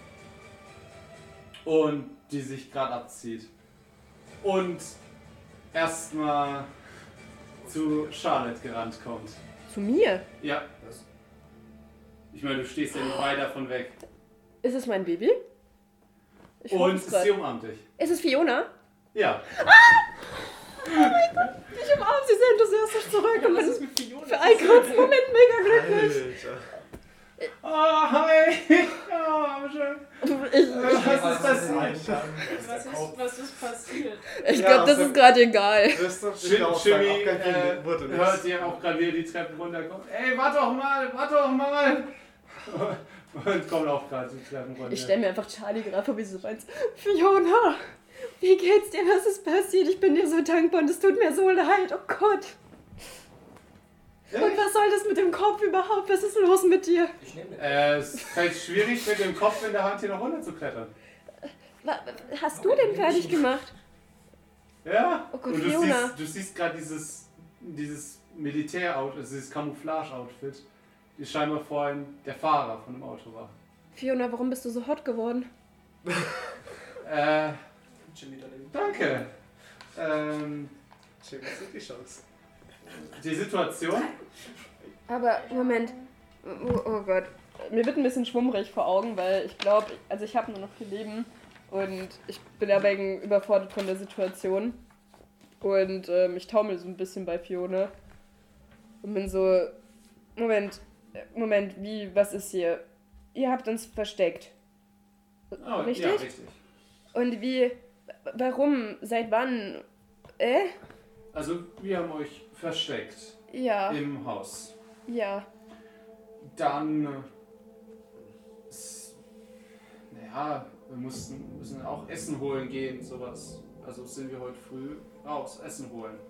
S1: Und die sich gerade abzieht. Und erstmal zu Charlotte gerannt kommt.
S4: Zu mir?
S1: Ja.
S3: Was?
S1: Ich meine, du stehst ja nicht weit davon weg.
S4: Ist es mein Baby? Ich hoffe
S1: Und
S4: es grad.
S1: sie umarmt dich.
S4: Ist es Fiona?
S1: Ja.
S4: Ich umarme sie sehr enthusiastisch zurück und
S5: Was
S4: bin
S5: ist mit Fiona?
S4: für einen kurzen Moment mega glücklich.
S2: Alter.
S1: Oh, hi! Oh, schön. Was ist passiert?
S5: Was ist passiert?
S4: Ich
S2: Ja,
S4: glaube, das ist gerade egal.
S2: Christoph, ich will auch sagen,
S1: Jimmy
S2: auch kein Film wurde
S1: hört
S2: nichts.
S1: ihr auch gerade wieder die Treppen runterkommen. Ey, warte doch mal! Und kommt auch gerade die Treppen runter.
S4: Ich stelle mir einfach Charlie gerade vor, wie sie so meint. Fiona! Wie geht's dir? Was ist passiert? Ich bin dir so dankbar und es tut mir so leid. Oh Gott. Und was soll das mit dem Kopf überhaupt? Was ist los mit dir?
S3: Ich nehme den.
S1: Es ist halt schwierig, mit dem Kopf in der Hand hier noch runterzuklettern.
S4: Hast du den fertig gemacht?
S1: Ja.
S4: Oh Gott,
S1: und
S4: Fiona.
S1: du siehst gerade dieses Militär-Outfit, also dieses Camouflage-Outfit, die scheinbar vorhin der Fahrer von dem Auto war.
S4: Fiona, warum bist du so hot geworden?
S3: Jimmy daneben.
S1: Danke.
S2: Jimmy, was ist die Chance?
S1: Die Situation?
S4: Aber, Moment. Oh Gott. Mir wird ein bisschen schwummrig vor Augen, weil ich glaube, also ich habe nur noch 4 Leben und ich bin aber überfordert von der Situation. Und ich taumel so ein bisschen bei Fiona. Und bin so, Moment, was ist hier? Ihr habt uns versteckt.
S1: Oh,
S4: Richtig?
S1: Ja, richtig.
S4: Und warum, seit wann?
S1: Also, wir haben euch versteckt
S4: Ja,
S1: im Haus.
S4: ja.
S1: Dann, wir müssen auch Essen holen gehen, sowas. Also sind wir heute früh raus, Essen holen.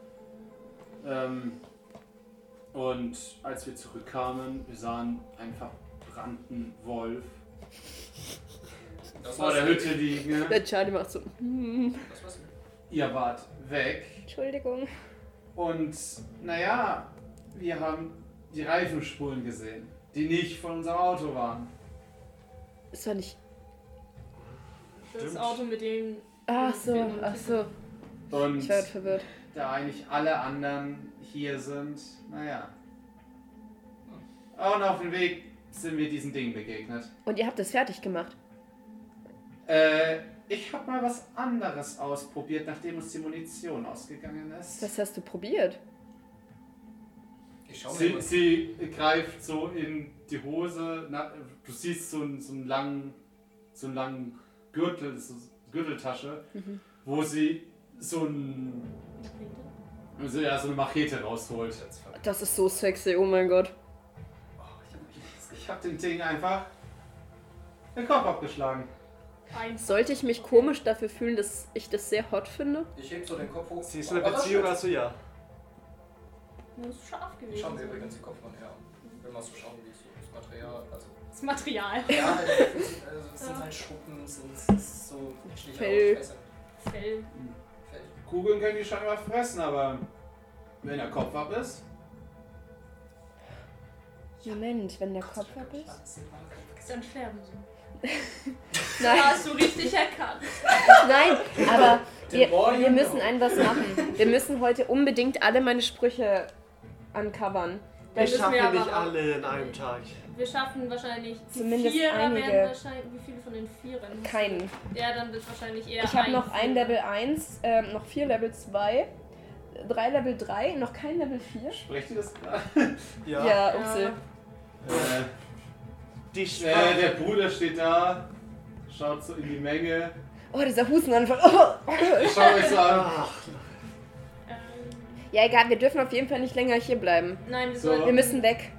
S1: Und als wir zurückkamen, wir sahen einen verbrannten Wolf vor der Hütte liegen.
S4: Der Charlie macht so,
S3: Das war's.
S1: Ihr wart weg.
S4: Entschuldigung.
S1: Und naja, wir haben die Reifenspuren gesehen, die nicht von unserem Auto waren.
S4: Es war nicht...
S5: Das
S2: Stimmt.
S5: Auto mit dem.
S4: Ach so.
S1: Und
S4: Ich war verwirrt.
S1: da eigentlich alle anderen hier sind, naja. Und auf dem Weg sind wir diesen Dingen begegnet.
S4: Und ihr habt es fertig gemacht?
S1: Ich habe mal was anderes ausprobiert, nachdem uns die Munition ausgegangen ist.
S4: Was hast du probiert?
S3: Ich schau mir
S1: Sie greift so in die Hose, du siehst so einen langen Gürtel, Gürteltasche, wo sie so eine Machete rausholt.
S4: Das ist so sexy, oh mein Gott.
S1: Ich hab dem Ding einfach den Kopf abgeschlagen.
S4: Sollte ich mich komisch dafür fühlen, dass ich das sehr hot finde?
S3: Ich heb so den Kopf hoch.
S2: Siehst du eine Beziehung,
S3: das
S2: also ja.
S5: Muss scharf gewesen
S3: Ich schau mir
S5: sein.
S3: übrigens den Kopf von her an. Will mal so schauen, wie so das Material. Also,
S5: Das Material.
S3: ja, also es sind halt Schuppen, es ist so.
S4: Fell.
S5: Fell.
S1: Kugeln können die scheinbar fressen, aber wenn der Kopf ab ist.
S4: Moment, wenn der Kopf ab ist?
S5: Dann sterben sie.
S4: Nein,
S5: Hast du richtig erkannt.
S4: nein, aber wir müssen was machen. Wir müssen heute unbedingt alle meine Sprüche uncovern.
S5: Wir
S2: Ich
S5: müssen
S2: schaffe
S5: wir
S2: nicht
S5: aber-
S2: alle in einem Tag.
S5: Wir schaffen wahrscheinlich die
S4: Zumindest
S5: Vierer
S4: einige.
S5: werden wahrscheinlich. Wie viele von den Vierern?
S4: Keinen.
S5: Ja, dann wird wahrscheinlich eher.
S4: Ich habe noch ein
S5: Vierer.
S4: Level 1, noch 4 Level 2, 3 Level 3, noch kein Level 4.
S1: Sprecht ihr das gerade?
S4: Ja, upsi.
S2: Die Sprache.
S1: Der Bruder steht da, schaut so in die Menge.
S4: Oh, dieser Hustenanfall. Oh.
S1: Ich schau euch so an.
S2: Ach,
S4: Ja, egal, wir dürfen auf jeden Fall nicht länger hier bleiben.
S5: Nein, wir
S1: So.
S5: sollten.
S4: Wir müssen weg.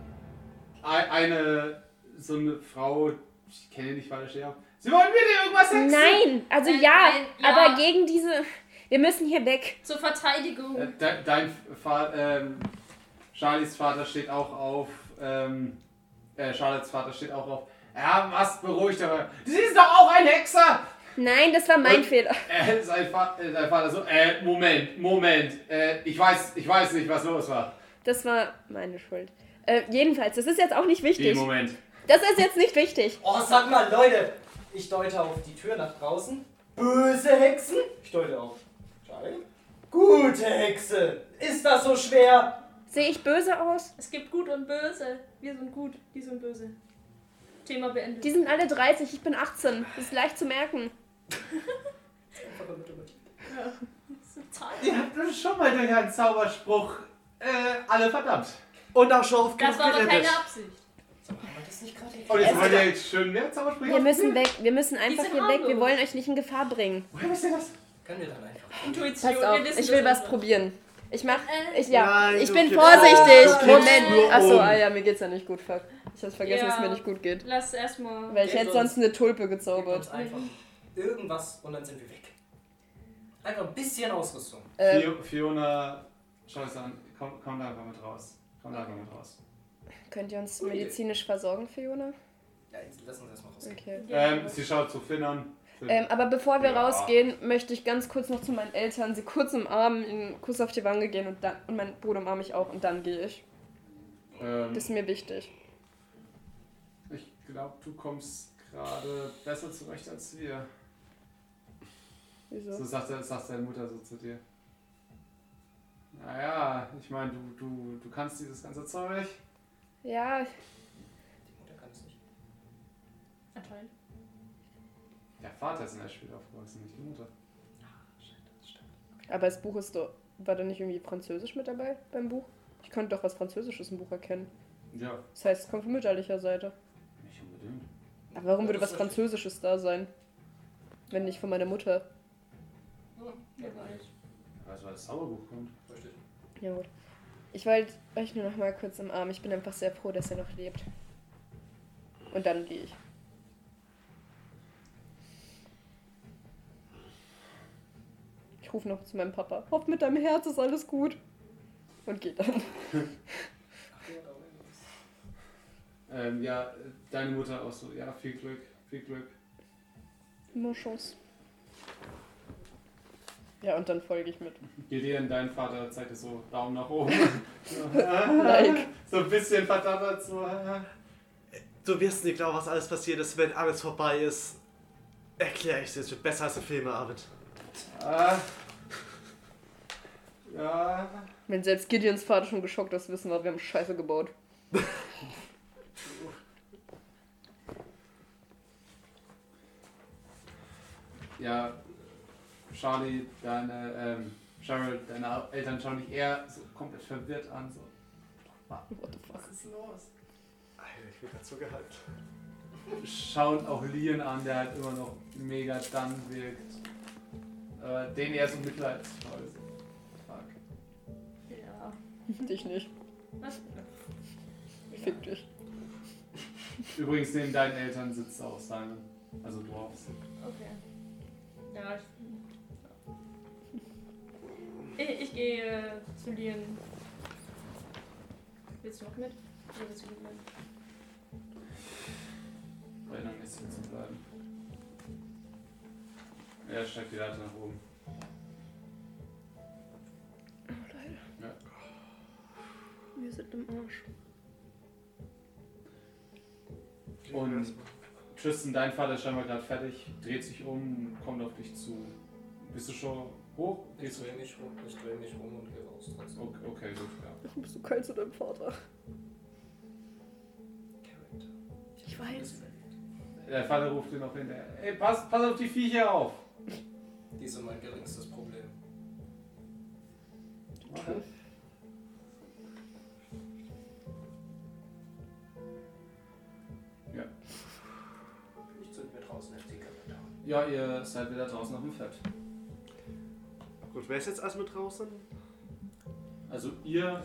S1: So eine Frau, ich kenne die nicht, weil ich stehe. Sie wollen wieder irgendwas hexen?
S4: Nein, also
S5: Nein,
S4: ja,
S5: nein, ja.
S4: aber gegen diese... Wir müssen hier weg.
S5: Zur Verteidigung.
S1: Dein Charlies Vater steht auch auf. Charlottes Vater steht auch auf. Ja, was beruhigt aber. Sie ist doch auch ein Hexer!
S4: Nein, das war mein
S1: Und-
S4: Fehler.
S1: Sein Vater so, Moment. Ich weiß nicht, was los war.
S4: Das war meine Schuld. Jedenfalls, das ist jetzt auch nicht
S1: Wie,
S4: wichtig.
S1: Moment.
S4: Das ist jetzt nicht wichtig.
S3: Oh, sag mal, Leute! Ich deute auf die Tür nach draußen. Böse Hexen? Ich deute auf. Charlie? Gute Hexe! Ist das so schwer?
S4: Sehe ich böse aus?
S5: Es gibt Gut und Böse. Wir sind gut, die sind böse. Thema beendet.
S4: Die sind alle 30, ich bin 18. Das ist leicht zu merken.
S3: Einfache Mathematik.
S5: Ja. Das sind Zahlen.
S1: Ihr habt doch schon mal durch einen Zauberspruch alle verdammt.
S2: Und auch schon auf
S5: Das war aber
S2: gerettet.
S5: keine Absicht.
S3: So, haben wir das nicht gerade
S1: Und jetzt wollt ihr jetzt schön mehr Zaubersprüche
S4: Wir müssen weg. Wir müssen einfach
S5: sind
S4: hier weg. Wir
S5: harmlos.
S4: wollen euch nicht in Gefahr bringen.
S1: Woher wisst ihr das?
S3: Können wir dann einfach.
S5: Intuition.
S4: Passt auf,
S5: wir wissen
S4: ich will
S5: das
S4: was
S5: einfach.
S4: probieren. Ich mach.
S5: Äh.
S2: Nein,
S4: Ich
S2: du
S4: bin
S2: kippst-
S4: vorsichtig.
S2: du kippst
S4: Moment.
S2: nur
S4: Achso,
S2: um.
S4: ah ja, mir geht's ja nicht gut. Fuck. Ich hab's vergessen,
S5: Ja.
S4: dass mir nicht gut geht.
S5: Lass erstmal.
S4: Weil ich
S3: Gebt
S4: hätte sonst
S3: uns-
S4: eine Tulpe
S3: Gebt
S4: gezaubert.
S3: uns einfach irgendwas und dann sind wir weg. Einfach ein bisschen Ausrüstung.
S1: Fiona, schau es an. Komm da einfach mit raus.
S4: Könnt ihr uns medizinisch versorgen, Fiona?
S3: Ja, lass uns erstmal rausgehen.
S4: Okay.
S1: Sie schaut zu Finn an.
S4: Aber bevor wir rausgehen, möchte ich ganz kurz noch zu meinen Eltern, sie kurz umarmen, einen Kuss auf die Wange gehen und meinen Bruder umarme ich auch und dann gehe ich. Das ist mir wichtig.
S1: Ich glaube, du kommst gerade besser zurecht als wir.
S4: Wieso?
S1: So sagt deine Mutter so zu dir. Naja, ich meine, du kannst dieses ganze Zeug.
S4: Ja.
S3: Die Mutter kann es nicht.
S5: Anscheinend.
S1: Der Vater ist in der Schule aufgewachsen, nicht die Mutter.
S4: Aber das Buch war da nicht irgendwie Französisch mit dabei beim Buch? Ich konnte doch was Französisches im Buch erkennen.
S1: Ja.
S4: Das heißt, es kommt von mütterlicher Seite.
S1: Nicht unbedingt.
S4: Aber warum würde was Französisches da sein? Wenn nicht von meiner Mutter.
S5: Wer weiß.
S1: Weißt du, weil das Zauberbuch kommt?
S3: Richtig.
S4: Ja gut. Ich wollte euch nur noch mal kurz umarmen. Ich bin einfach sehr froh, dass ihr noch lebt. Und dann gehe ich. Ich rufe noch zu meinem Papa. Hoff, mit deinem Herz ist alles gut. Und geht dann.
S1: Ja, deine Mutter auch so. Ja, viel Glück.
S4: Nur Chance. Ja, und dann folge ich mit.
S1: Gideon, dein Vater zeigt dir so Daumen nach oben.
S4: Like.
S1: So ein bisschen verdattert so.
S2: Du wirst nicht glauben, was alles passiert ist, wenn alles vorbei ist. Erkläre ich dir, es wird besser als im Filmeabend.
S1: Ja.
S4: Wenn selbst Gideons Vater schon geschockt ist, wissen wir haben Scheiße gebaut.
S1: Ja, Charlie, Cheryl, deine Eltern schauen dich eher so komplett verwirrt an. So.
S4: What the fuck?
S1: Was ist los?
S2: Alter, ich bin dazu gehypt.
S1: Schauen auch Lian an, der halt immer noch mega dann wirkt. Den eher so mitleidsvoll. Fuck.
S5: Ja.
S4: Dich nicht.
S5: Was?
S4: Fick dich.
S1: Übrigens, neben deinen Eltern sitzt auch Simon. Also Dwarfs.
S5: Okay. Ja, ich gehe zu Lian. Willst du noch mit? Oder willst du mit?
S1: Bei einer Mission zu bleiben. Er steigt die Leiter nach oben.
S4: Oh, Leute.
S1: Ja.
S4: Wir sind im Arsch.
S1: Und Tristan, dein Vater ist scheinbar gerade fertig, dreht sich um, kommt auf dich zu. Bist du schon hoch?
S3: Ich drehe mich rum und gehe raus trotzdem.
S1: Okay, gut, ja.
S4: Warum bist du kalt zu deinem Vater?
S3: Charakter.
S4: Ich weiß.
S1: Der Vater ruft dir noch hinterher. Ey, pass auf die Viecher auf!
S3: Die sind mein geringstes Problem.
S1: Okay. Ja.
S3: Ich zünd mir draußen eine Zigarette an.
S1: Ja, ihr seid wieder draußen auf dem Feld.
S2: Gut, wer ist jetzt alles mit draußen?
S1: Also ihr,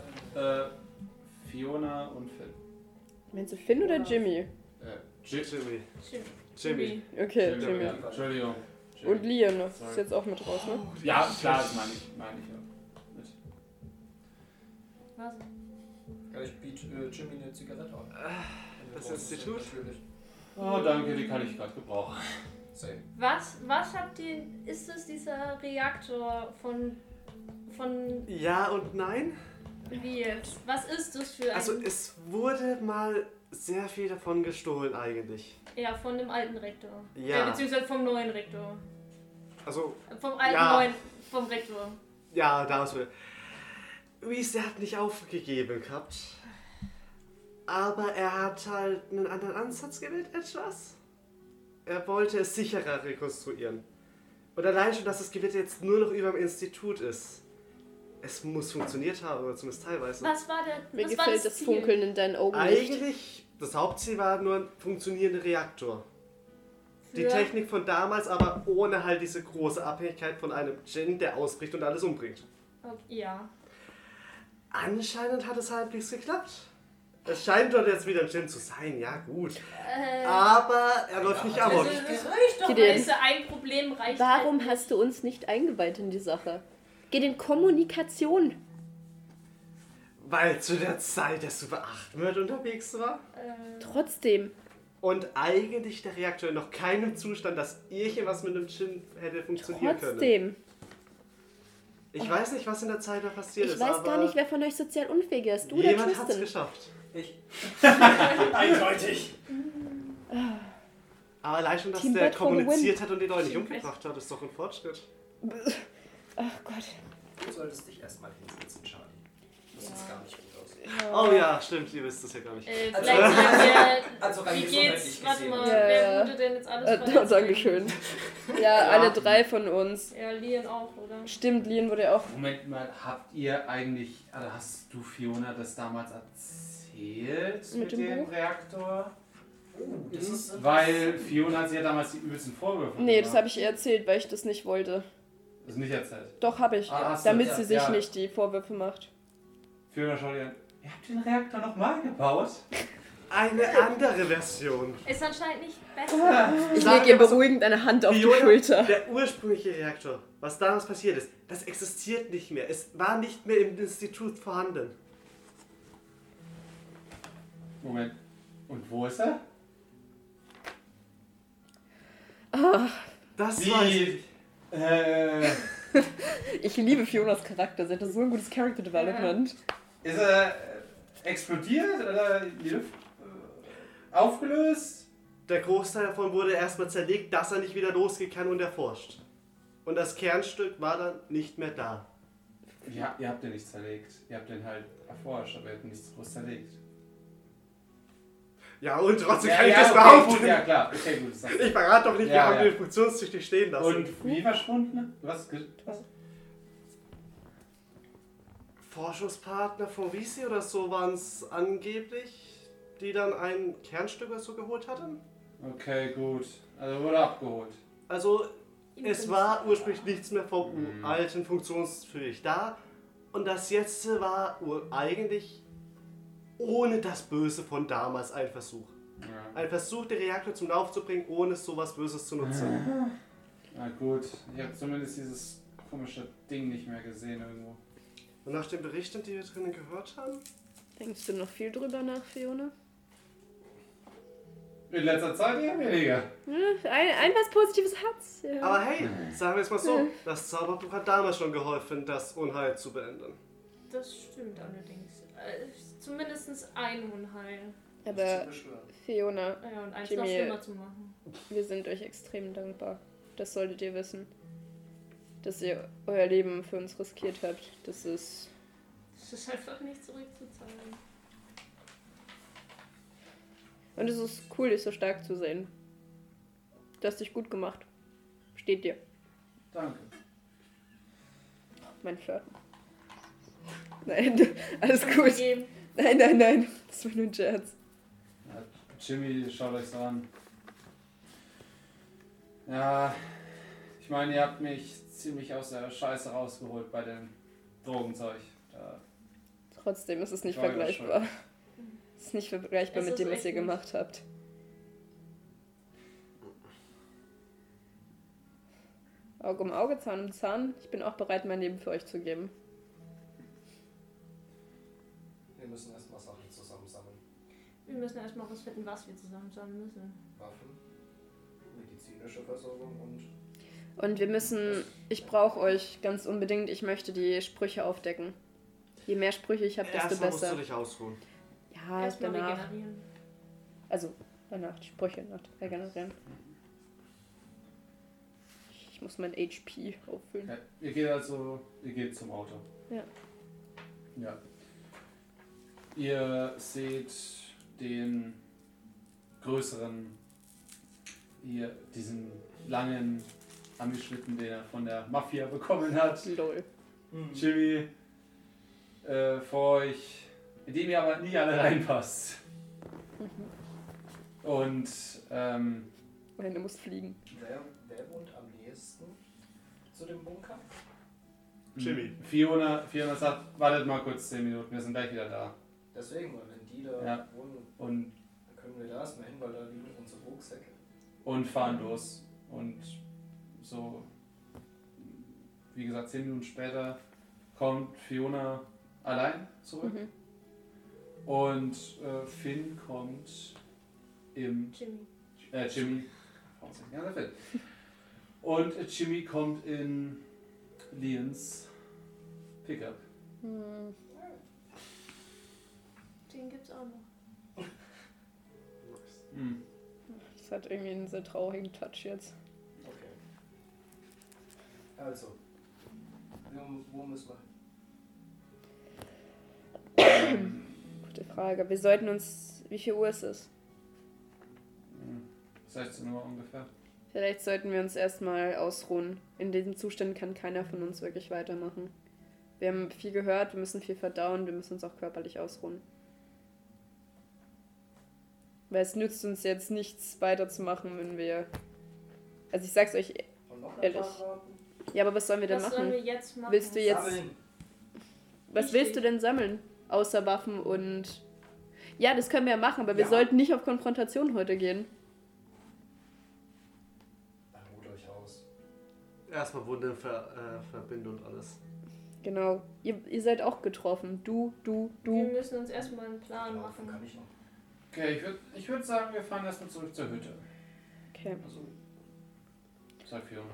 S1: Fiona und Phil.
S4: Meinst du Finn oder Jimmy?
S2: Jimmy.
S5: Jimmy.
S4: Okay,
S1: Ja,
S4: Jimmy.
S1: Entschuldigung.
S4: Und Lian ist
S1: Sorry.
S4: jetzt auch mit raus, ne?
S1: Ja, klar, das meine ich ja. Mit.
S5: Was?
S3: Ja, ich biete Jimmy eine Zigarette an.
S2: Das Institut?
S3: Natürlich.
S1: Oh, danke, die kann ich gerade gebrauchen.
S3: Same.
S5: Was habt ihr. Ist das dieser Reaktor von.
S2: Ja und nein.
S5: Wie jetzt? Was ist das für ein.
S2: Also es wurde mal sehr viel davon gestohlen eigentlich.
S5: Ja, von dem alten Rektor.
S2: Ja.
S5: Beziehungsweise vom neuen Rektor.
S2: Also,
S5: Vom alten
S2: Ja.
S5: neuen. Vom Rektor.
S2: ja, damals wurde. Reese, der hat nicht aufgegeben gehabt. Aber er hat halt einen anderen Ansatz gewählt, etwas. Er wollte es sicherer rekonstruieren. Und allein schon, dass das Gewitter jetzt nur noch über dem Institut ist. Es muss funktioniert haben, oder zumindest teilweise.
S5: Was war der.
S4: Mir
S5: was war
S4: gefällt das
S5: Ziel?
S4: Funkeln in deinen Augen nicht.
S2: Eigentlich, das Hauptziel war nur ein funktionierender Reaktor. Die
S5: Für-
S2: Technik von damals, aber ohne halt diese große Abhängigkeit von einem Djinn, der ausbricht und alles umbringt.
S5: Okay, ja.
S2: Anscheinend hat es halbwegs geklappt. Es scheint dort jetzt wieder ein Gym zu sein, ja gut. Aber er läuft nicht amok.
S5: Also, das reicht doch,
S4: Gideon.
S5: weißt du, ein Problem reicht
S4: Warum
S5: halt
S4: hast du uns nicht eingeweiht in die Sache? Geht in Kommunikation.
S2: Weil zu der Zeit der Super 8 unterwegs war.
S4: Trotzdem.
S2: Und eigentlich der Reaktor noch keinem Zustand, dass irgendwas mit dem Gym hätte funktionieren können.
S4: Trotzdem.
S2: Ich weiß nicht, was in der Zeit da passiert
S4: Ich
S2: ist,
S4: weiß
S2: aber
S4: gar nicht, wer von euch sozial unfähig ist. Du oder
S2: jemand hat's
S4: Tristan?
S2: geschafft.
S3: Ich. Eindeutig.
S2: Aber allein schon, dass
S4: Team
S2: der
S4: Bad for the
S2: kommuniziert hat und die Leute nicht
S5: Team
S2: umgebracht hat, ist doch ein Fortschritt.
S4: Ach Gott.
S3: Du solltest dich erstmal hinsetzen, Charlie. Das sieht gar nicht gut aus.
S2: Oh ja, stimmt, ihr wisst es ja gar nicht.
S5: Vielleicht sagen wir,
S3: Also rein
S5: wie geht's?
S3: gesundheitlich
S5: Warte
S3: gesehen.
S5: mal,
S4: Ja,
S5: wer
S4: ja.
S5: wurde denn jetzt alles verletzt?
S4: Dankeschön. Ja, alle 3 von uns.
S5: Ja, Lian auch, oder?
S4: Stimmt, Lien wurde auch.
S1: Moment mal, habt ihr eigentlich, also hast du Fiona das damals erzählt
S4: Mit dem
S1: dem
S4: Buch?
S1: Reaktor?
S3: Das ist
S1: Weil Fiona hat sie ja damals die übelsten Vorwürfe
S4: Nee, das
S1: gemacht.
S4: habe ich ihr erzählt, weil ich das nicht wollte.
S1: Das ist nicht erzählt.
S4: Doch, habe ich.
S1: Ah, hast du,
S4: damit
S1: ja,
S4: sie sich
S1: ja.
S4: nicht die Vorwürfe macht.
S1: Fiona schaut ihr an. Ihr habt den Reaktor nochmal gebaut?
S2: Eine andere Version.
S5: Ist anscheinend nicht besser.
S4: Ich
S2: Sag
S4: lege ihr
S2: mir, was-
S4: beruhigend eine Hand auf die
S2: Fiona,
S4: Schulter.
S2: der ursprüngliche Reaktor, was damals passiert ist, das existiert nicht mehr. Es war nicht mehr im Institut vorhanden.
S1: Moment. Und wo ist er?
S2: Das weiß ich.
S1: Wie?
S4: Ich liebe Fionas Charakter. Sie hat so ein gutes Character Development.
S1: Ist er explodiert oder in die Luft aufgelöst?
S2: Der Großteil davon wurde erstmal zerlegt, dass er nicht wieder losgehen kann und erforscht. Und das Kernstück war dann nicht mehr da.
S1: Ja, ihr habt den nicht zerlegt. Ihr habt den halt erforscht, aber ihr habt ihn nicht groß zerlegt.
S2: Ja, und trotzdem
S1: Ja,
S2: kann ich
S1: ja,
S2: das
S1: okay,
S2: behaupten.
S1: gut, ja, klar. Okay, gut. Das sagst du.
S2: Ich verrate doch nicht,
S1: Ja,
S2: wir haben
S1: ja.
S2: den funktionstüchtig stehen lassen.
S1: Und wie verschwunden? Was?
S2: Forschungspartner von Visi oder so waren es angeblich, die dann ein Kernstück oder so geholt hatten.
S1: Okay, gut. Also wurde abgeholt.
S2: Also es war ursprünglich nichts mehr vom alten funktionsfähig da. Und das jetzt war eigentlich ohne das Böse von damals ein Versuch.
S1: Ja.
S2: Ein Versuch, den Reaktor zum Lauf zu bringen, ohne sowas Böses zu nutzen.
S1: Na gut. Ich habe zumindest dieses komische Ding nicht mehr gesehen irgendwo.
S2: Und nach den Berichten, die wir drinnen gehört haben,
S4: Denkst du noch viel drüber nach, Fiona?
S1: In letzter Zeit eher weniger.
S4: Ein was Positives hat's. Ja.
S2: aber hey, sagen wir es mal so, das Zauberbuch hat damals schon geholfen, das Unheil zu beenden.
S5: Das stimmt allerdings. Zumindest ein Unheil.
S4: Aber Fiona,
S5: Ja, und eins
S4: Jimmy-
S5: noch schlimmer zu machen.
S4: wir sind euch extrem dankbar. Das solltet ihr wissen. Dass ihr euer Leben für uns riskiert habt. Das ist...
S5: Das ist einfach nicht zurückzuzahlen.
S4: Und es ist cool, dich so stark zu sehen. Du hast dich gut gemacht. Steht dir.
S1: Danke.
S4: Mein Shirt. Nein, alles gut.
S5: Gegeben.
S4: Nein. Das war nur ein Scherz.
S1: Ja, Jimmy, schaut euch so an. Ja, ich meine, ihr habt mich ziemlich aus der Scheiße rausgeholt bei dem Drogenzeug. Da,
S4: Trotzdem ist es nicht
S1: War ja
S4: vergleichbar. Es ist nicht vergleichbar
S5: Es
S4: mit
S5: ist
S4: dem, was
S5: echt
S4: ihr
S5: nicht.
S4: gemacht habt. Auge um Auge, Zahn um Zahn. Ich bin auch bereit, mein Leben für euch zu geben.
S3: Wir müssen erstmal Sachen zusammensammeln.
S5: Wir müssen erstmal rausfinden, was wir zusammen sammeln müssen.
S3: Waffen, medizinische Versorgung und...
S4: Und wir müssen... Ich brauche euch ganz unbedingt. Ich möchte die Sprüche aufdecken. Je mehr Sprüche ich habe, desto
S2: Erstmal musst du
S4: besser.
S2: dich ausruhen.
S4: Ja,
S5: Erstmal
S4: danach.
S5: regenerieren.
S4: Also, danach die Sprüche nach regenerieren. Ich muss mein HP auffüllen.
S1: ja, ihr geht zum Auto.
S4: Ja.
S1: Ja. Ihr seht den größeren, hier diesen langen Amischlitten, den er von der Mafia bekommen hat.
S4: Lol.
S1: Jimmy vor euch, in dem ihr aber nicht alle reinpasst. Und
S4: Meine muss fliegen.
S3: Wer wohnt am nächsten zu dem Bunker?
S2: Jimmy.
S1: Fiona sagt, wartet mal kurz 10 Minuten, wir sind gleich wieder da.
S3: Deswegen, weil wenn die da
S1: Ja.
S3: wohnen,
S1: Und
S3: dann können wir da erstmal hin, weil da liegen unsere Rucksäcke.
S1: fahren los. Und so, wie gesagt, 10 Minuten später kommt Fiona allein zurück.
S4: Mhm.
S1: Und Finn kommt im... Jimmy. Ja, der Finn. Und Jimmy kommt in Lians Pickup.
S4: Hm.
S5: Den gibt's auch noch.
S1: Hm.
S4: Das hat irgendwie einen sehr traurigen Touch jetzt.
S3: Okay. Also, wo müssen wir hin?
S4: Gute Frage. Wir sollten uns... Wie viel Uhr ist es?
S1: 16 Uhr ungefähr.
S4: Vielleicht sollten wir uns erstmal ausruhen. In diesem Zustand kann keiner von uns wirklich weitermachen. Wir haben viel gehört, wir müssen viel verdauen, wir müssen uns auch körperlich ausruhen. Weil es nützt uns jetzt nichts weiterzumachen, wenn wir... Also ich sag's euch
S3: Und noch
S4: ehrlich.
S3: warten?
S4: Ja, aber was sollen wir denn
S5: Was sollen
S4: machen?
S5: wir jetzt machen?
S4: Willst du jetzt...
S3: Sammeln.
S4: Was willst du denn sammeln? Außer Waffen und... Ja, das können wir ja machen, aber wir
S3: Ja.
S4: sollten nicht auf Konfrontation heute gehen.
S3: Dann ruht euch aus.
S2: Erstmal Wunden verbinden und alles.
S4: Genau. Ihr seid auch getroffen. Du.
S5: Wir müssen uns erstmal einen Plan
S3: Laufen kann
S5: machen.
S3: ich noch.
S1: Okay, ich würd sagen, wir fahren erstmal zurück zur Hütte.
S4: Okay.
S1: Also, sagt Fiona.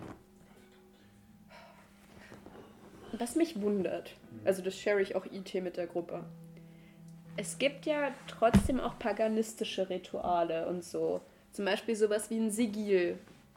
S4: Was mich wundert, also das share ich auch IT mit der Gruppe. Es gibt ja trotzdem auch paganistische Rituale und so. Zum Beispiel sowas wie ein Sigil.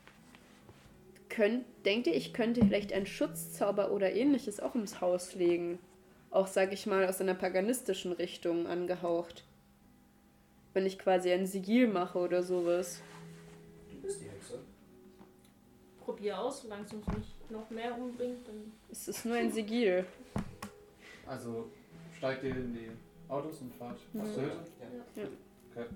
S4: Denkt ihr, ich könnte vielleicht einen Schutzzauber oder ähnliches auch ins Haus legen? Auch, sag ich mal, aus einer paganistischen Richtung angehaucht. Wenn ich quasi ein Sigil mache oder sowas.
S3: Du bist die Hexe.
S5: Probier aus, solange es uns nicht noch mehr umbringt. Dann
S4: Es ist nur ein Sigil.
S1: Also, steigt ihr in die Autos und fahrt zur Hütte?
S3: Ja.
S5: Ja.
S1: Okay.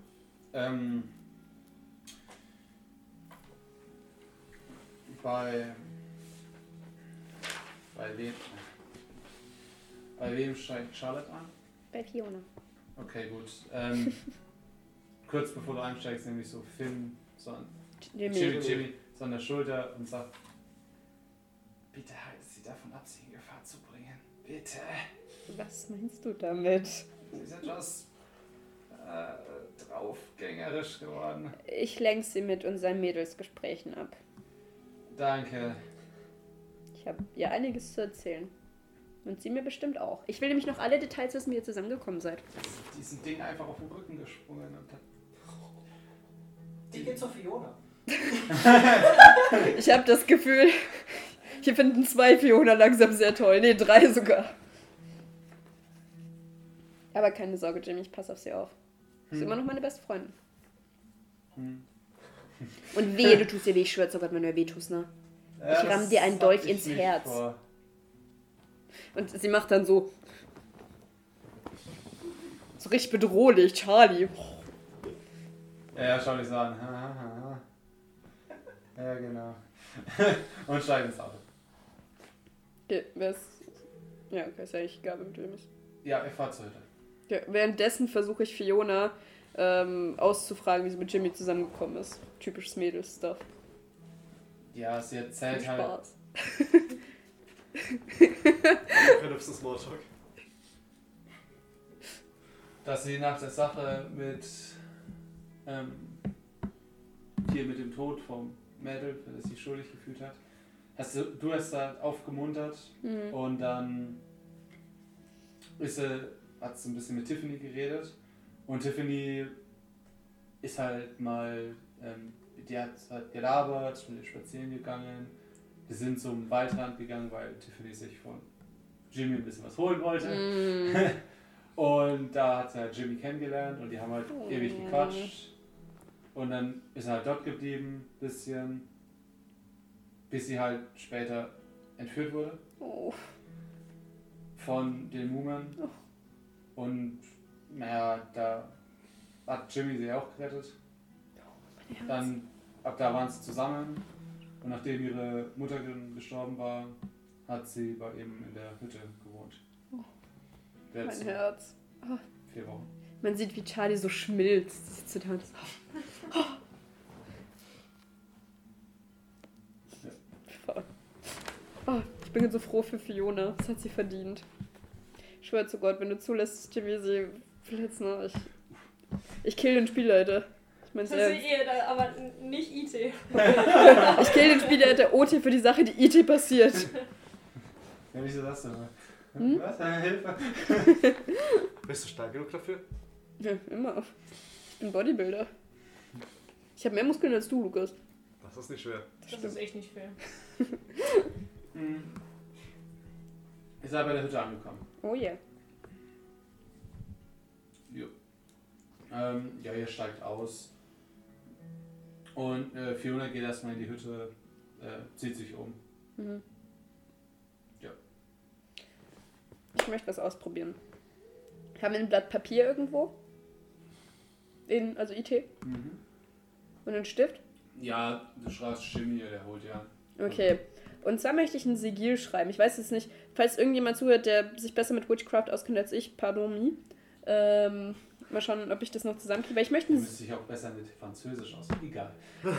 S1: Bei wem steigt Charlotte an?
S4: Bei Fiona.
S1: Okay, gut. Kurz bevor du einsteigst, nämlich so Finn, so an Jimmy so an der Schulter und sagt: Bitte halt sie davon ab, sie in Gefahr zu bringen. Bitte.
S4: Was meinst du damit?
S1: Sie ist etwas draufgängerisch geworden.
S4: Ich lenke sie mit unseren Mädelsgesprächen ab.
S1: Danke.
S4: Ich habe ihr einiges zu erzählen. Und sie mir bestimmt auch. Ich will nämlich noch alle Details wissen, wie ihr zusammengekommen seid.
S1: Diesen Ding einfach auf den Rücken gesprungen und hat...
S3: Die geht zur Fiona.
S4: Ich habe das Gefühl, hier finden 2 Fiona langsam sehr toll. Nee, 3 sogar. Aber keine Sorge, Jimmy, ich passe auf sie auf. Sie ist immer noch meine beste Freundin. Und wehe, du tust dir weh, ich schwöre sogar, wenn du dir weh tust, ne?
S1: Ja,
S4: Ich ramm
S1: das
S4: dir einen
S1: hab
S4: Dolch
S1: ich
S4: ins
S1: nicht
S4: Herz.
S1: vor.
S4: Und sie macht dann so richtig bedrohlich, Charlie.
S1: Ja, schau dich so an. Ja, genau. Und steigt ins Auto.
S4: Okay, wer ist... Ja, okay, ist ja eigentlich egal, mit wem ist.
S1: Ja, ihr fahrt zur Hütte.
S4: Ja, währenddessen versuche ich Fiona auszufragen, wie sie mit Jimmy zusammengekommen ist. Typisches Mädels-Stuff.
S1: Ja, sie
S4: Viel
S1: erzählt halt,
S4: Spaß.
S2: Kein hübschen Smalltalk.
S1: dass sie nach der Sache mit hier mit dem Tod vom Mädel, für das sie sich schuldig gefühlt hat, du hast da aufgemuntert und dann hat sie ein bisschen mit Tiffany geredet und Tiffany ist halt mal, die hat halt gelabert, mit ihr spazieren gegangen, wir sind zum Waldrand gegangen, weil Tiffany sich von Jimmy ein bisschen was holen wollte. Und da hat sie halt Jimmy kennengelernt und die haben halt ewig gequatscht. Und dann ist er halt dort geblieben, bisschen, bis sie halt später entführt wurde
S4: Oh.
S1: von den Mumen. Und naja, da hat Jimmy sie auch gerettet. Dann, ab da waren sie zusammen. Und nachdem ihre Mutter gestorben war, hat sie bei ihm in der Hütte gewohnt.
S4: Mein Herz.
S1: 4 Wochen.
S4: Man sieht, wie Charlie so schmilzt. Sie sitzt da und so. Oh, ich bin so froh für Fiona. Das hat sie verdient. Ich schwör zu Gott, wenn du zulässt, dass Jimmy sie verletzt, ne? Ich kill den Spielleiter. Ich mein's
S5: Das
S4: ernst.
S5: sehe ihr, aber nicht IT.
S4: Ich kill den Spielleiter OT für die Sache, die IT passiert.
S1: Ja, wieso das denn? Was? Hilfe?
S2: Bist du stark genug dafür?
S4: Ja, immer. Ich bin Bodybuilder. Ich habe mehr Muskeln als du, Lukas.
S2: Das ist nicht schwer.
S5: Das ist echt nicht fair.
S1: Ihr seid bei der Hütte angekommen.
S4: Oh yeah.
S1: Jo. Ja, ihr steigt aus. Und Fiona geht erstmal in die Hütte, zieht sich um.
S4: Mhm.
S1: Ja.
S4: Ich möchte was ausprobieren. Haben wir ein Blatt Papier irgendwo? Also IT?
S1: Mhm.
S4: Und einen Stift?
S1: Ja, du schreibst Jimmy, der holt ja.
S4: Okay. Und zwar möchte ich ein Sigil schreiben. Ich weiß es nicht. Falls irgendjemand zuhört, der sich besser mit Witchcraft auskennt als ich, pardon me. Mal schauen, ob ich das noch zusammenkriege. Weil ich möchte
S1: Du
S4: ein
S1: müsstest dich auch besser mit Französisch aus. Egal.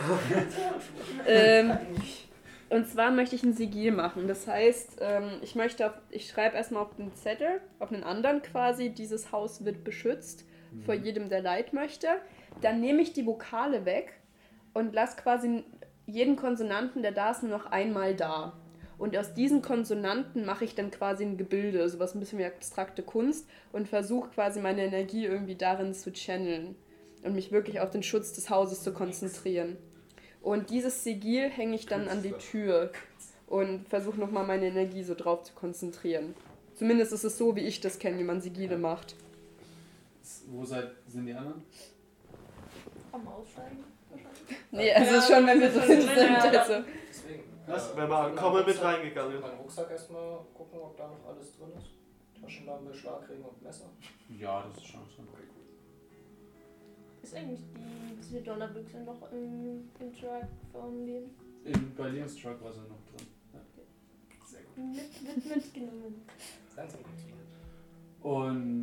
S4: Und zwar möchte ich ein Sigil machen. Das heißt, ich schreibe erstmal auf den Zettel, auf einen anderen quasi, dieses Haus wird beschützt vor jedem, der Leid möchte. Dann nehme ich die Vokale weg und lasse quasi jeden Konsonanten, der da ist, nur noch einmal da. Und aus diesen Konsonanten mache ich dann quasi ein Gebilde, sowas ein bisschen wie abstrakte Kunst und versuche quasi meine Energie irgendwie darin zu channeln und mich wirklich auf den Schutz des Hauses zu konzentrieren. Und dieses Sigil hänge ich dann an die Tür und versuche nochmal meine Energie so drauf zu konzentrieren. Zumindest ist es so, wie ich das kenne, wie man Sigile macht.
S1: Wo sind die anderen?
S5: Am Aussteigen wahrscheinlich.
S4: Nee, also schon, wenn wir so sind. Also.
S3: Deswegen.
S2: Was? Wenn wir ankommen, mit reingegangen.
S3: Mein Rucksack erstmal gucken, ob da noch alles drin ist. Taschenlampe, Schlagring und Messer.
S1: Ja, das ist schon drin.
S3: Okay, cool.
S5: Ist eigentlich diese Donnerbüchse noch im Truck von dem?
S1: Bei Leons Truck war sie noch drin. Ja. Sehr gut.
S5: Wird mitgenommen.
S3: Langsam kommt's wieder.
S1: Und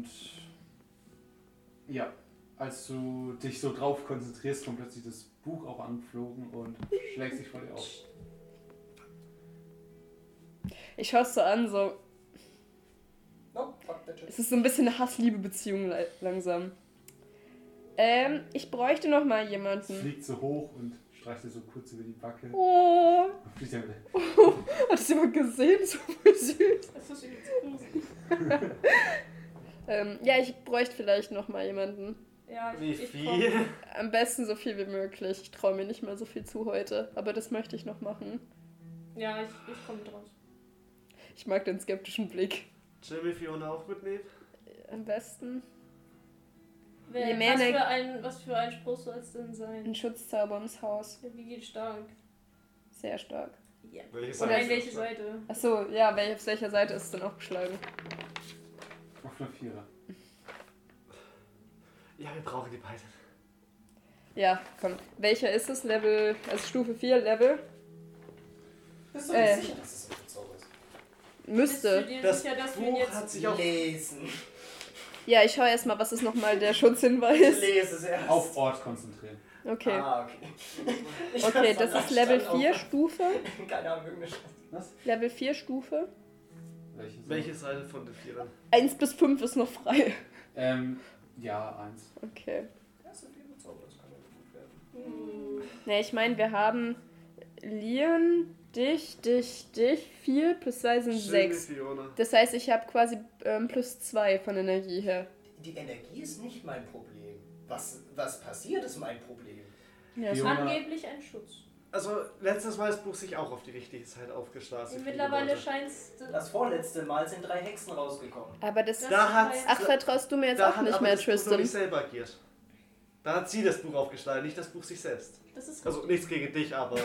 S1: ja, als du dich so drauf konzentrierst, kommt plötzlich das Buch auch angeflogen und schlägt sich vor dir auf.
S4: Ich schaue es so an, so.
S3: No, fuck that shit.
S4: Es ist so ein bisschen eine Hass-Liebe-Beziehung langsam. Ich bräuchte noch mal
S1: Es
S4: jemanden.
S1: fliegt so hoch und streicht dir so kurz über die Backe.
S4: Oh,
S1: Und fliegt dann wieder.
S4: hat das jemand gesehen? So süß.
S5: Das ist jetzt gruselig.
S4: Ja, ich bräuchte vielleicht noch mal jemanden.
S5: Ja,
S2: Wie
S5: ich
S2: viel?
S4: Am besten so viel wie möglich. Ich traue mir nicht mehr so viel zu heute, aber das möchte ich noch machen.
S5: Ja, ich komme draus.
S4: Ich mag den skeptischen Blick.
S2: Jimmy, Fiona auch mitnehmen?
S4: Am besten
S5: Wer,
S4: Je mehr
S5: was für ein Spruch soll es denn sein?
S4: ein Schutzzauber ums Haus.
S5: Ja, wie geht stark?
S4: Sehr stark.
S5: Ja.
S2: Welche
S5: Oder in
S2: Seite?
S5: welche Seite?
S4: Achso, ja, auf welcher Seite ist es denn aufgeschlagen?
S1: Auf einer Vierer.
S2: Ja, wir brauchen die beiden.
S4: Ja, komm. Welcher ist es? Level, also Stufe 4 Level?
S3: Bist du dir sicher, dass es ein Zauber ist?
S4: Müsste.
S5: Bist du dir
S2: Das
S5: sicher, dass wir ihn
S2: Buch
S5: jetzt...
S2: hat sich auch...
S3: Lesen.
S4: Ja, ich schaue erstmal, was ist nochmal der Schutzhinweis?
S3: Lese es erst.
S1: Auf Ort konzentrieren.
S4: Okay.
S3: Ah, okay. Ich
S4: Okay,
S3: hab
S4: das
S3: von
S4: ist Level
S3: Anstand
S4: 4
S3: auf-
S4: Stufe.
S3: Keine Ahnung, irgendeine Scheiße.
S1: Was?
S4: Level 4 Stufe.
S2: Welche Seite von den Vierern?
S4: 1 bis 5 ist noch frei.
S1: Ja, 1.
S4: Okay.
S3: Erste vier Zauber, das kann ja gut werden.
S4: Ne, ich meine, wir haben Leon, dich, 4 plus 2 sind
S2: Jimmy,
S4: 6.
S2: Fiona.
S4: Das heißt, ich habe quasi plus 2 von Energie her.
S3: Die Energie ist nicht mein Problem. Was passiert, ist mein Problem.
S4: Ja,
S1: Jo.
S5: Angeblich ein Schutz.
S2: Also, letztes Mal ist das Buch sich auch auf die richtige Seite aufgeschlagen.
S5: Mittlerweile scheint es...
S3: Das vorletzte Mal sind 3 Hexen rausgekommen.
S4: aber das...
S2: Da hat
S4: Ach, vertraust du mir jetzt
S2: da
S4: auch
S2: hat
S4: nicht
S2: aber
S4: mehr,
S2: das Buch noch
S4: Tristan?
S2: nicht selber agiert. Da hat sie das Buch aufgeschlagen, nicht das Buch sich selbst.
S5: Das ist
S2: Also nichts gegen dich, aber.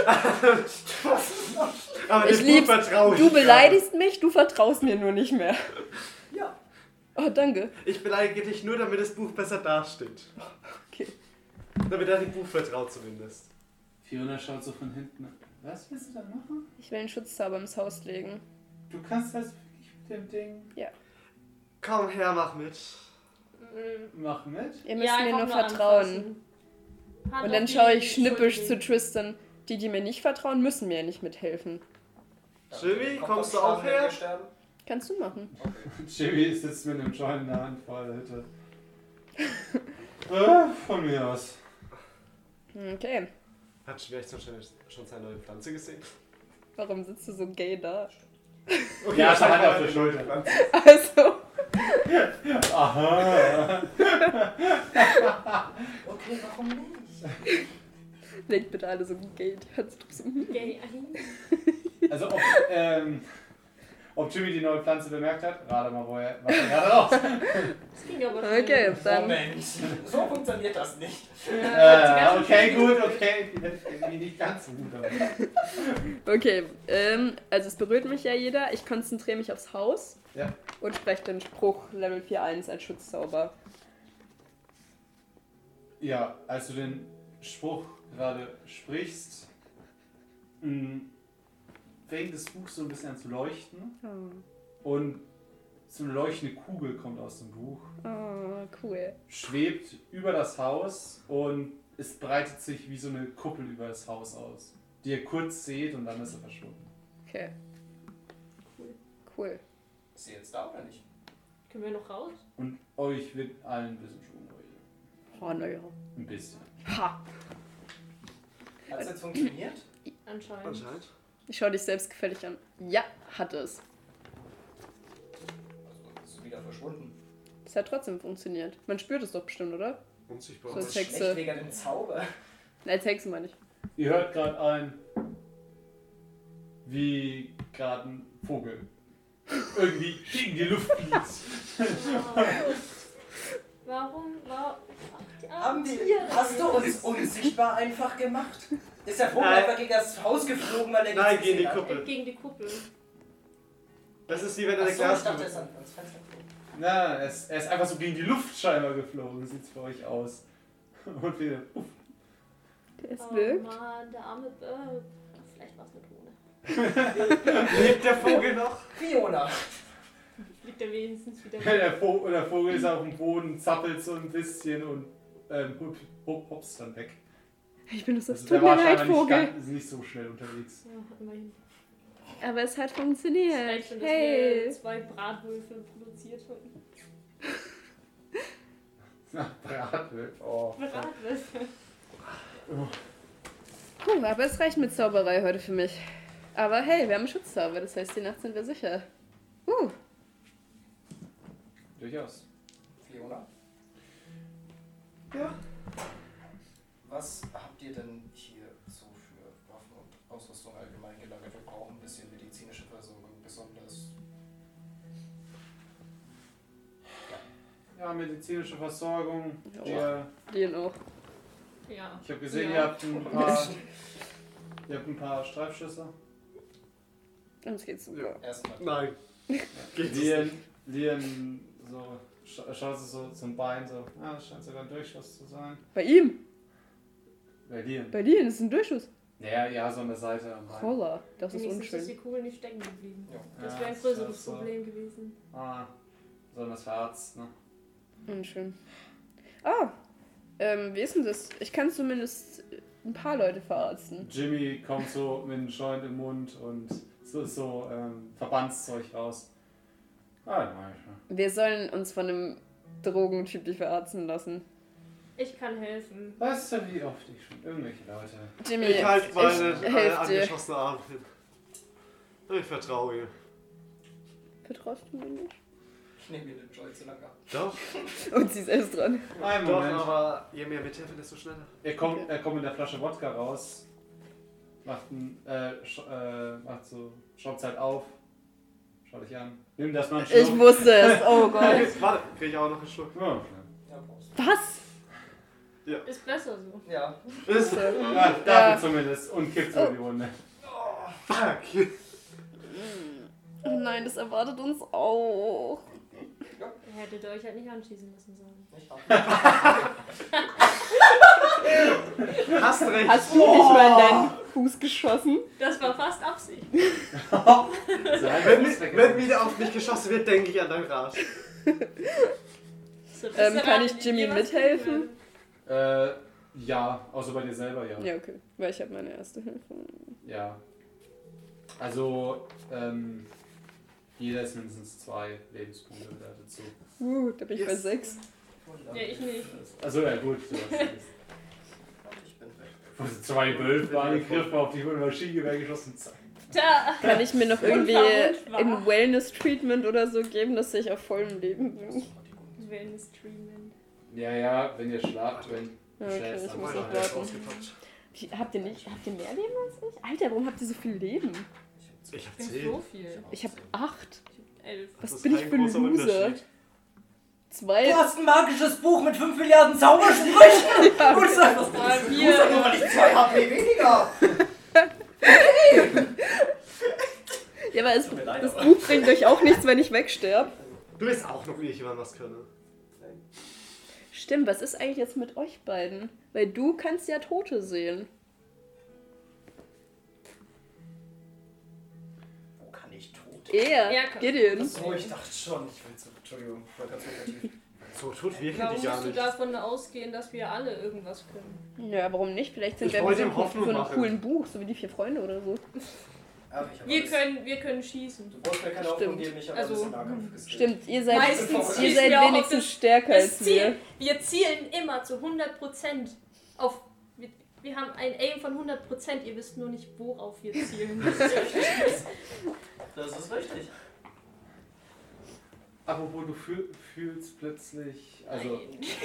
S3: Was?
S2: aber
S4: Ich
S2: dem
S4: lieb's.
S2: Buch vertraue ich.
S4: Du beleidigst mich, du vertraust mir nur nicht mehr.
S3: Ja.
S4: Oh, danke.
S2: Ich beleidige dich nur, damit das Buch besser dasteht.
S4: Okay.
S2: Damit er dem Buch vertraut zumindest.
S1: Fiona schaut so von hinten. Was willst du da machen?
S4: Ich will einen Schutzzauber ins Haus legen.
S1: Du kannst das wirklich mit dem Ding.
S2: Komm her, mach mit.
S1: mach mit.
S4: Ihr müsst mir
S5: einfach
S4: nur vertrauen.
S5: Hand
S4: Und
S5: auf
S4: dann
S5: die
S4: schaue ich
S5: Schulter
S4: schnippisch zu
S5: legen.
S4: Tristan. Die mir nicht vertrauen, müssen mir ja nicht mithelfen.
S2: Jimmy, kommst du auch her?
S4: Kannst du machen.
S3: Okay.
S1: Jimmy sitzt mit einem Joint in der Hand vor der Hütte. Von mir aus.
S4: Okay.
S2: Hat Jimmy echt schon seine neue Pflanze gesehen?
S4: Warum sitzt du so gay da?
S2: Okay,
S1: Ja,
S2: das
S1: Hand
S2: hat
S1: auf
S2: er
S1: der Schulter.
S4: Also.
S1: Aha.
S3: Okay, warum nicht?
S4: Legt bitte alle so gay.
S5: Gay.
S1: Also ob Jimmy die neue Pflanze bemerkt hat, rate mal, was er gerade raus.
S5: Das ging aber schnell.
S4: Okay, dann.
S3: Moment, so funktioniert das nicht.
S1: Okay, gut, okay. Irgendwie nicht ganz so gut. Aber.
S4: Okay, also es berührt mich ja jeder. Ich konzentriere mich aufs Haus
S1: Ja.
S4: und spreche den Spruch Level 4.1 als Schutzzauber.
S1: Ja, als du den Spruch gerade sprichst, fängt das Buch so ein bisschen an zu leuchten und so eine leuchtende Kugel kommt aus dem Buch,
S4: Oh, cool.
S1: schwebt über das Haus und es breitet sich wie so eine Kuppel über das Haus aus, die ihr kurz seht und dann ist er verschwunden.
S4: Okay. Cool.
S3: Ist sie jetzt da oder nicht?
S5: Können wir noch raus?
S1: Und euch wird allen ein bisschen schwummrig.
S4: Oh, naja.
S1: Ein bisschen.
S4: Ha!
S3: Hat es jetzt funktioniert?
S5: Anscheinend.
S2: Anscheinend.
S4: Ich schaue dich selbstgefällig an. Ja, hat es.
S3: Also ist sie wieder verschwunden.
S4: Es hat trotzdem funktioniert. Man spürt es doch bestimmt, oder?
S2: Unsichtbar.
S4: So
S3: Das ist
S4: Hexe.
S3: schlecht wegen dem Zauber.
S4: Als Hexe meine ich.
S1: Ihr hört gerade wie gerade ein Vogel irgendwie gegen die Luft fliegt.
S5: Warum?
S3: Hast du uns unsichtbar einfach gemacht? Ist der Vogel
S2: Nein.
S3: einfach gegen das Haus geflogen, weil der
S2: Nein,
S3: nichts
S2: gegen die
S3: gesehen hat?
S2: Kuppel.
S5: Gegen die Kuppel.
S2: Das ist wie wenn
S3: Ach
S2: eine
S3: so, ich dachte,
S2: Glaskuppel.
S3: er ist ans Fenster geflogen.
S1: Na, er ist einfach so gegen die Luft scheinbar geflogen. Sieht's für euch aus. Und wieder. Uff.
S4: Es
S5: Oh
S4: wirkt.
S5: Mann, der arme Bird. Vielleicht war es eine Drohne.
S2: Lebt der Vogel noch?
S3: Fiona!
S5: Fliegt er wenigstens wieder
S1: Der Vogel ist auf dem Boden, zappelt so ein bisschen und hops dann weg.
S4: Ich bin es,
S1: Also
S4: tut
S1: der
S4: mir
S1: war
S4: leid,
S1: scheinbar
S4: Vogel.
S1: nicht so schnell unterwegs.
S5: Ja, immerhin.
S4: Aber es hat
S5: Es
S4: funktioniert.
S5: reicht schon, dass
S4: Hey.
S5: wir 2 Bratwürfel produziert haben.
S1: Bratwürfel. Oh.
S5: Bratwürfel.
S4: Puh, aber es reicht mit Zauberei heute für mich. Aber hey, wir haben einen Schutzzauber, das heißt, die Nacht sind wir sicher.
S1: Durchaus.
S3: Fiona?
S2: Ja.
S3: Was habt ihr denn hier so für Waffen und Ausrüstung allgemein gelagert? Wir brauchen ein bisschen medizinische Versorgung, besonders.
S1: Ja, medizinische Versorgung.
S4: Ja. Den auch.
S5: Ja.
S1: Ich habe gesehen,
S5: Ja.
S1: ihr habt ein paar Streifschüsse.
S4: Uns geht's super.
S3: Erstmal.
S2: Nein. Geht
S1: Lian so, schaut so zum Bein, so, das scheint sogar ein Durchschuss zu sein.
S4: Bei ihm?
S1: Bei Lian.
S4: Bei dir, das ist ein Durchschuss.
S1: Ja, so an der Seite am Bein.
S4: Holla, das ist
S5: Wenigstens ist
S4: unschön.
S5: die Kugel nicht stecken geblieben.
S3: Ja.
S5: Das
S1: Ja,
S5: wäre ein
S1: das
S5: größeres
S1: ist so.
S5: Problem gewesen.
S1: So das Herz, ne?
S4: Unschön. Wie ist denn das? Ich kann zumindest ein paar Leute verarzten.
S1: Jimmy kommt so mit einem Joint im Mund und so Verbandszeug raus. Nein.
S4: Wir sollen uns von einem Drogentyp dich verarzten lassen.
S5: Ich kann helfen.
S1: Weißt du, wie oft ich schon irgendwelche Leute...
S4: Jimmy,
S2: Ich halte meine
S4: helf dir.
S2: angeschossene Arme hin. Ich vertraue ihr.
S4: Vertraust du mir nicht?
S3: Ich nehme mir den Joy zu lange ab.
S2: Doch,
S4: Und sie ist erst dran.
S1: Einen
S2: doch,
S1: Moment.
S2: aber je mehr Mithelfen, desto schneller.
S1: Er kommt mit der Flasche Wodka raus, schaut halt auf, schau dich an, nimm das mal einen
S4: Ich
S1: Schluck.
S4: wusste es, oh Gott.
S2: Warte, krieg ich auch noch einen Schluck.
S1: Ja,
S3: Ja, brauchst
S4: Was?
S5: Ist besser so.
S3: du. Ja.
S2: Ist
S1: ja, dafür zumindest und kippt so in die Runde.
S2: fuck.
S4: Oh nein, das erwartet uns auch.
S5: Ihr hättet euch halt nicht anschießen müssen sollen.
S3: Ich hab.
S2: Hast recht.
S4: Hast du nicht mal in deinen Fuß geschossen?
S5: Das war fast Absicht.
S2: Wenn wieder auf mich geschossen wird, denke ich an dein Rad.
S5: So,
S4: Kann ich Jimmy mithelfen?
S1: Ja, außer bei dir selber, ja.
S4: Ja, okay. Weil ich habe meine erste Hilfe.
S1: Ja. Also, jeder ist mindestens 2 Lebenspunkte wieder dazu.
S4: Da bin ich bei 6.
S5: Ja, ich nicht.
S1: Also, ja gut.
S3: Ich bin weg.
S1: Von 2 Böllen war angegriffen, auf die wurde Maschinengewehr geschossen.
S5: Da.
S4: Kann ich mir noch irgendwie
S5: Unverwundbar.
S4: ein Wellness-Treatment oder so geben, dass ich auf vollem Leben bin?
S5: Wellness-Treatment.
S1: Ja, wenn ihr schlaft, wenn
S4: Ja,
S1: du
S4: okay,
S1: schläfst,
S4: ich
S1: dann
S4: muss
S1: ist
S4: noch
S1: er
S4: warten.
S2: Ausgepackt.
S4: Habt ihr mehr Leben als ich? Alter, warum habt ihr so viel Leben?
S2: Ich hab
S5: Ich
S2: 10.
S5: so viel.
S4: Ich hab 8.
S5: 11.
S4: Was
S2: Das ist
S4: bin ich
S2: kein
S4: für ein
S2: großer
S4: Loser?
S2: Unterschied.
S4: 2.
S3: Du hast ein magisches Buch mit 5 Milliarden Zaubersprüchen! Du bist einfach
S5: Aber
S3: du
S5: wir-
S3: hast nur, weil ich 2 HP weniger!
S4: Ja, aber
S3: Tut mir leid,
S4: das
S3: aber-
S4: Buch bringt euch auch nichts, wenn ich wegsterbe.
S2: Du weißt auch noch, wie ich jemand was können.
S4: Stimmt, was ist eigentlich jetzt mit euch beiden? Weil du kannst ja Tote sehen.
S3: Wo kann ich tot?
S4: Er,
S5: Er kann-
S4: Gideon.
S3: So, ich dachte schon. Ich will so. Entschuldigung, ich war ganz negativ.
S2: So tot wirken
S5: Warum
S2: die gar
S5: musst du
S2: nicht.
S5: davon ausgehen, dass wir alle irgendwas können?
S4: Ja, warum nicht? Vielleicht sind
S2: Ich
S4: wir
S2: wollte
S4: so
S2: ihm Hoffnung
S4: einem
S2: machen.
S4: coolen Buch, so wie die 4 Freunde oder so.
S3: Aber ich hab
S5: Wir können schießen.
S3: Du brauchst mir keine Hoffnung geben, ich habe
S5: Also,
S3: alles im Nahkampf geskillt.
S4: Stimmt, ihr seid,
S5: Meistens
S4: ihr
S5: schießen
S4: seid
S5: wir auch auf
S4: wenigstens
S5: das-
S4: stärker
S5: Das
S4: als
S5: Ziel,
S4: wir.
S5: wir zielen immer zu 100% auf. Wir haben ein Aim von 100%, ihr wisst nur nicht, worauf wir zielen.
S3: Das ist richtig.
S1: Apropos, du fühlst plötzlich. Also.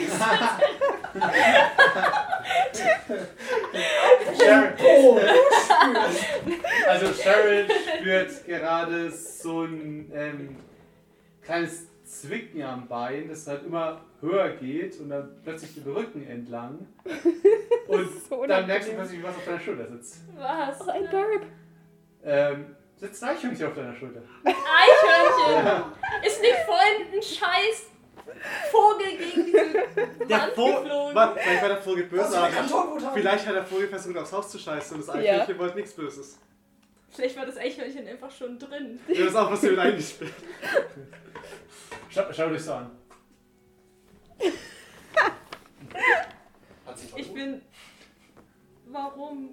S1: Also Cheryl spürt gerade so ein kleines Zwicken am Bein, das halt immer höher geht und dann plötzlich den Rücken entlang. Und
S4: So
S1: dann merkst du
S4: unangenehm.
S1: plötzlich, was auf deiner Schulter sitzt.
S5: Was?
S4: Oh, ein Burp.
S1: Sitzt ein Eichhörnchen auf deiner Schulter.
S5: Eichhörnchen! Ist nicht vorhin ein scheiß Vogel gegen diese
S2: Der
S5: Wand
S2: Vogel.
S5: geflogen?
S2: Warte, vielleicht war der Vogel bösartig.
S3: Kantonwut haben.
S2: Vielleicht hat der Vogel versucht, aufs Haus zu scheißen und das
S4: Ja.
S2: Eichhörnchen wollte nichts Böses.
S5: Vielleicht war das Eichhörnchen einfach schon drin.
S2: Ja, das ist auch passiert eingespielt.
S1: Schau dich so an.
S3: Hat sich
S5: Ich bin. Warum?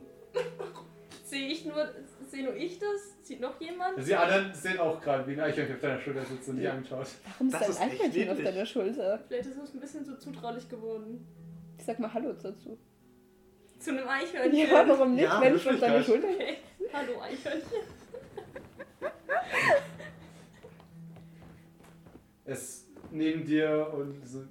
S5: Sehe nur ich das? Sieht noch jemand?
S1: Die anderen sehen auch gerade, wie ein Eichhörnchen auf deiner Schulter sitzt und dich
S2: Ja.
S1: anschaut.
S4: Warum ist
S2: Das
S4: da
S2: ist
S4: ein
S2: echt
S4: Eichhörnchen auf
S2: niedlich.
S4: deiner Schulter?
S5: Vielleicht ist es ein bisschen so zutraulich geworden.
S4: Ich sag mal Hallo dazu.
S5: Zu einem Eichhörnchen.
S4: Ja, warum nicht?
S2: Ja,
S4: Mensch auf deiner
S2: Höflichkeit.
S4: Schulter.
S5: Okay. Hallo Eichhörnchen.
S1: Es neben dir und so.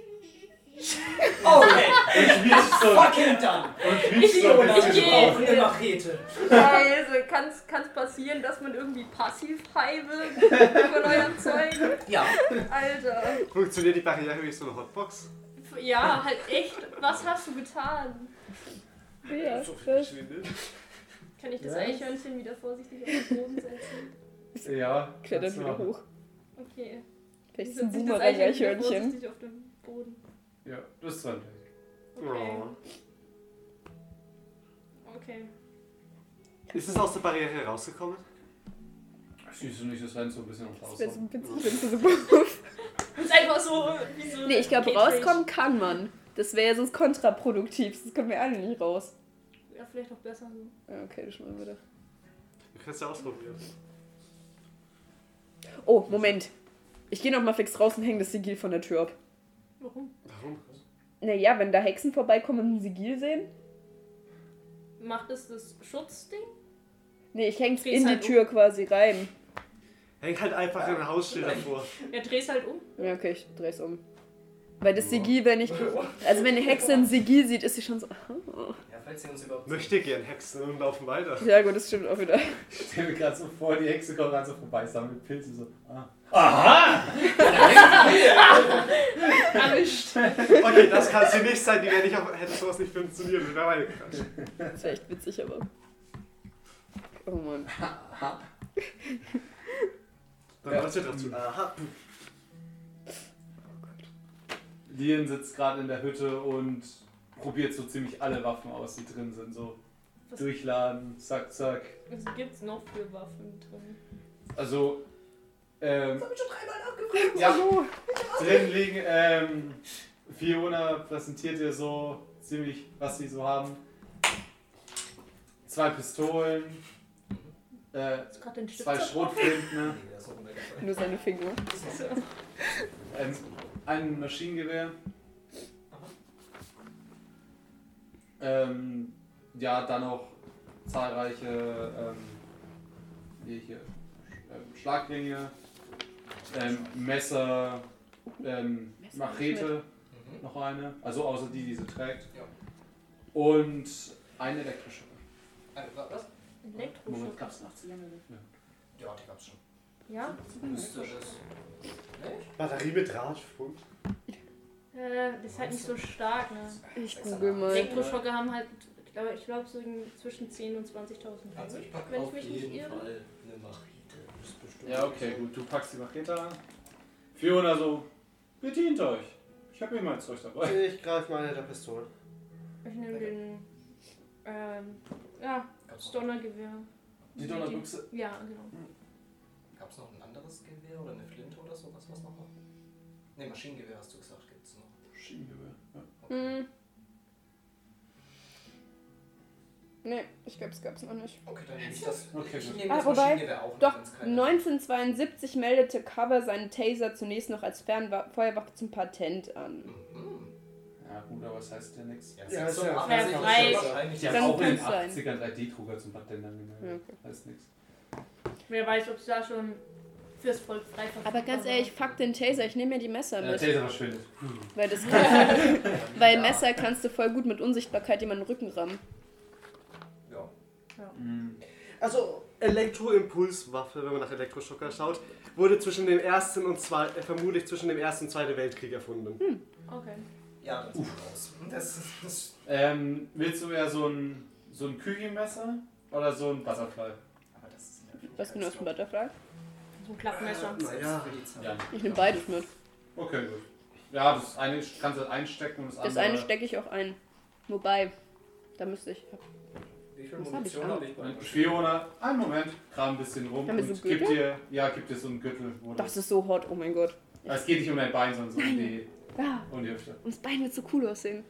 S3: Okay,
S1: Und quietscht so.
S3: fucking done.
S1: Und quietscht so.
S3: Jonas,
S5: Ich
S3: wir
S5: geh.
S3: brauchen eine Machete.
S5: Also kann es passieren, dass man irgendwie Passivhai wird von eurem Zeug?
S3: Ja.
S5: Alter.
S2: Funktioniert die Barriere wie so eine Hotbox?
S5: Ja, halt echt. Was hast du getan?
S4: Ja,
S2: So
S4: das-
S2: funktioniert.
S5: Kann ich das
S1: Was?
S5: Eichhörnchen wieder vorsichtig auf den Boden setzen?
S1: Ja.
S4: klettert
S1: kannst du
S4: wieder
S1: machen.
S4: hoch.
S5: Okay.
S4: Vielleicht ist es ein
S5: Setze ich das Eichhörnchen wieder
S4: Boomerang-Eichhörnchen.
S5: vorsichtig auf den Boden.
S1: Ja, das ist 20.
S5: Okay.
S2: Oh.
S5: Okay.
S2: Ist es aus der Barriere rausgekommen?
S1: Siehst du nicht, das rennt so ein bisschen ums Haus.
S4: Das wäre so
S1: rum.
S4: witzig, wenn es so puff.
S5: Das ist einfach so wie so.
S4: Nee, ich glaube,
S5: Cage
S4: rauskommen kann man. Das wäre ja sonst kontraproduktiv. Das können wir alle nicht raus.
S5: Rage. Ja, vielleicht auch besser so.
S4: Ja, okay, das schon mal wieder.
S2: Du kannst ja ausprobieren.
S4: Oh, Moment. Ich gehe noch mal fix raus und hänge das Sigil von der Tür ab.
S5: Warum?
S2: Warum?
S4: Naja, wenn da Hexen vorbeikommen und ein Sigil sehen.
S5: Macht es das Schutzding?
S4: Nee, ich häng's
S5: Dreh's
S4: in die
S5: halt
S4: Tür quasi rein.
S2: Hängt halt einfach ein Hausschild davor.
S5: Ja, dreh's halt um.
S4: Ja, okay, ich dreh's um. Weil das Sigil, wenn ich. Also, wenn eine Hexe ein Sigil sieht, ist sie schon so. Oh.
S3: Ja, falls sie uns überhaupt
S2: Möchte gern Hexen und laufen weiter.
S4: Ja, gut, das stimmt auch wieder.
S1: Ich stell mir gerade so vor, die Hexe kommt gerade so vorbei, sammelt Pilze so. Ah. Aha!
S5: Erwischt.
S2: Okay, das kann sie nicht sein, die wäre nicht auf, hätte sowas nicht funktioniert. Das wäre meine Quatsch.
S4: Das wäre echt witzig, aber. Oh Mann.
S2: Dann
S1: Ja.
S2: läuft sie drauf zu. Aha.
S1: Lien sitzt gerade in der Hütte und probiert so ziemlich alle Waffen aus, die drin sind. So
S5: Was-
S1: durchladen, zack, zack.
S5: Was gibt's noch für Waffen drin?
S1: Also,
S3: Das hab ich schon 3-mal abgefangen.
S1: Ja, drin liegen, Fiona präsentiert dir so ziemlich, was sie so haben. 2 Pistolen,
S5: Hast du gerade den Stift
S1: 2
S5: zerbrochen?
S1: Schrotflinten,
S3: Nee, der ist auch runtergefallen.
S4: Nur seine Finger.
S1: ein Maschinengewehr. Ja, dann noch zahlreiche Schlagringe, Messer, Machete, noch eine, also außer die sie trägt.
S3: Ja.
S1: Und eine elektrische.
S3: Was?
S1: Moment,
S5: Elektroschock.
S1: gab es 80 Jahre nicht?
S3: Ja, die gab's schon.
S5: Ja?
S3: Müsste das. Nicht?
S2: Batterie mit Drahtfunk.
S5: Das ist halt nicht so stark, ne?
S4: Ich google mal.
S5: Elektroschocker haben halt, ich glaube so zwischen 10.000 und 20.000
S3: Also ich packe
S5: wenn ich
S3: auf
S5: mich nicht
S3: jeden
S5: irre.
S3: Fall eine Machete. Das ist bestimmt
S1: Ja, okay, gut, du packst die Machete an. Fiona so, bedient euch. Ich habe immer ein Zeug dabei.
S2: Ich greife mal der Pistole.
S5: Ich nehme den, das Donnergewehr.
S1: Die Donnerbüchse.
S5: Ja, genau.
S3: Gab es noch ein anderes Gewehr oder eine Flinte oder sowas, was noch? Ne, Maschinengewehr hast du gesagt, gibt's noch.
S1: Maschinengewehr. Ja.
S4: Hm. Nee, ich glaube, es gab's noch nicht.
S3: Okay, dann nehme ich das.
S1: Okay,
S3: Ich
S1: gut.
S3: nehme das
S4: wobei,
S3: Maschinengewehr auch noch,
S4: Doch,
S3: wenn's keine-
S4: 1972 meldete Cover seinen Taser zunächst noch als Fernfeuerwaffe zum Patent an.
S3: Mhm.
S1: Ja, gut, aber das heißt ja nichts.
S3: Ja,
S2: Ja,
S3: das
S2: ist ja
S3: so
S5: frei.
S3: wahrscheinlich.
S1: Die haben
S4: Dann
S1: auch in den
S4: kann's sein.
S1: 80ern 3D-Drucker zum Patent angemeldet.
S4: Ja, okay.
S1: Heißt nichts.
S5: Wer weiß, ob es da schon fürs Volk frei verfügbar
S4: Aber ganz
S5: war.
S4: ehrlich, fuck den Taser, ich nehme mir die Messer
S1: Der
S4: mit.
S1: Taser verschwindet.
S4: Weil, weil Messer kannst du voll gut mit Unsichtbarkeit jemanden den Rücken rammen.
S3: Ja.
S1: Mhm.
S2: Also, Elektroimpulswaffe, wenn man nach Elektroschocker schaut, wurde vermutlich zwischen dem Ersten und Zweiten Weltkrieg erfunden.
S5: Okay.
S3: Ja, das sieht aus. Das
S1: Willst du eher so ein Küchenmesser oder so ein Butterfly?
S3: aber das ist in der
S4: Was genau ist ein Butterfly?
S5: So ein Klappmesser.
S2: Naja.
S3: für die Zeit.
S1: Ja.
S4: Ich nehme beides mit.
S1: Okay, gut. Ja, das eine kannst du einstecken und das
S4: Das
S1: andere...
S4: eine stecke ich auch ein. Wobei, da müsste ich...
S3: Wie viel
S4: Was hab
S3: Munition
S4: ich
S3: habe ich bei
S1: Fiona, einen Moment, kram ein bisschen rum
S4: Haben wir so
S1: und gib
S4: Gürtel?
S1: dir so einen Gürtel. Wo
S4: Das ist so hot, oh mein Gott.
S1: es geht nicht um dein Bein, sondern so
S4: Ja,
S1: um die Hüfte.
S4: und das Bein wird so cool aussehen.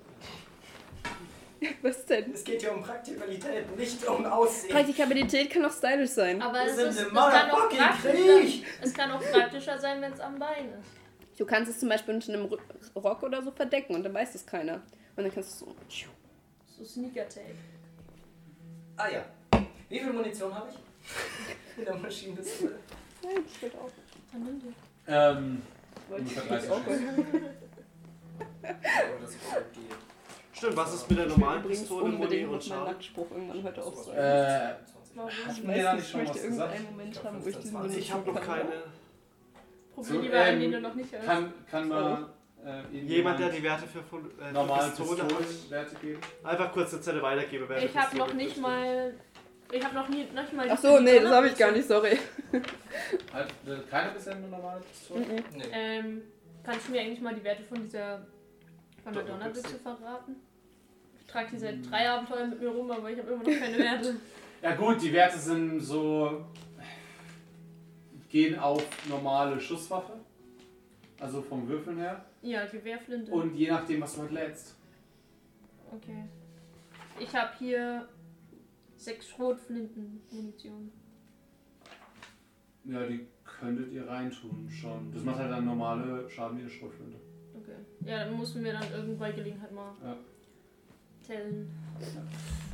S4: Was denn?
S3: Es geht hier um Praktikalität, nicht um Aussehen.
S4: Praktikabilität kann auch stylisch sein.
S5: Aber
S3: Wir
S5: es,
S3: sind
S5: ist,
S3: im
S5: es, kann auch
S3: motherfucking
S5: praktischer,
S3: Krieg.
S5: es kann auch praktischer sein, wenn es am Bein ist.
S4: Du kannst es zum Beispiel unter einem Rock oder so verdecken und dann weiß es keiner. Und dann kannst du so...
S5: So Sneaker-Tape.
S3: Ah ja. Wie viel Munition habe ich? Mit der Maschinenpistole.
S4: Nein, das wird auch.
S5: Dann nimm die.
S4: Wollte
S1: Ungefähr
S4: ich
S1: 30
S4: auch
S1: Schuss.
S3: Aber das ist gut, die.
S2: Stimmt, was ist mit der normalen
S4: übrigens
S2: Pistole, Muni
S4: unbedingt
S2: und
S4: noch meinen
S2: Schaden?
S4: Nackspruch irgendwann heute auch so.
S5: Warum?
S4: Ich
S1: mir da
S4: weiß
S1: nicht
S4: nicht, ich
S1: schon
S4: möchte
S1: was
S4: irgendeinen
S1: gesagt?
S4: Moment haben, wo ich diesen
S3: Also
S2: Ich habe noch keine.
S5: Probier
S1: So,
S5: lieber einen, den du noch nicht hast.
S1: Kann mal
S2: Jemand, der die Werte für
S1: normale
S2: Pistole hat,
S1: Pistolenwerte geben?
S2: einfach kurz eine Zelle weitergeben. wer
S5: Ich
S2: die
S5: habe
S2: Pistole
S5: noch nicht
S2: kriegt.
S5: mal. Ich habe noch mal.
S4: Ach so, nee, das habe ich gar nicht, sorry.
S1: Hat keiner bisher eine normale Pistole?
S3: Nee.
S5: Kannst du mir eigentlich mal die Werte von der
S2: Donnerbüchse.
S5: Donnerbüchse verraten? Ich trage die seit 3 Abenteuern mit mir rum, aber ich habe immer noch keine Werte.
S1: Ja gut, die Werte sind so... gehen auf normale Schusswaffe. Also vom Würfeln her.
S5: Ja, Gewehrflinte.
S1: Und je nachdem, was du halt lädst.
S5: Okay. Ich habe hier 6 Schrotflinten-Munition.
S1: Ja, die könntet ihr reintun schon. Das macht halt dann normale Schaden wie eine Schrotflinte.
S5: Okay. Ja, dann mussten wir dann irgendwann bei Gelegenheit mal
S1: Ja.
S5: tellen.